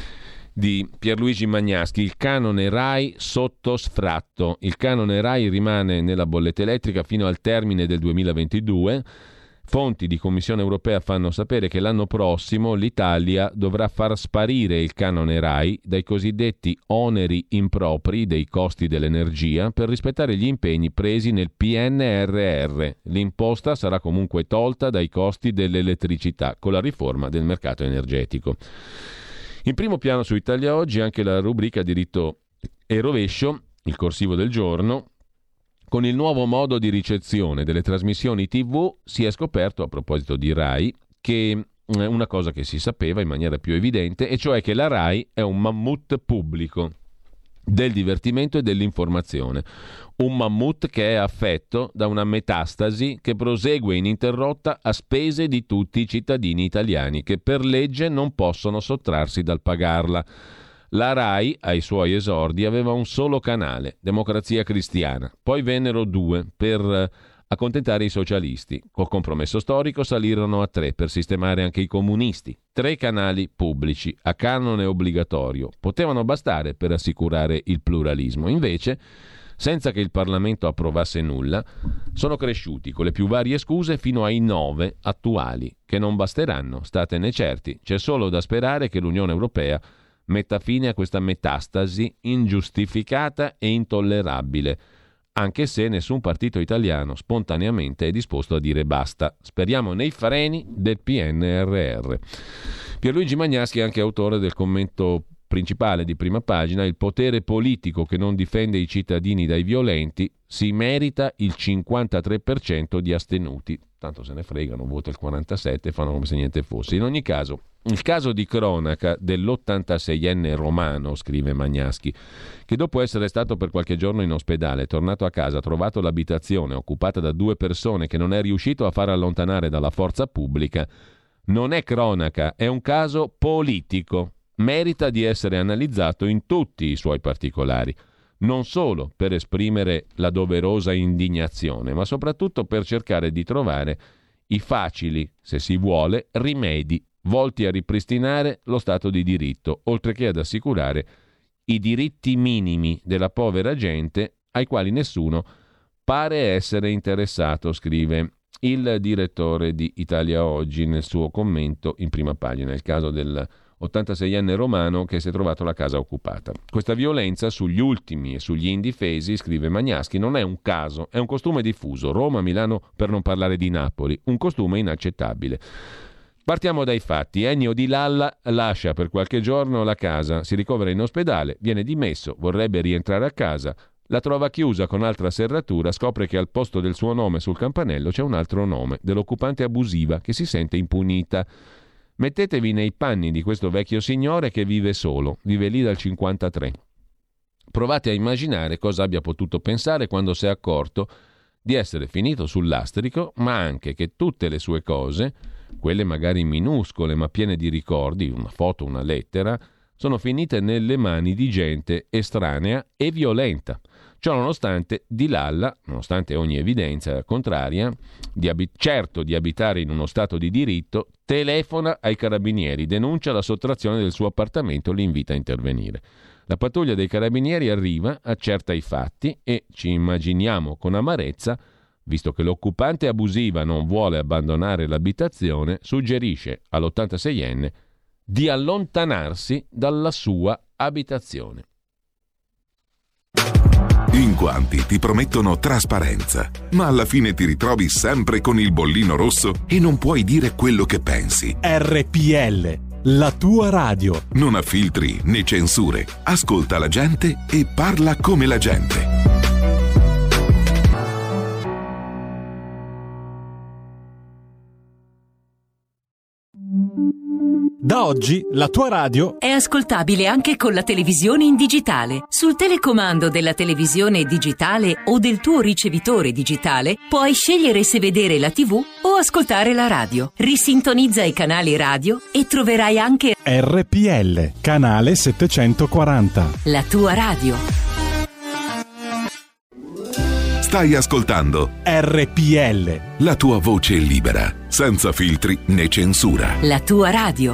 di Pierluigi Magnaschi, il canone RAI sotto sfratto. Il canone RAI rimane nella bolletta elettrica fino al termine del 2022. Fonti di Commissione europea fanno sapere che l'anno prossimo l'Italia dovrà far sparire il canone RAI dai cosiddetti oneri impropri dei costi dell'energia per rispettare gli impegni presi nel PNRR. L'imposta sarà comunque tolta dai costi dell'elettricità con la riforma del mercato energetico. In primo piano su Italia Oggi anche la rubrica Diritto e Rovescio, il corsivo del giorno. Con il nuovo modo di ricezione delle trasmissioni TV si è scoperto, a proposito di RAI, che una cosa che si sapeva in maniera più evidente, e cioè che la RAI è un mammut pubblico del divertimento e dell'informazione. Un mammut che è affetto da una metastasi che prosegue ininterrotta a spese di tutti i cittadini italiani che per legge non possono sottrarsi dal pagarla. La RAI, ai suoi esordi, aveva un solo canale, Democrazia Cristiana. Poi vennero 2 per accontentare i socialisti. Col compromesso storico salirono a 3 per sistemare anche i comunisti. 3 canali pubblici a canone obbligatorio potevano bastare per assicurare il pluralismo. Invece, senza che il Parlamento approvasse nulla, sono cresciuti con le più varie scuse fino ai 9 attuali, che non basteranno, statene certi. C'è solo da sperare che l'Unione Europea metta fine a questa metastasi ingiustificata e intollerabile, anche se nessun partito italiano spontaneamente è disposto a dire basta. Speriamo nei freni del PNRR. Pierluigi Magnaschi è anche autore del commento principale di prima pagina: il potere politico che non difende i cittadini dai violenti si merita il 53% di astenuti. Tanto se ne fregano, vota il 47%, fanno come se niente fosse. In ogni caso, il caso di cronaca dell'86enne romano, scrive Magnaschi, che dopo essere stato per qualche giorno in ospedale, tornato a casa, ha trovato l'abitazione occupata da 2 persone che non è riuscito a far allontanare dalla forza pubblica, Non è cronaca, è un caso politico. Merita di essere analizzato in tutti i suoi particolari, non solo per esprimere la doverosa indignazione, ma soprattutto per cercare di trovare i facili, se si vuole, rimedi volti a ripristinare lo Stato di diritto, oltre che ad assicurare i diritti minimi della povera gente ai quali nessuno pare essere interessato, scrive il direttore di Italia Oggi nel suo commento in prima pagina, il caso del 86enne romano che si è trovato la casa occupata. Questa violenza sugli ultimi e sugli indifesi, scrive Magnaschi, non è un caso, è un costume diffuso. Roma, Milano, per non parlare di Napoli, un costume inaccettabile. Partiamo dai fatti. Ennio Di Lalla lascia per qualche giorno la casa, si ricovera in ospedale, viene dimesso, vorrebbe rientrare a casa, la trova chiusa con altra serratura, scopre che al posto del suo nome sul campanello c'è un altro nome, dell'occupante abusiva, che si sente impunita. Mettetevi nei panni di questo vecchio signore che vive solo, vive lì dal 53. Provate a immaginare cosa abbia potuto pensare quando si è accorto di essere finito sul lastrico, ma anche che tutte le sue cose, quelle magari minuscole ma piene di ricordi, una foto, una lettera, sono finite nelle mani di gente estranea e violenta. Ciò nonostante Di Lalla, nonostante ogni evidenza contraria, certo di abitare in uno stato di diritto, telefona ai carabinieri, denuncia la sottrazione del suo appartamento, li invita a intervenire. La pattuglia dei carabinieri arriva, accerta i fatti e ci immaginiamo con amarezza, visto che l'occupante abusiva non vuole abbandonare l'abitazione, suggerisce all'86enne di allontanarsi dalla sua abitazione. In quanti ti promettono trasparenza, ma alla fine ti ritrovi sempre con il bollino rosso e non puoi dire quello che pensi. RPL, la tua radio. Non ha filtri né censure. Ascolta la gente e parla come la gente. Da oggi la tua radio è ascoltabile anche con la televisione in digitale. Sul telecomando della televisione digitale o del tuo ricevitore digitale puoi scegliere se vedere la TV o ascoltare la radio. Risintonizza i canali radio e troverai anche RPL, canale 740. La tua radio. Stai ascoltando RPL, la tua voce libera, senza filtri né censura. La tua radio.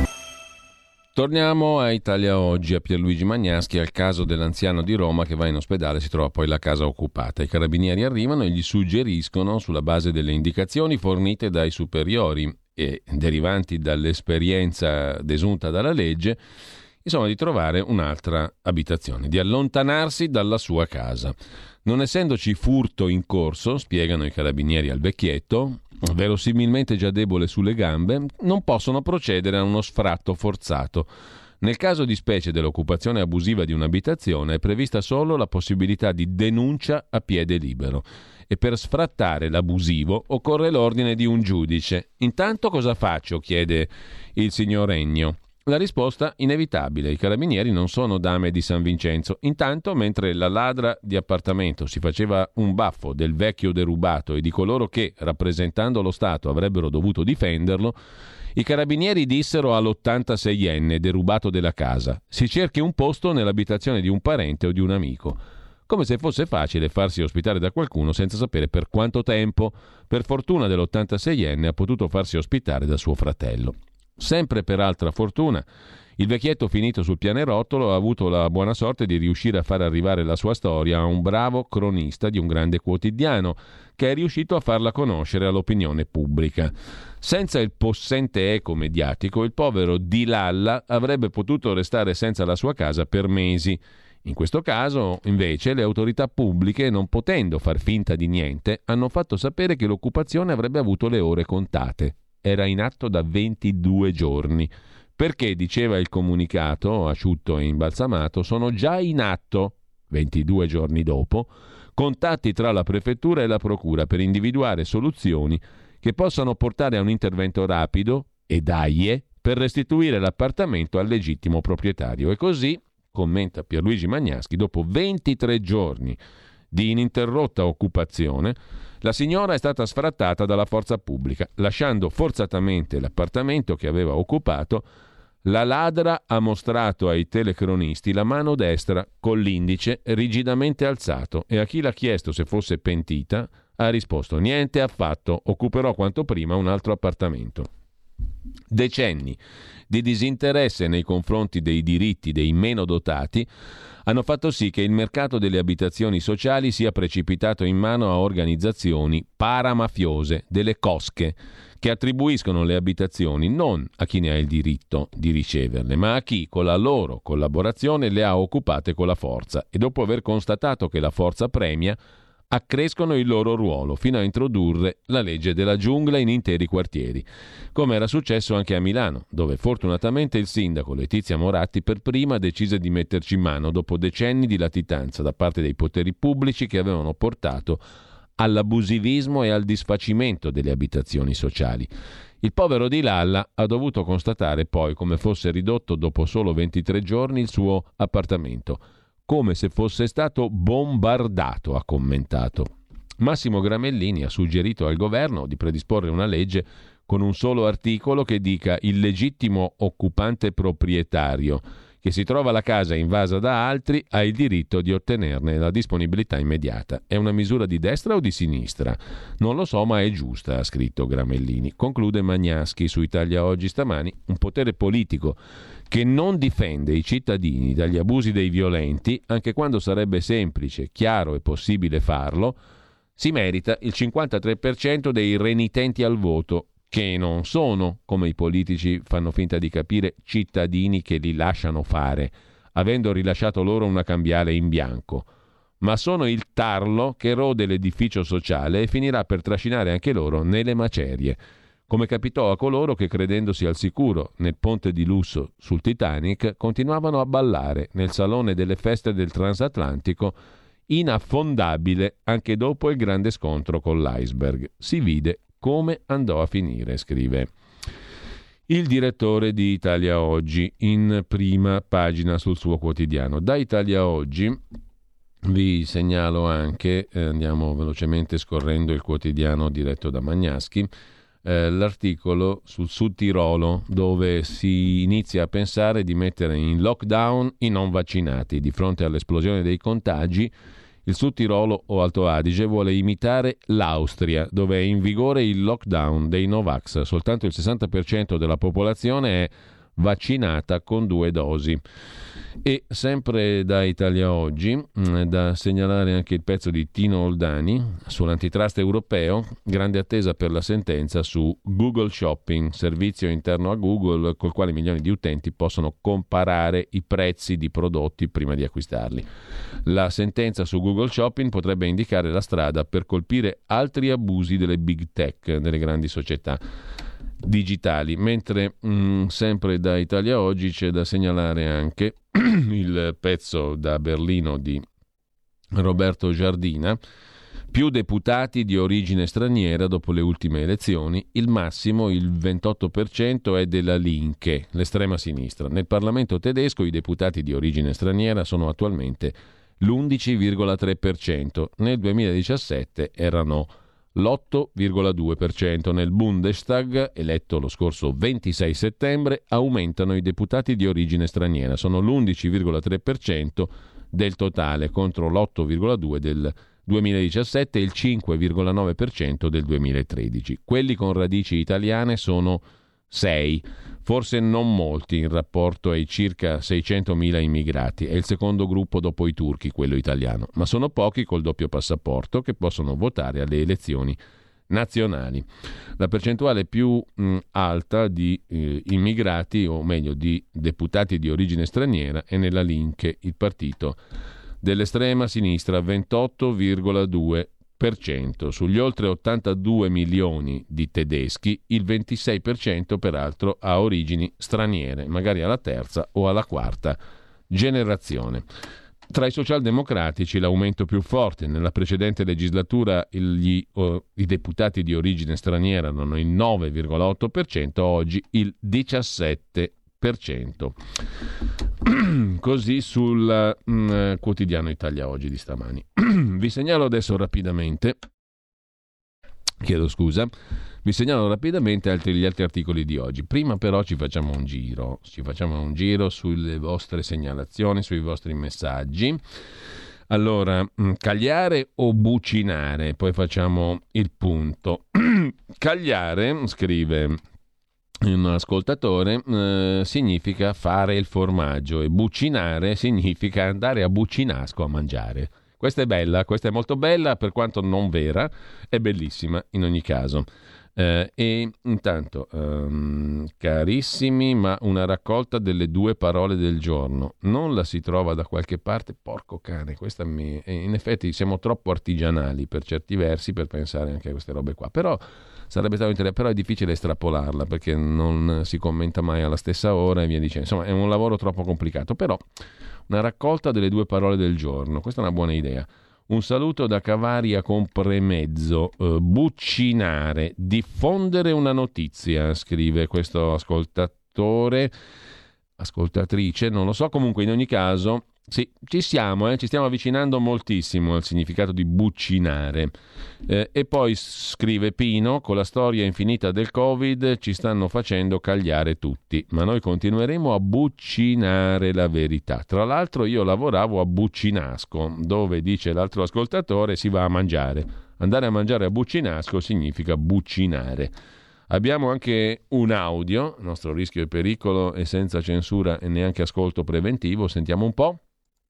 Torniamo a Italia Oggi, a Pierluigi Magnaschi, al caso dell'anziano di Roma che va in ospedale, si trova poi la casa occupata. I carabinieri arrivano e gli suggeriscono, sulla base delle indicazioni fornite dai superiori e derivanti dall'esperienza desunta dalla legge, insomma, di trovare un'altra abitazione, di allontanarsi dalla sua casa. Non essendoci furto in corso, spiegano i carabinieri al vecchietto, verosimilmente già debole sulle gambe, non possono procedere a uno sfratto forzato. Nel caso di specie dell'occupazione abusiva di un'abitazione è prevista solo la possibilità di denuncia a piede libero. E per sfrattare l'abusivo occorre l'ordine di un giudice. Intanto cosa faccio? Chiede il signor Ennio. La risposta inevitabile, i carabinieri non sono dame di San Vincenzo. Intanto, mentre la ladra di appartamento si faceva un baffo del vecchio derubato e di coloro che, rappresentando lo Stato, avrebbero dovuto difenderlo, i carabinieri dissero all'86enne derubato della casa: si cerchi un posto nell'abitazione di un parente o di un amico. Come se fosse facile farsi ospitare da qualcuno senza sapere per quanto tempo. Per fortuna dell'86enne ha potuto farsi ospitare da suo fratello. Sempre per altra fortuna, il vecchietto finito sul pianerottolo ha avuto la buona sorte di riuscire a far arrivare la sua storia a un bravo cronista di un grande quotidiano che è riuscito a farla conoscere all'opinione pubblica. Senza il possente eco mediatico, il povero Di Lalla avrebbe potuto restare senza la sua casa per mesi. In questo caso, invece, le autorità pubbliche, non potendo far finta di niente, hanno fatto sapere che l'occupazione avrebbe avuto le ore contate. Era in atto da 22 giorni. Perché, diceva il comunicato, asciutto e imbalsamato, sono già in atto, 22 giorni dopo, contatti tra la prefettura e la procura per individuare soluzioni che possano portare a un intervento rapido e per restituire l'appartamento al legittimo proprietario. E così, commenta Pierluigi Magnaschi, dopo 23 giorni di ininterrotta occupazione, la signora è stata sfrattata dalla forza pubblica, lasciando forzatamente l'appartamento che aveva occupato. La ladra ha mostrato ai telecronisti la mano destra con l'indice rigidamente alzato e a chi l'ha chiesto se fosse pentita ha risposto: niente affatto, occuperò quanto prima un altro appartamento. Decenni di disinteresse nei confronti dei diritti dei meno dotati hanno fatto sì che il mercato delle abitazioni sociali sia precipitato in mano a organizzazioni paramafiose, delle cosche, che attribuiscono le abitazioni non a chi ne ha il diritto di riceverle, ma a chi con la loro collaborazione le ha occupate con la forza e dopo aver constatato che la forza premia, accrescono il loro ruolo fino a introdurre la legge della giungla in interi quartieri, come era successo anche a Milano, dove fortunatamente il sindaco Letizia Moratti per prima decise di metterci in mano dopo decenni di latitanza da parte dei poteri pubblici che avevano portato all'abusivismo e al disfacimento delle abitazioni sociali. Il povero Di Lalla ha dovuto constatare poi come fosse ridotto dopo solo 23 giorni il suo appartamento, come se fosse stato bombardato, ha commentato. Massimo Gramellini ha suggerito al governo di predisporre una legge con un solo articolo che dica: il legittimo occupante proprietario che si trova la casa invasa da altri ha il diritto di ottenerne la disponibilità immediata. È una misura di destra o di sinistra? Non lo so, ma è giusta, ha scritto Gramellini. Conclude Magnaschi su Italia Oggi stamani: un potere politico che non difende i cittadini dagli abusi dei violenti, anche quando sarebbe semplice, chiaro e possibile farlo, si merita il 53% dei renitenti al voto, che non sono, come i politici fanno finta di capire, cittadini che li lasciano fare, avendo rilasciato loro una cambiale in bianco, ma sono il tarlo che rode l'edificio sociale e finirà per trascinare anche loro nelle macerie, come capitò a coloro che, credendosi al sicuro nel ponte di lusso sul Titanic, continuavano a ballare nel salone delle feste del transatlantico, inaffondabile anche dopo il grande scontro con l'iceberg. Si vide come andò a finire, scrive il direttore di Italia Oggi in prima pagina sul suo quotidiano. Da Italia Oggi vi segnalo anche, andiamo velocemente scorrendo il quotidiano diretto da Magnaschi, l'articolo sul Sud Tirolo, dove si inizia a pensare di mettere in lockdown i non vaccinati. Di fronte all'esplosione dei contagi, il Sud Tirolo o Alto Adige vuole imitare l'Austria, dove è in vigore il lockdown dei Novax. Soltanto il 60% della popolazione è vaccinata con 2 dosi. E sempre da Italia Oggi, da segnalare anche il pezzo di Tino Oldani sull'antitrust europeo, grande attesa per la sentenza su Google Shopping, servizio interno a Google col quale milioni di utenti possono comparare i prezzi di prodotti prima di acquistarli. La sentenza su Google Shopping potrebbe indicare la strada per colpire altri abusi delle big tech, delle grandi società digitali, mentre sempre da Italia Oggi c'è da segnalare anche il pezzo da Berlino di Roberto Giardina: più deputati di origine straniera dopo le ultime elezioni, il massimo, il 28%, è della Linke, l'estrema sinistra. Nel Parlamento tedesco i deputati di origine straniera sono attualmente l'11,3%, nel 2017 erano l'8,2%. Nel Bundestag, eletto lo scorso 26 settembre, aumentano i deputati di origine straniera, sono l'11,3% del totale contro l'8,2% del 2017 e il 5,9% del 2013. Quelli con radici italiane sono 6, forse non molti in rapporto ai circa 600.000 immigrati. È il secondo gruppo dopo i turchi, quello italiano, ma sono pochi col doppio passaporto che possono votare alle elezioni nazionali. La percentuale più alta di immigrati, o meglio di deputati di origine straniera, è nella Linke, il partito dell'estrema sinistra, 28,2%. Sugli oltre 82 milioni di tedeschi, il 26% peraltro ha origini straniere, magari alla terza o alla quarta generazione. Tra i socialdemocratici l'aumento più forte. Nella precedente legislatura i deputati di origine straniera erano il 9,8%, oggi il 17%. così sul quotidiano Italia Oggi di stamani. Vi segnalo adesso rapidamente, vi segnalo rapidamente gli altri articoli di oggi. Prima però ci facciamo un giro sulle vostre segnalazioni, sui vostri messaggi. Allora, cagliare o bucinare? Poi facciamo il punto. Cagliare, scrive un ascoltatore, significa fare il formaggio, e bucinare significa andare a Bucinasco a mangiare. Questa è bella, questa è molto bella, per quanto non vera, è bellissima in ogni caso. E intanto, carissimi, ma una raccolta delle 2 parole del giorno non la si trova da qualche parte? Porco cane, in effetti siamo troppo artigianali per certi versi per pensare anche a queste robe qua, però sarebbe stato interessante, però è difficile estrapolarla perché non si commenta mai alla stessa ora e via dicendo, insomma è un lavoro troppo complicato, però una raccolta delle 2 parole del giorno, questa è una buona idea. Un saluto da Cavaria con premezzo. Bucinare, diffondere una notizia, scrive questo ascoltatrice, non lo so, comunque in ogni caso sì, ci stiamo avvicinando moltissimo al significato di bucinare. E poi scrive Pino, con la storia infinita del Covid ci stanno facendo cagliare tutti, ma noi continueremo a bucinare la verità. Tra l'altro io lavoravo a Bucinasco, dove, dice l'altro ascoltatore, si va a mangiare. Andare a mangiare a Bucinasco significa bucinare. Abbiamo anche un audio, nostro rischio e pericolo, e senza censura e neanche ascolto preventivo. Sentiamo un po'.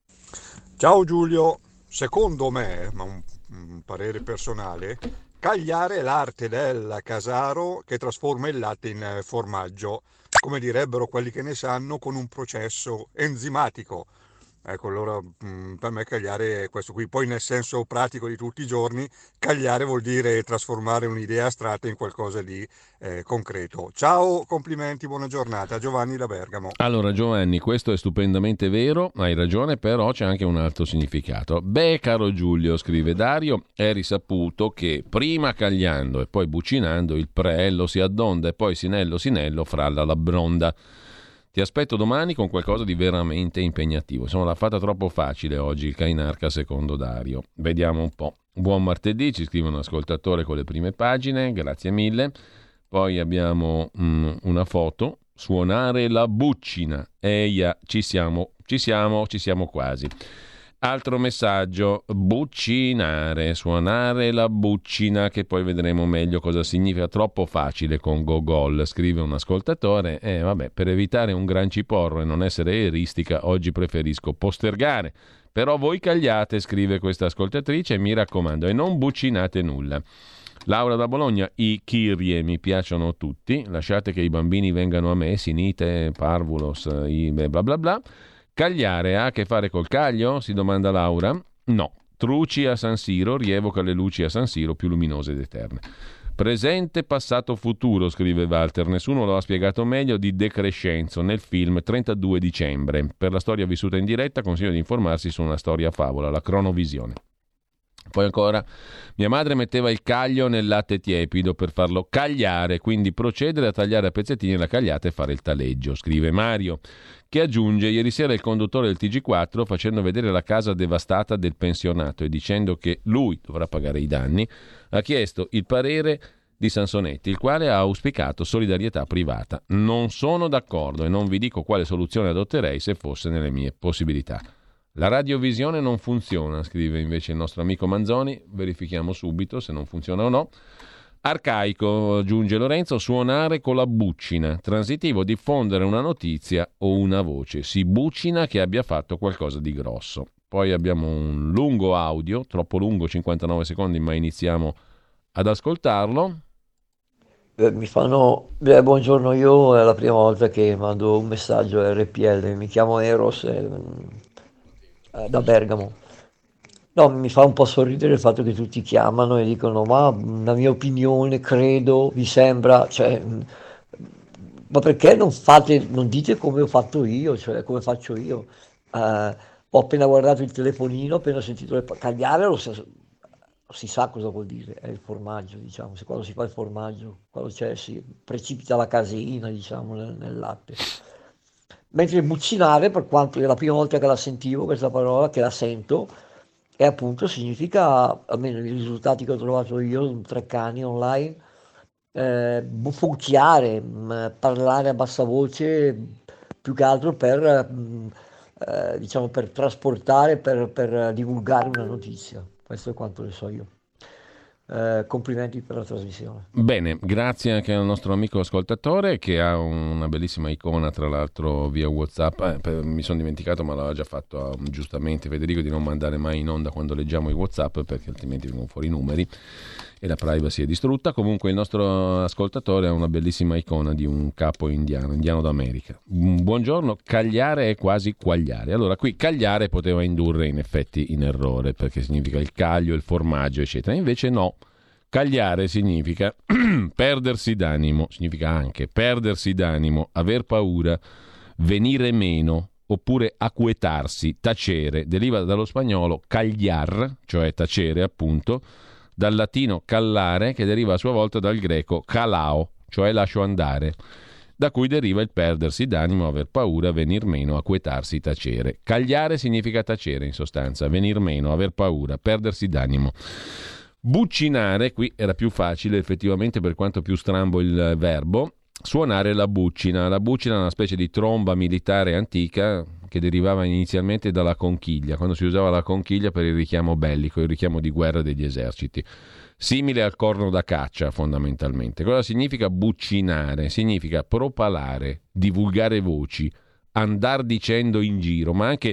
Ciao Giulio, secondo me, ma un parere personale, cagliare è l'arte del casaro che trasforma il latte in formaggio, come direbbero quelli che ne sanno, con un processo enzimatico. Ecco, allora per me cagliare è questo qui. Poi nel senso pratico di tutti i giorni, cagliare vuol dire trasformare un'idea astratta in qualcosa di concreto. Ciao, complimenti, buona giornata. Giovanni da Bergamo. Allora Giovanni, questo è stupendamente vero, hai ragione, però c'è anche un altro significato. Beh, caro Giulio, scrive Dario, è risaputo che prima cagliando e poi bucinando il preello si addonda e poi sinello fralla la bronda. Ti aspetto domani con qualcosa di veramente impegnativo. Insomma, l'ha fatta troppo facile oggi il Cainarca secondo Dario. Vediamo un po'. Buon martedì, ci scrive un ascoltatore con le prime pagine, grazie mille. Poi abbiamo una foto, suonare la buccina. Ci siamo quasi. Altro messaggio, buccinare, suonare la buccina, che poi vedremo meglio cosa significa. Troppo facile con Gogol, scrive un ascoltatore. Per evitare un gran ciporro e non essere eristica, oggi preferisco postergare. Però voi cagliate, scrive questa ascoltatrice, e mi raccomando, e non buccinate nulla. Laura da Bologna, i Kyrie mi piacciono tutti, lasciate che i bambini vengano a me, Sinite, Parvulos, bla bla bla. Cagliare ha a che fare col caglio? Si domanda Laura. No. Truci a San Siro rievoca le luci a San Siro più luminose ed eterne. Presente, passato, futuro, scrive Walter. Nessuno lo ha spiegato meglio di De Crescenzo nel film 32 dicembre. Per la storia vissuta in diretta consiglio di informarsi su una storia favola, la cronovisione. Poi ancora, mia madre metteva il caglio nel latte tiepido per farlo cagliare, quindi procedere a tagliare a pezzettini la cagliata e fare il taleggio, scrive Mario, che aggiunge: ieri sera il conduttore del TG4, facendo vedere la casa devastata del pensionato e dicendo che lui dovrà pagare i danni, ha chiesto il parere di Sansonetti, il quale ha auspicato solidarietà privata. Non sono d'accordo e non vi dico quale soluzione adotterei se fosse nelle mie possibilità. La radiovisione non funziona, scrive invece il nostro amico Manzoni, verifichiamo subito se non funziona o no. Arcaico, aggiunge Lorenzo, suonare con la buccina, transitivo, diffondere una notizia o una voce, si buccina che abbia fatto qualcosa di grosso. Poi abbiamo un lungo audio, troppo lungo, 59 secondi, ma iniziamo ad ascoltarlo. Buongiorno, io è la prima volta che mando un messaggio a RPL, mi chiamo Eros, da Bergamo. No, mi fa un po' sorridere il fatto che tutti chiamano e dicono: ma la mia opinione, credo, vi sembra, ma perché non dite come ho fatto io, cioè come faccio io? Ho appena guardato il telefonino, appena sentito cagliare, si sa cosa vuol dire, è il formaggio, diciamo, quando si fa il formaggio, quando si precipita la caseina, diciamo, nel latte. Mentre buccinare, per quanto è la prima volta che la sentivo questa parola, che la sento, e appunto significa, almeno i risultati che ho trovato io in Treccani online, bufucchiare, parlare a bassa voce, più che altro per diciamo per trasportare, per divulgare una notizia. Questo è quanto ne so io. Complimenti per la trasmissione. Bene, grazie anche al nostro amico ascoltatore che ha una bellissima icona, tra l'altro via WhatsApp. Mi sono dimenticato, ma l'aveva già fatto giustamente Federico, di non mandare mai in onda quando leggiamo i WhatsApp, perché altrimenti vengono fuori i numeri e la privacy è distrutta. Comunque il nostro ascoltatore ha una bellissima icona di un capo indiano d'America. Buongiorno, cagliare è quasi quagliare. Allora qui cagliare poteva indurre in effetti in errore, perché significa il caglio, il formaggio eccetera, invece no. Cagliare significa perdersi d'animo, significa anche perdersi d'animo, aver paura, venire meno, oppure acquietarsi, tacere. Deriva dallo spagnolo cagliar, cioè tacere appunto, dal latino callare, che deriva a sua volta dal greco calao, cioè lascio andare, da cui deriva il perdersi d'animo, aver paura, venir meno, acquietarsi, tacere. Cagliare significa tacere in sostanza, venir meno, aver paura, perdersi d'animo. Buccinare, qui era più facile effettivamente, per quanto più strambo il verbo. Suonare la buccina. La buccina è una specie di tromba militare antica che derivava inizialmente dalla conchiglia, quando si usava la conchiglia per il richiamo bellico, il richiamo di guerra degli eserciti. Simile al corno da caccia fondamentalmente. Cosa significa buccinare? Significa propalare, divulgare voci, andar dicendo in giro, ma anche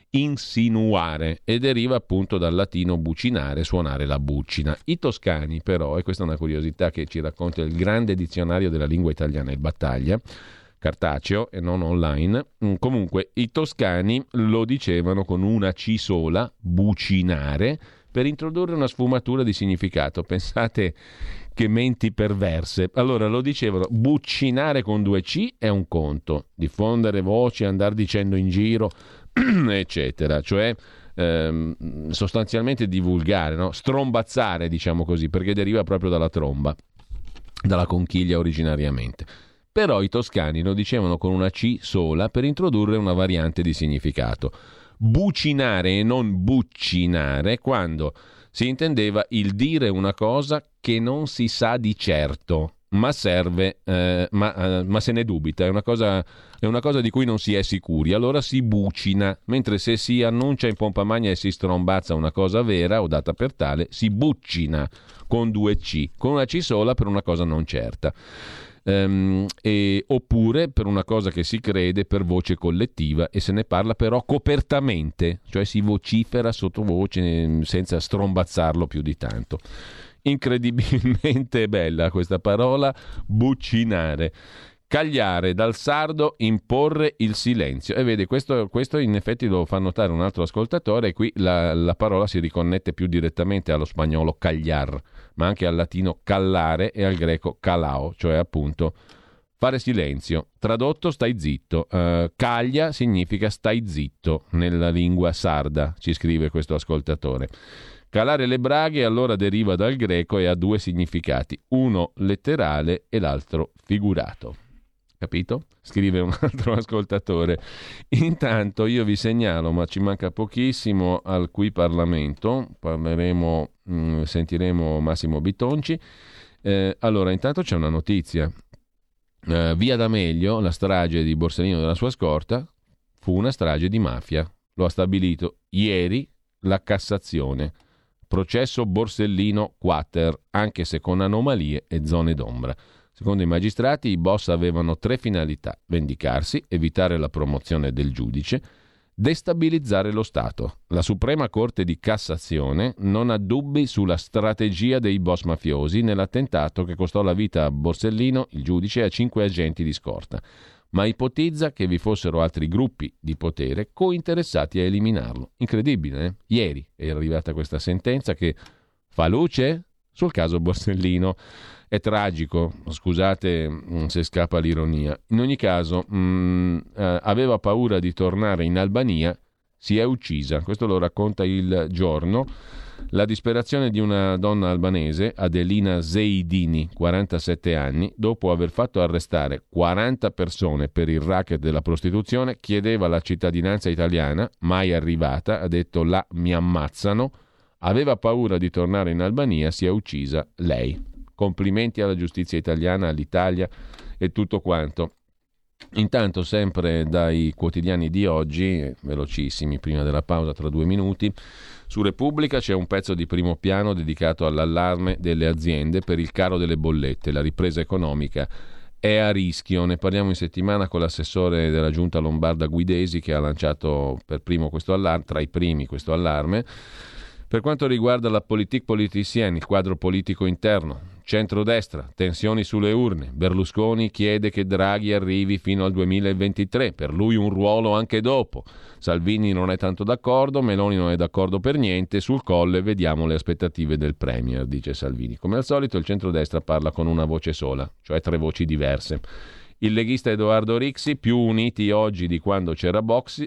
insinuare, e deriva appunto dal latino bucinare, suonare la buccina. I toscani però, e questa è una curiosità che ci racconta il grande dizionario della lingua italiana, il Battaglia, cartaceo e non online, comunque i toscani lo dicevano con una C sola, bucinare, per introdurre una sfumatura di significato. Pensate che menti perverse. Allora lo dicevano, buccinare con 2 C è un conto, diffondere voci, andar dicendo in giro eccetera, cioè sostanzialmente divulgare, no? Strombazzare, diciamo così, perché deriva proprio dalla tromba, dalla conchiglia originariamente. Però i toscani lo dicevano con una C sola per introdurre una variante di significato. Bucinare e non buccinare, quando si intendeva il dire una cosa che non si sa di certo, ma serve, ma se ne dubita, è una cosa di cui non si è sicuri, allora si bucina, mentre se si annuncia in pompa magna e si strombazza una cosa vera o data per tale, si buccina con 2 C, con una C sola per una cosa non certa. Oppure per una cosa che si crede per voce collettiva e se ne parla però copertamente, cioè si vocifera sottovoce senza strombazzarlo più di tanto. Incredibilmente bella questa parola, buccinare. Cagliare, dal sardo imporre il silenzio. E vede, questo in effetti lo fa notare un altro ascoltatore, e qui la parola si riconnette più direttamente allo spagnolo cagliar, ma anche al latino callare e al greco calao, cioè appunto fare silenzio. Tradotto stai zitto. Caglia significa stai zitto nella lingua sarda, ci scrive questo ascoltatore. Calare le braghe allora deriva dal greco e ha 2 significati, uno letterale e l'altro figurato. Capito? Scrive un altro ascoltatore. Intanto io vi segnalo, ma ci manca pochissimo, al Qui Parlamento, sentiremo Massimo Bitonci. Allora, intanto c'è una notizia. Via D'Amelio, la strage di Borsellino della sua scorta, fu una strage di mafia. Lo ha stabilito ieri la Cassazione. Processo Borsellino Quater, anche se con anomalie e zone d'ombra. Secondo i magistrati, i boss avevano 3 finalità: vendicarsi, evitare la promozione del giudice, destabilizzare lo Stato. La Suprema Corte di Cassazione non ha dubbi sulla strategia dei boss mafiosi nell'attentato che costò la vita a Borsellino, il giudice, e a 5 agenti di scorta, ma ipotizza che vi fossero altri gruppi di potere cointeressati a eliminarlo. Incredibile, eh? Ieri è arrivata questa sentenza che fa luce sul caso Borsellino. È tragico, scusate se scappa l'ironia. In ogni caso, aveva paura di tornare in Albania, si è uccisa. Questo lo racconta Il Giorno. La disperazione di una donna albanese, Adelina Zeidini, 47 anni, dopo aver fatto arrestare 40 persone per il racket della prostituzione, chiedeva la cittadinanza italiana, mai arrivata, ha detto là mi ammazzano, aveva paura di tornare in Albania, si è uccisa lei. Complimenti alla giustizia italiana, all'Italia e tutto quanto. Intanto, sempre dai quotidiani di oggi, velocissimi, prima della pausa tra 2 minuti, su Repubblica c'è un pezzo di primo piano dedicato all'allarme delle aziende per il caro delle bollette. La ripresa economica è a rischio. Ne parliamo in settimana con l'assessore della Giunta Lombarda Guidesi, che ha lanciato per primo questo allarme, tra i primi questo allarme. Per quanto riguarda la politique politicienne, il quadro politico interno, centrodestra, tensioni sulle urne, Berlusconi chiede che Draghi arrivi fino al 2023, per lui un ruolo anche dopo. Salvini non è tanto d'accordo, Meloni non è d'accordo per niente, sul Colle vediamo le aspettative del Premier, dice Salvini. Come al solito il centrodestra parla con una voce sola, cioè 3 voci diverse. Il leghista Edoardo Rixi, più uniti oggi di quando c'era Bossi,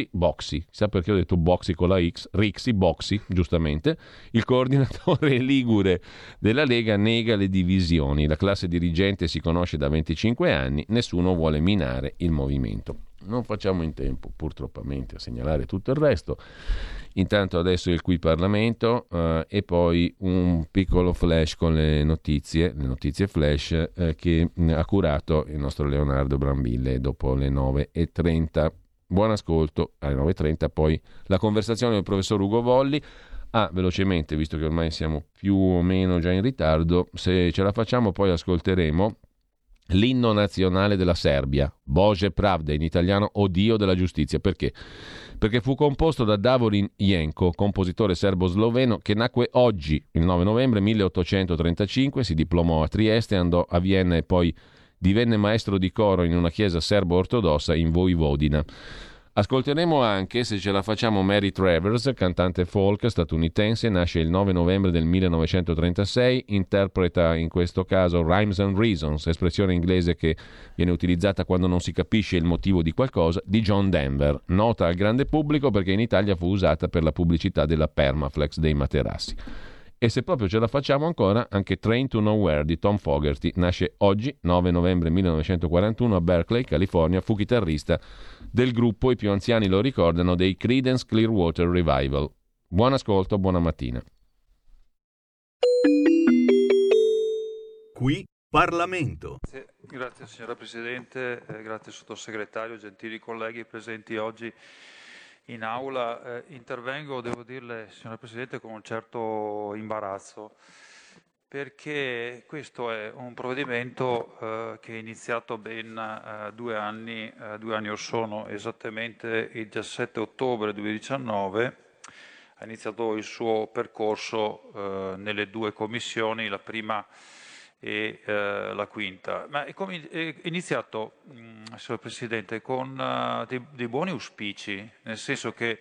sa perché ho detto Bossi con la X, Rixi, Bossi, giustamente, il coordinatore ligure della Lega nega le divisioni, la classe dirigente si conosce da 25 anni, nessuno vuole minare il movimento. Non facciamo in tempo, purtroppamente, a segnalare tutto il resto. Intanto adesso il Qui Parlamento e poi un piccolo flash con le notizie flash che ha curato il nostro Leonardo Brambille dopo le 9.30. Buon ascolto, alle 9.30 poi la conversazione del professor Ugo Volli. Velocemente, visto che ormai siamo più o meno già in ritardo, se ce la facciamo poi ascolteremo l'inno nazionale della Serbia, Bože Pravde, in italiano O Dio della giustizia. Perché? Perché fu composto da Davorin Jenko, compositore serbo-sloveno che nacque oggi, il 9 novembre 1835, si diplomò a Trieste, andò a Vienna e poi divenne maestro di coro in una chiesa serbo-ortodossa in Voivodina. Ascolteremo anche, se ce la facciamo, Mary Travers, cantante folk statunitense, nasce il 9 novembre del 1936, interpreta in questo caso Rhymes and Reasons, espressione inglese che viene utilizzata quando non si capisce il motivo di qualcosa, di John Denver, nota al grande pubblico perché in Italia fu usata per la pubblicità della Permaflex dei materassi. E se proprio ce la facciamo ancora, anche Train to Nowhere di Tom Fogerty, nasce oggi, 9 novembre 1941, a Berkeley, California, fu chitarrista del gruppo, i più anziani lo ricordano, dei Creedence Clearwater Revival. Buon ascolto, buona mattina. Qui Parlamento. Grazie signora Presidente, grazie Sottosegretario, gentili colleghi presenti oggi in aula. Intervengo, devo dirle, signora Presidente, con un certo imbarazzo, perché questo è un provvedimento che è iniziato ben 2 anni or sono, esattamente il 17 ottobre 2019, ha iniziato il suo percorso nelle 2 commissioni, la prima e la quinta, ma è iniziato, signor Presidente, con dei buoni auspici, nel senso che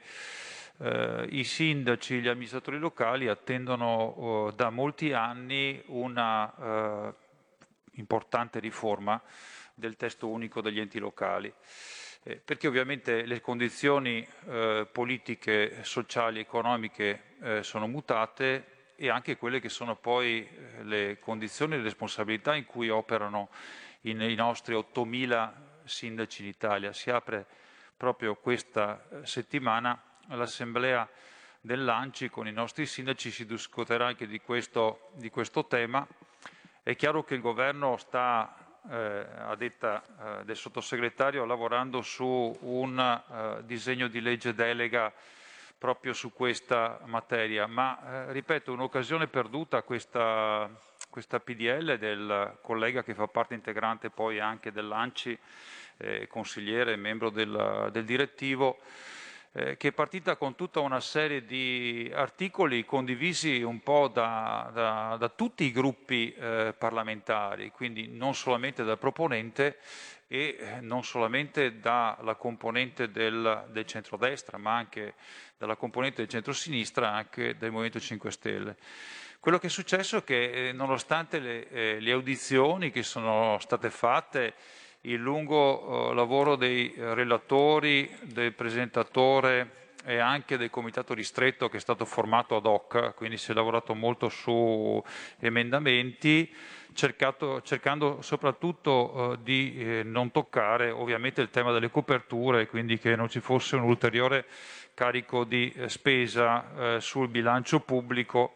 i sindaci, gli amministratori locali attendono da molti anni una importante riforma del testo unico degli enti locali, perché ovviamente le condizioni politiche, sociali, economiche sono mutate, e anche quelle che sono poi le condizioni e le responsabilità in cui operano i nostri 8.000 sindaci d'Italia. Si apre proprio questa settimana l'assemblea dell'ANCI con i nostri sindaci, si discuterà anche di questo tema. È chiaro che il Governo sta, a detta del Sottosegretario, lavorando su un disegno di legge delega proprio su questa materia, ma ripeto, un'occasione perduta questa PDL del collega che fa parte integrante poi anche dell'ANCI, consigliere, membro del direttivo, che è partita con tutta una serie di articoli condivisi un po' da tutti i gruppi parlamentari, quindi non solamente dal proponente e non solamente dalla componente del centrodestra, ma anche dalla componente del centrosinistra, anche del Movimento 5 Stelle. Quello che è successo è che nonostante le audizioni che sono state fatte, il lungo lavoro dei relatori, del presentatore e anche del comitato ristretto che è stato formato ad hoc, quindi si è lavorato molto su emendamenti, cercando soprattutto di non toccare ovviamente il tema delle coperture, quindi che non ci fosse un ulteriore carico di spesa sul bilancio pubblico,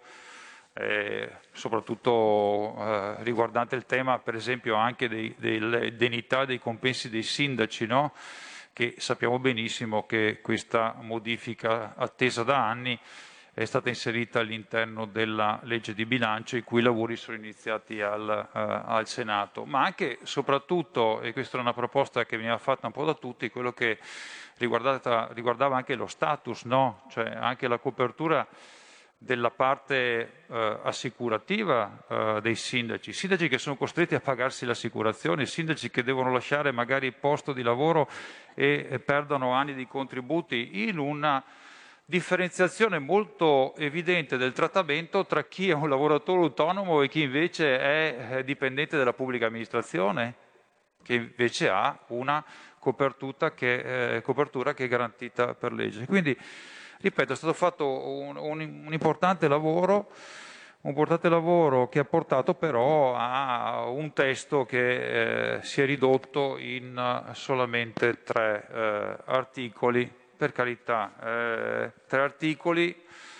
soprattutto riguardante il tema per esempio anche delle indennità, dei compensi dei sindaci, no? Che sappiamo benissimo che questa modifica attesa da anni è stata inserita all'interno della legge di bilancio, i cui lavori sono iniziati al Senato, ma anche soprattutto, e questa è una proposta che veniva fatta un po' da tutti, quello che riguardava anche lo status, no? Cioè anche la copertura della parte assicurativa dei sindaci che sono costretti a pagarsi l'assicurazione, sindaci che devono lasciare magari il posto di lavoro e perdono anni di contributi, in una differenziazione molto evidente del trattamento tra chi è un lavoratore autonomo e chi invece è dipendente della pubblica amministrazione, che invece ha una copertura che è garantita per legge. Quindi, ripeto, è stato fatto un importante lavoro che ha portato però a un testo che si è ridotto in solamente 3 articoli. Per carità, 3 articoli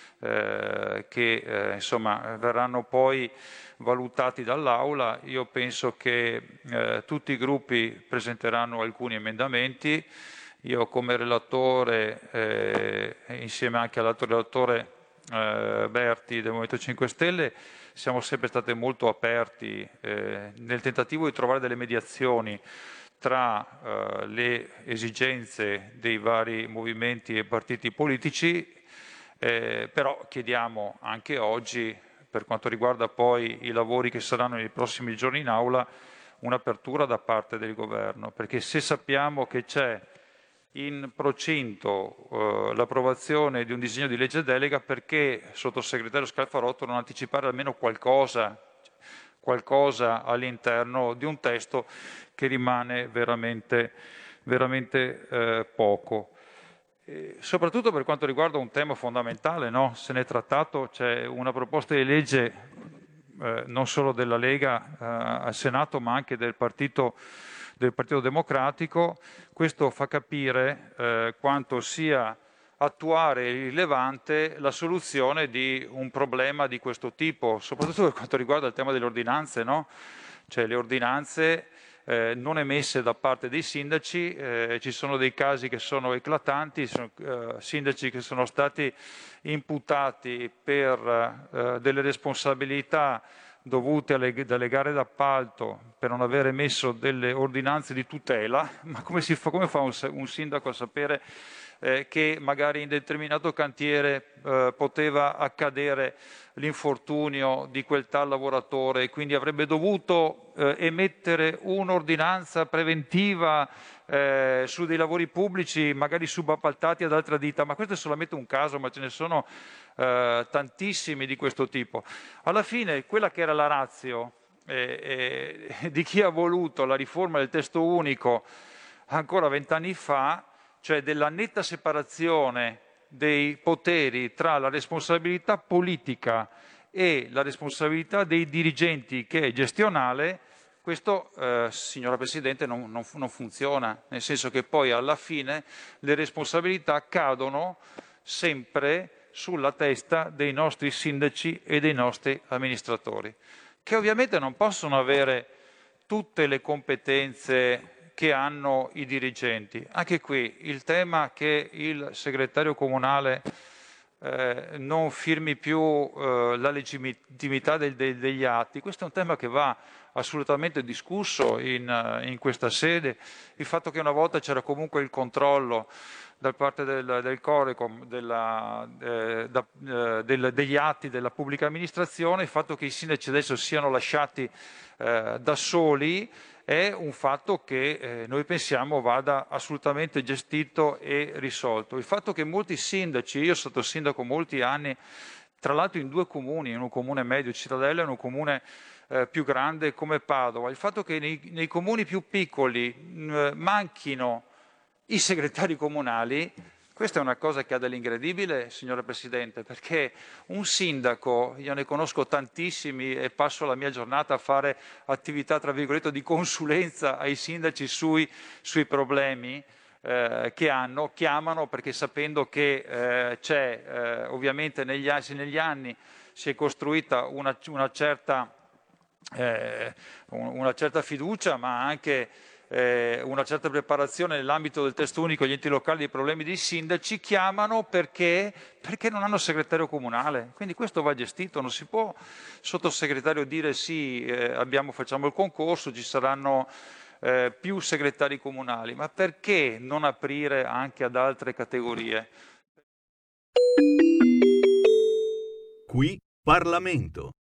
che insomma verranno poi valutati dall'Aula. Io penso che tutti i gruppi presenteranno alcuni emendamenti. Io come relatore, insieme anche all'altro relatore Berti del Movimento 5 Stelle, siamo sempre stati molto aperti nel tentativo di trovare delle mediazioni tra le esigenze dei vari movimenti e partiti politici, però chiediamo anche oggi, per quanto riguarda poi i lavori che saranno nei prossimi giorni in Aula, un'apertura da parte del Governo, perché se sappiamo che c'è in procinto l'approvazione di un disegno di legge delega, perché, sottosegretario Scalfarotto, non anticipare almeno qualcosa all'interno di un testo che rimane veramente poco. Soprattutto per quanto riguarda un tema fondamentale, no? Se ne è trattato, c'è una proposta di legge non solo della Lega al Senato, ma anche del Partito Democratico. Questo fa capire quanto sia attuare e rilevante la soluzione di un problema di questo tipo, soprattutto per quanto riguarda il tema delle ordinanze, no? Cioè le ordinanze non emesse da parte dei sindaci, ci sono dei casi che sono eclatanti, sindaci che sono stati imputati per delle responsabilità dovute dalle gare d'appalto per non aver emesso delle ordinanze di tutela. Ma come fa un sindaco a sapere che magari in determinato cantiere poteva accadere l'infortunio di quel tal lavoratore e quindi avrebbe dovuto emettere un'ordinanza preventiva su dei lavori pubblici, magari subappaltati ad altra ditta? Ma questo è solamente un caso, ma ce ne sono tantissimi di questo tipo. Alla fine, quella che era la ratio di chi ha voluto la riforma del testo unico ancora 20 anni fa, cioè della netta separazione dei poteri tra la responsabilità politica e la responsabilità dei dirigenti, che è gestionale, questo, signora Presidente, non funziona, nel senso che poi alla fine le responsabilità cadono sempre sulla testa dei nostri sindaci e dei nostri amministratori, che ovviamente non possono avere tutte le competenze che hanno i dirigenti. Anche qui il tema che il segretario comunale non firmi più la legittimità degli atti, questo è un tema che va assolutamente discusso in questa sede. Il fatto che una volta c'era comunque il controllo da parte del Corecom degli atti della pubblica amministrazione, il fatto che i sindaci adesso siano lasciati da soli, è un fatto che noi pensiamo vada assolutamente gestito e risolto. Il fatto che molti sindaci, io sono stato sindaco molti anni, tra l'altro in 2 comuni, in un comune medio, Cittadella, e in un comune più grande come Padova, il fatto che nei comuni più piccoli manchino i segretari comunali, Questa è una cosa che ha dell'incredibile, signora Presidente, perché un sindaco, io ne conosco tantissimi e passo la mia giornata a fare attività, tra virgolette, di consulenza ai sindaci sui problemi che hanno, chiamano perché sapendo che c'è, ovviamente negli anni si è costruita una certa fiducia, ma anche una certa preparazione nell'ambito del testo unico agli enti locali dei problemi dei sindaci, chiamano perché non hanno segretario comunale. Quindi questo va gestito, non si può, sottosegretario, dire sì, facciamo il concorso, ci saranno più segretari comunali, ma perché non aprire anche ad altre categorie? Qui Parlamento.